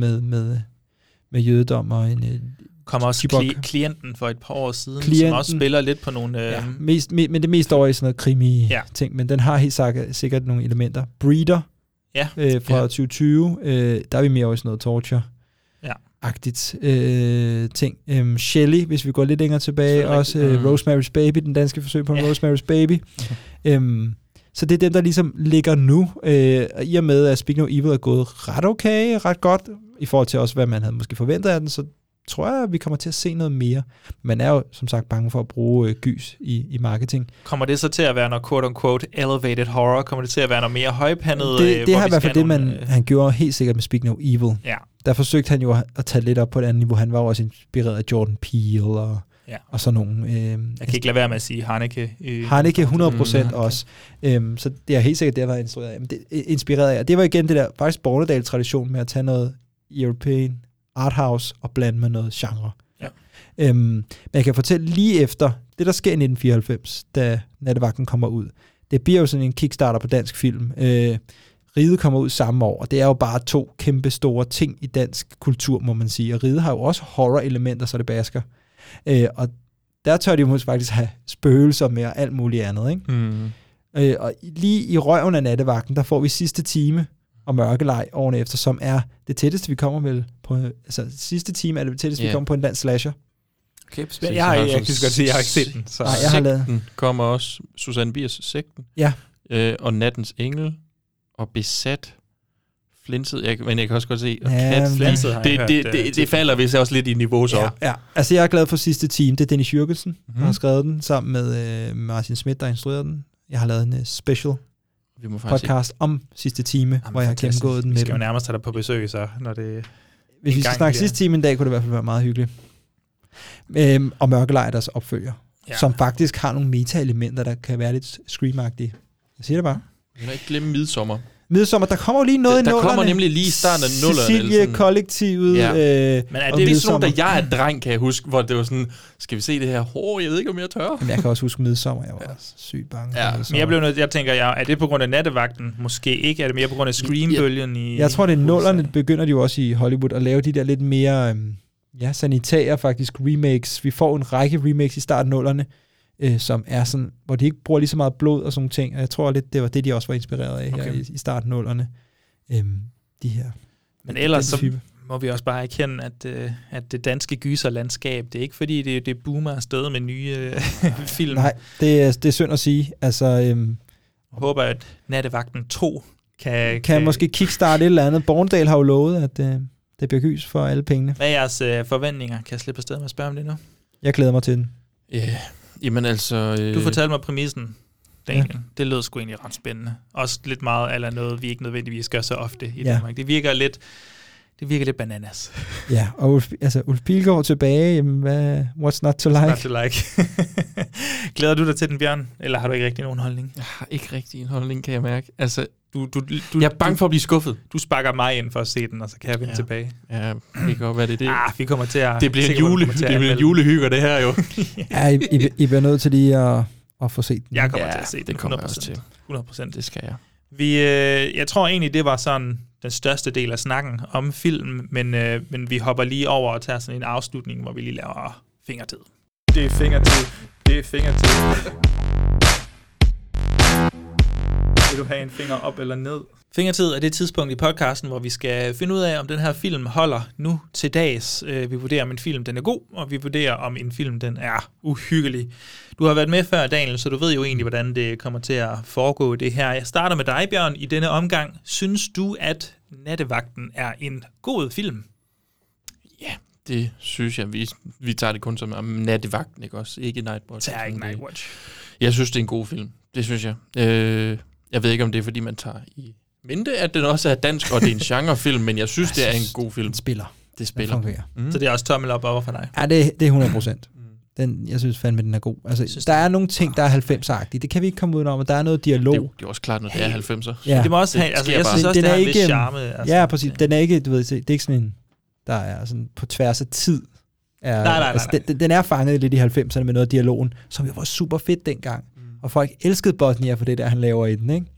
med jødedom og en... Kommer også klienten for et par år siden, som også spiller lidt på nogle... men det mest over i sådan noget krimi-ting. Men den har helt sikkert nogle elementer. Breeder fra 2020. Der er vi mere over i sådan noget torture. agtigt ting. Shelley, hvis vi går lidt længere tilbage, også Rosemary's Baby, den danske forsøg på Rosemary's Baby. Så det er dem, der ligesom ligger nu, og i og med, at Speak No Evil er gået ret okay, ret godt, i forhold til også, hvad man havde måske forventet af den, så tror jeg, at vi kommer til at se noget mere. Man er jo, som sagt, bange for at bruge gys i marketing. Kommer det så til at være noget quote-unquote elevated horror? Kommer det til at være noget mere højpandet? Det har i hvert fald det, han gjorde helt sikkert med Speak No Evil. Ja. Der forsøgte han jo at tage lidt op på et andet niveau. Han var også inspireret af Jordan Peele og sådan nogle... jeg kan ikke lade være med at sige Haneke. Haneke 100% også. Så det er helt sikkert, det har været inspireret af. Det var igen det der faktisk Bornedal-tradition med at tage noget European arthouse og blande med noget genre. Ja. Men jeg kan fortælle lige efter, det der sker i 1994, da Nattevagten kommer ud, det bliver jo sådan en kickstarter på dansk film. Riget kommer ud samme år, og det er jo bare 2 kæmpe store ting i dansk kultur, må man sige. Og Riget har jo også horror-elementer, så det basker. Og der tør de jo faktisk have spøgelser med og alt muligt andet. Ikke? Og lige i røven af Nattevagten, der får vi sidste time og mørkeleg årene efter, som er det tætteste, vi kommer vel på... Altså, sidste time er det tætteste, vi kommer på en dansk slasher. Okay, jeg kan godt sige, jeg har ikke set den. Så. Nej, jeg har lavet. Sekten kommer også, Susanne Biers Sekten. Ja. Og Nattens Engel, og Besat, Flinset, men jeg kan også godt se, og Flinset har jeg hørt. Det falder vist også lidt i niveau så. Ja. Altså, jeg er glad for sidste time. Det er Dennis Jürgensen, der har skrevet den, sammen med Martin Schmidt, der instruerede den. Jeg har lavet en special podcast om sidste time, hvor jeg har gennemgået den med. Vi skal jo nærmest have dig på besøg, så når det... Hvis vi skal snakke sidste time en dag, kunne det i hvert fald være meget hyggeligt. Og Mørkelejers opfølger, som faktisk har nogle meta-elementer, der kan være lidt Scream-agtige. Jeg siger det bare. Jeg vil ikke glemme Midsommar. Midsommar, der kommer jo lige noget i nullerne. Der kommer nemlig lige i starten af nullerne. Cecilie-kollektivet. Ja. Men er det sådan nogle, da jeg er dreng, kan jeg huske, hvor det var sådan, skal vi se det her? Jeg ved ikke, om jeg tør. Men jeg kan også huske Midsommar, jeg var sygt bange. Ja. Men jeg tænker, er det på grund af nattevagten? Måske ikke. Er det mere på grund af Scream-bølgen? Jeg tror, det er nullerne, begynder de jo også i Hollywood at lave de der lidt mere sanitære faktisk remakes. Vi får en række remakes i starten af nullerne, som er sådan, hvor de ikke bruger lige så meget blod og sådan nogle ting, og jeg tror lidt, det var det, de også var inspireret af her i starten af nullerne. De her. Men ellers så må vi også bare erkende, at det danske gyserlandskab, det er ikke fordi, det boomer afsted med nye film. Nej, det er synd at sige. Altså, jeg håber, at Nattevagten 2 kan måske kickstarte et eller andet. Borndal har jo lovet, at det bliver gys for alle pengene. Hvad er jeres forventninger? Kan jeg slippe afsted med at spørge om det nu? Jeg glæder mig til den. Jamen altså... Du fortalte mig præmissen, Daniel. Ja. Det lød sgu egentlig ret spændende. Også lidt meget eller noget, vi ikke nødvendigvis gør så ofte i Danmark. Det virker lidt bananas. Ja, og Ulf Pilgaard tilbage. Jamen, what's not to like? Not to like. Glæder du dig til den, Bjørn? Eller har du ikke rigtig nogen holdning? Jeg har ikke rigtig en holdning, kan jeg mærke. Altså, jeg er bange for at blive skuffet. Du sparker mig ind for at se den, og så kan jeg vende tilbage. Ja, det kan godt være det. Vi kommer til at... Det bliver en julehygger, det her jo. Ja, I bliver nødt til lige at få set den. Jeg kommer til at se den. Det kommer jeg også til. 100%. Det skal jeg. Jeg tror egentlig, det var sådan den største del af snakken om film, men vi hopper lige over og tager sådan en afslutning, hvor vi lige laver fingertid. Det er fingertid. Det er fingertid. Vil du have en finger op eller ned? Fingertid er det tidspunkt i podcasten, hvor vi skal finde ud af, om den her film holder nu til dags. Vi vurderer, om en film den er god, og vi vurderer, om en film den er uhyggelig. Du har været med før, Daniel, så du ved jo egentlig, hvordan det kommer til at foregå det her. Jeg starter med dig, Bjørn, i denne omgang. Synes du, at Nattevagten er en god film? Ja, det synes jeg. Vi tager det kun som Nattevagten, ikke også? Ikke Nightwatch. Tager ikke Nightwatch. Jeg synes, det er en god film. Det synes jeg. Jeg ved ikke, om det er, fordi man tager i mente, at den også er dansk, og det er en genrefilm, men jeg synes, det er en god film. Det spiller. Det spiller. Så det er også tommel op over for dig? Ja, det er 100%. Jeg synes fandme, den er god. Altså, der er nogle ting, der er 90'er-agtige. Det kan vi ikke komme ud om, og der er noget dialog. Det er også klart, når det er 90'er. Ja. Det må også have, altså, jeg synes også, det er en vis charme. Altså. Ja, præcis. Den er ikke, du ved, det er ikke sådan en, der er sådan på tværs af tid. Nej. Altså, den er fanget lidt i 90'erne med noget af dialogen, som jo var super fedt dengang. Og folk elskede Bosnia for det der, han laver i den, ikke?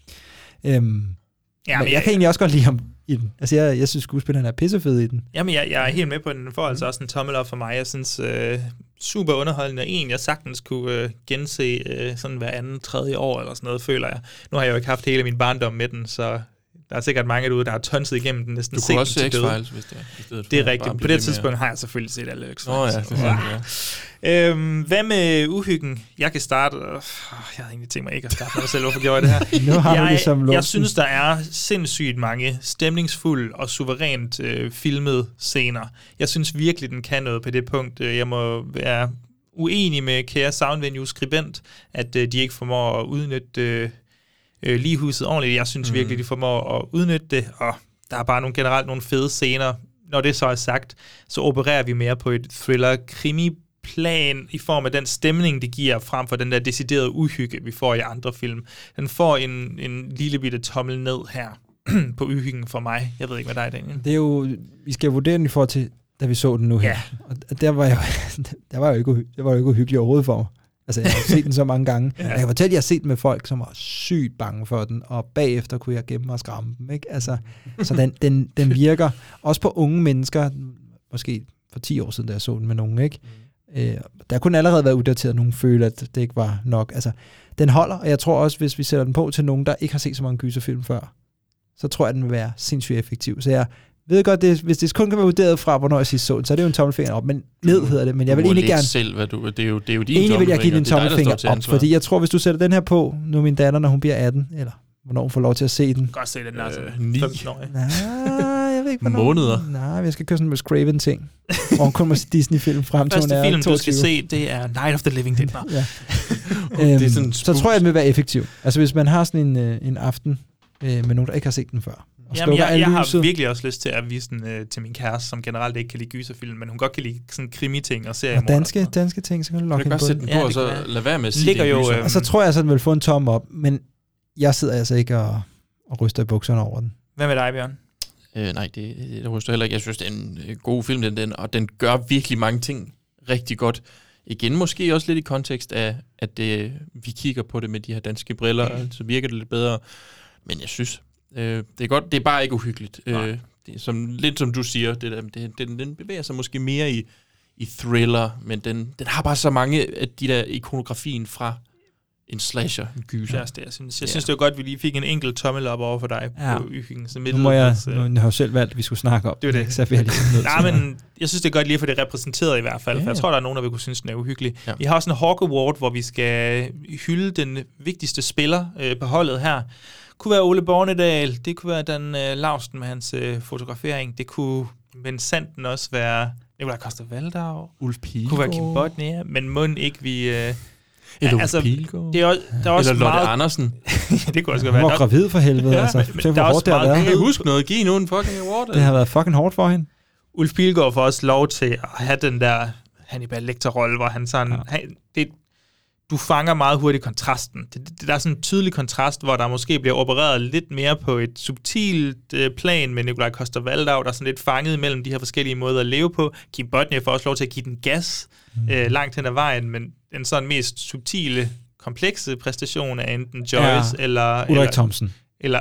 Men jeg kan egentlig også godt lide ham i den. Altså, jeg synes, skuespilleren er pissefed i den. Jamen, jeg er helt med på den. Den får altså også en tommel op for mig. Jeg synes, super underholdende. Jeg sagtens kunne gense sådan hver anden, tredje år eller sådan noget, føler jeg. Nu har jeg jo ikke haft hele min barndom med den, så der er sikkert mange derude, der har tonset igennem den næsten. Du kunne også se X-Files, hvis det er. Det er rigtigt. På det tidspunkt har jeg selvfølgelig set alle X-Files. Ja. Hvad med uhyggen? Jeg kan starte. Jeg havde egentlig tænkt mig ikke at starte med mig selv. Hvorfor gjorde jeg det her? Nu har ligesom jeg synes, der er sindssygt mange stemningsfulde og suverænt filmede scener. Jeg synes virkelig, den kan noget på det punkt. Jeg må være uenig med kære Soundvenue-skribent, at de ikke formår at udnytte ligehuset ordentligt. Jeg synes virkelig, de formår at udnytte det, og der er bare generelt nogle fede scener. Når det så er sagt, så opererer vi mere på et thriller-krimi-plan i form af den stemning, det giver, frem for den der deciderede uhygge, vi får i andre film. Den får en lille bitte tommel ned her på uhyggen for mig. Jeg ved ikke, hvad dig, Daniel. Det er jo, vi skal vurdere den i forhold til, da vi så den nu her. Ja. Og der var jo ikke uhyggeligt overhovedet for mig. Altså, jeg har set den så mange gange. Ja. Jeg kan fortælle, at jeg har set den med folk, som var sygt bange for den, og bagefter kunne jeg gemme mig og skræmme dem. Ikke? Altså, så den virker også på unge mennesker, måske for 10 år siden, da jeg så den med nogen. Ikke? Der kunne allerede være uddateret, nogen føle, at det ikke var nok. Altså, den holder, og jeg tror også, hvis vi sætter den på til nogen, der ikke har set så mange gyserfilm før, så tror jeg, den vil være sindssygt effektiv. Så jeg ved godt, hvis det kun kan være vurderet fra, hvornår jeg sidst så den, så er det jo en tommelfinger op, men ned hedder det, men jeg vil egentlig gerne... selv, hvad du... Det er jo din egentlig vil jeg give den en tommelfinger op, fordi jeg tror, hvis du sætter den her på, nu min datter, når hun bliver 18, eller hvornår hun får lov til at se den... Godt se den, altså. 9. 15 år, jeg ved ikke, hvornår. Måneder. Nej, jeg skal køre sådan en Wes Craven-ting. Hvor hun kun må se Disney-film frem til hun er 22. Første film, du skal se, det er Night of the Living Dead. Ja. Det er sådan så tror jeg, at den vil være effektiv. Altså, hvis man har sådan en aften med nogen, der ikke har set den før. Jamen, jeg har virkelig også lyst til at vise den til min kæreste, som generelt ikke kan lide gyserfilm, men hun godt kan lide sådan krimi-ting og seriemorder. Og danske ting, så kan du logge ind på sætte den på, og så lade være med at sige ligger det. Jo, og så tror jeg, at den vil få en tom op, men jeg sidder altså ikke og ryster i bukserne over den. Hvad med dig, Bjørn? Nej, det ryster heller ikke. Jeg synes, det er en god film, og den gør virkelig mange ting rigtig godt. Igen måske også lidt i kontekst af, at vi kigger på det med de her danske briller, så virker det lidt bedre. Men jeg synes, det er godt. Det er bare ikke uhyggeligt. Det er lidt som du siger, den bevæger sig måske mere i thriller, men den har bare så mange af de der ikonografien fra en slasher, en gyser. Jeg synes, det var godt, at vi lige fik en enkelt tommel op over for dig på uhyggens middel. Nu har jo selv valgt, at vi skulle snakke om det. Det. Så jeg Nej, men jeg synes, det er godt lige at få det repræsenteret i hvert fald, for jeg tror, der er nogen, der vil kunne synes, den er uhyggelig. Ja. Vi har også en Hawk Award, hvor vi skal hylde den vigtigste spiller på holdet her. Det kunne være Ole Bornedal, det kunne være Dan Lausten med hans fotografering, det kunne men sanden også være Nikolaj Coster-Waldau, Ulf Pilgaard, kunne være Kim Bodnia, men må ikke vi... Eller altså, det er også eller Lotte meget... Andersen. Det kunne også godt være. Hun var gravid for helvede. Ja, altså. men der er også meget... Kan jeg huske noget? Giv nogen fucking award. Det har været fucking hårdt for hende. Ulf Pilgaard får også lov til at have den der Hannibal Lecter-rolle, hvor han sådan... Du fanger meget hurtigt kontrasten. Der er sådan en tydelig kontrast, hvor der måske bliver opereret lidt mere på et subtilt plan med Nikolaj Coster-Waldau, der er sådan lidt fanget mellem de her forskellige måder at leve på. Kim Bodnia får også lov til at give den gas langt hen ad vejen, men den sådan mest subtile, komplekse præstation af enten Joyce eller... Ulrik Thomsen. Eller...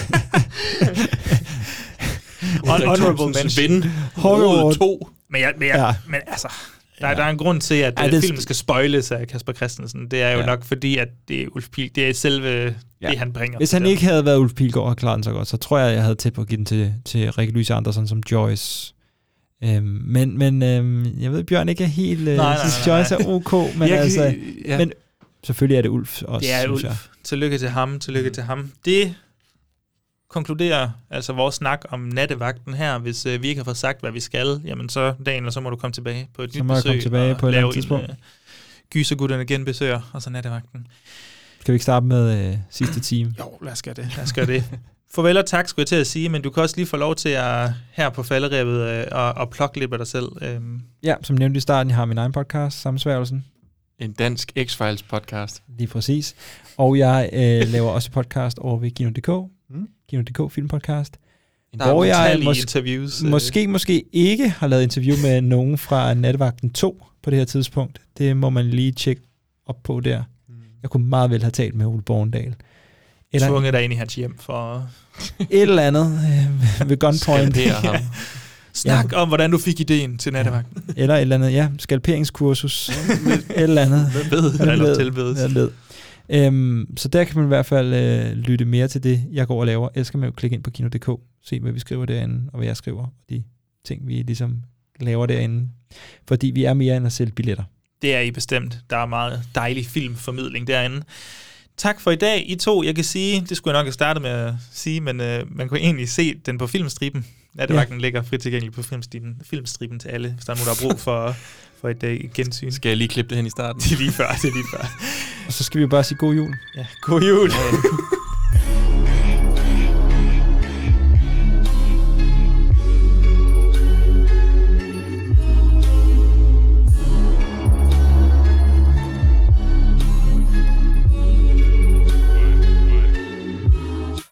Honorable mention. Honorable 2. Men altså... Der er en grund til, at filmen skal spoiles af Kasper Christensen. Det er jo nok fordi, at det er Ulf Pilgaard. Det er selve det, han bringer. Hvis han ikke havde været Ulf Pilgaard og klaret den så godt, så tror jeg havde tæt på at give den til Rikke Louise Andersen som Joyce. Men jeg ved, Bjørn ikke er helt... synes Joyce er ok, men men selvfølgelig er det Ulf også, det er synes Ulf. Jeg. Tillykke til ham. Det konkluderer altså vores snak om nattevagten her. Hvis vi ikke har fået sagt, hvad vi skal, jamen så Daniel, så må du komme tilbage på et nyt besøg på et eller andet tidspunkt. Gysergutterne genbesøger, og så nattevagten. Skal vi ikke starte med sidste time? Jo, lad os gøre det. Farvel og tak, skulle jeg til at sige, men du kan også lige få lov til at her på falderevet at plukke lidt af dig selv. Ja, som nævnt i starten, jeg har min egen podcast, Sammensværgelsen. En dansk X-Files podcast. Lige præcis. Og jeg laver også podcast over ved Kino.dk. Kino.dk filmpodcast. Hvor jeg måske ikke har lavet interview med nogen fra Nattevagten 2 på det her tidspunkt. Det må man lige tjekke op på der. Jeg kunne meget vel have talt med Ole Bornedal. Tvunget dig ind i hans hjem for... et eller andet ved gunpoint. Snak om, hvordan du fik ideen til nattevagten. Eller et eller andet, skalperingskursus. Et eller andet. Tilbedes. Så der kan man i hvert fald lytte mere til det, jeg går og laver. Ellers kan man jo klikke ind på Kino.dk, se hvad vi skriver derinde, og hvad jeg skriver, de ting, vi ligesom laver derinde. Fordi vi er mere end at sælge billetter. Det er I bestemt. Der er meget dejlig filmformidling derinde. Tak for i dag, I to. Jeg kan sige, det skulle jeg nok have startet med at sige, men man kunne egentlig se den på Filmstriben. Nattevagten ligger frit tilgængelig på Filmstriben til alle, hvis der er nogen, der har brug for et gensyn. Skal jeg lige klippe det hen i starten? Det er lige før. Og så skal vi jo bare sige god jul. Ja, god jul.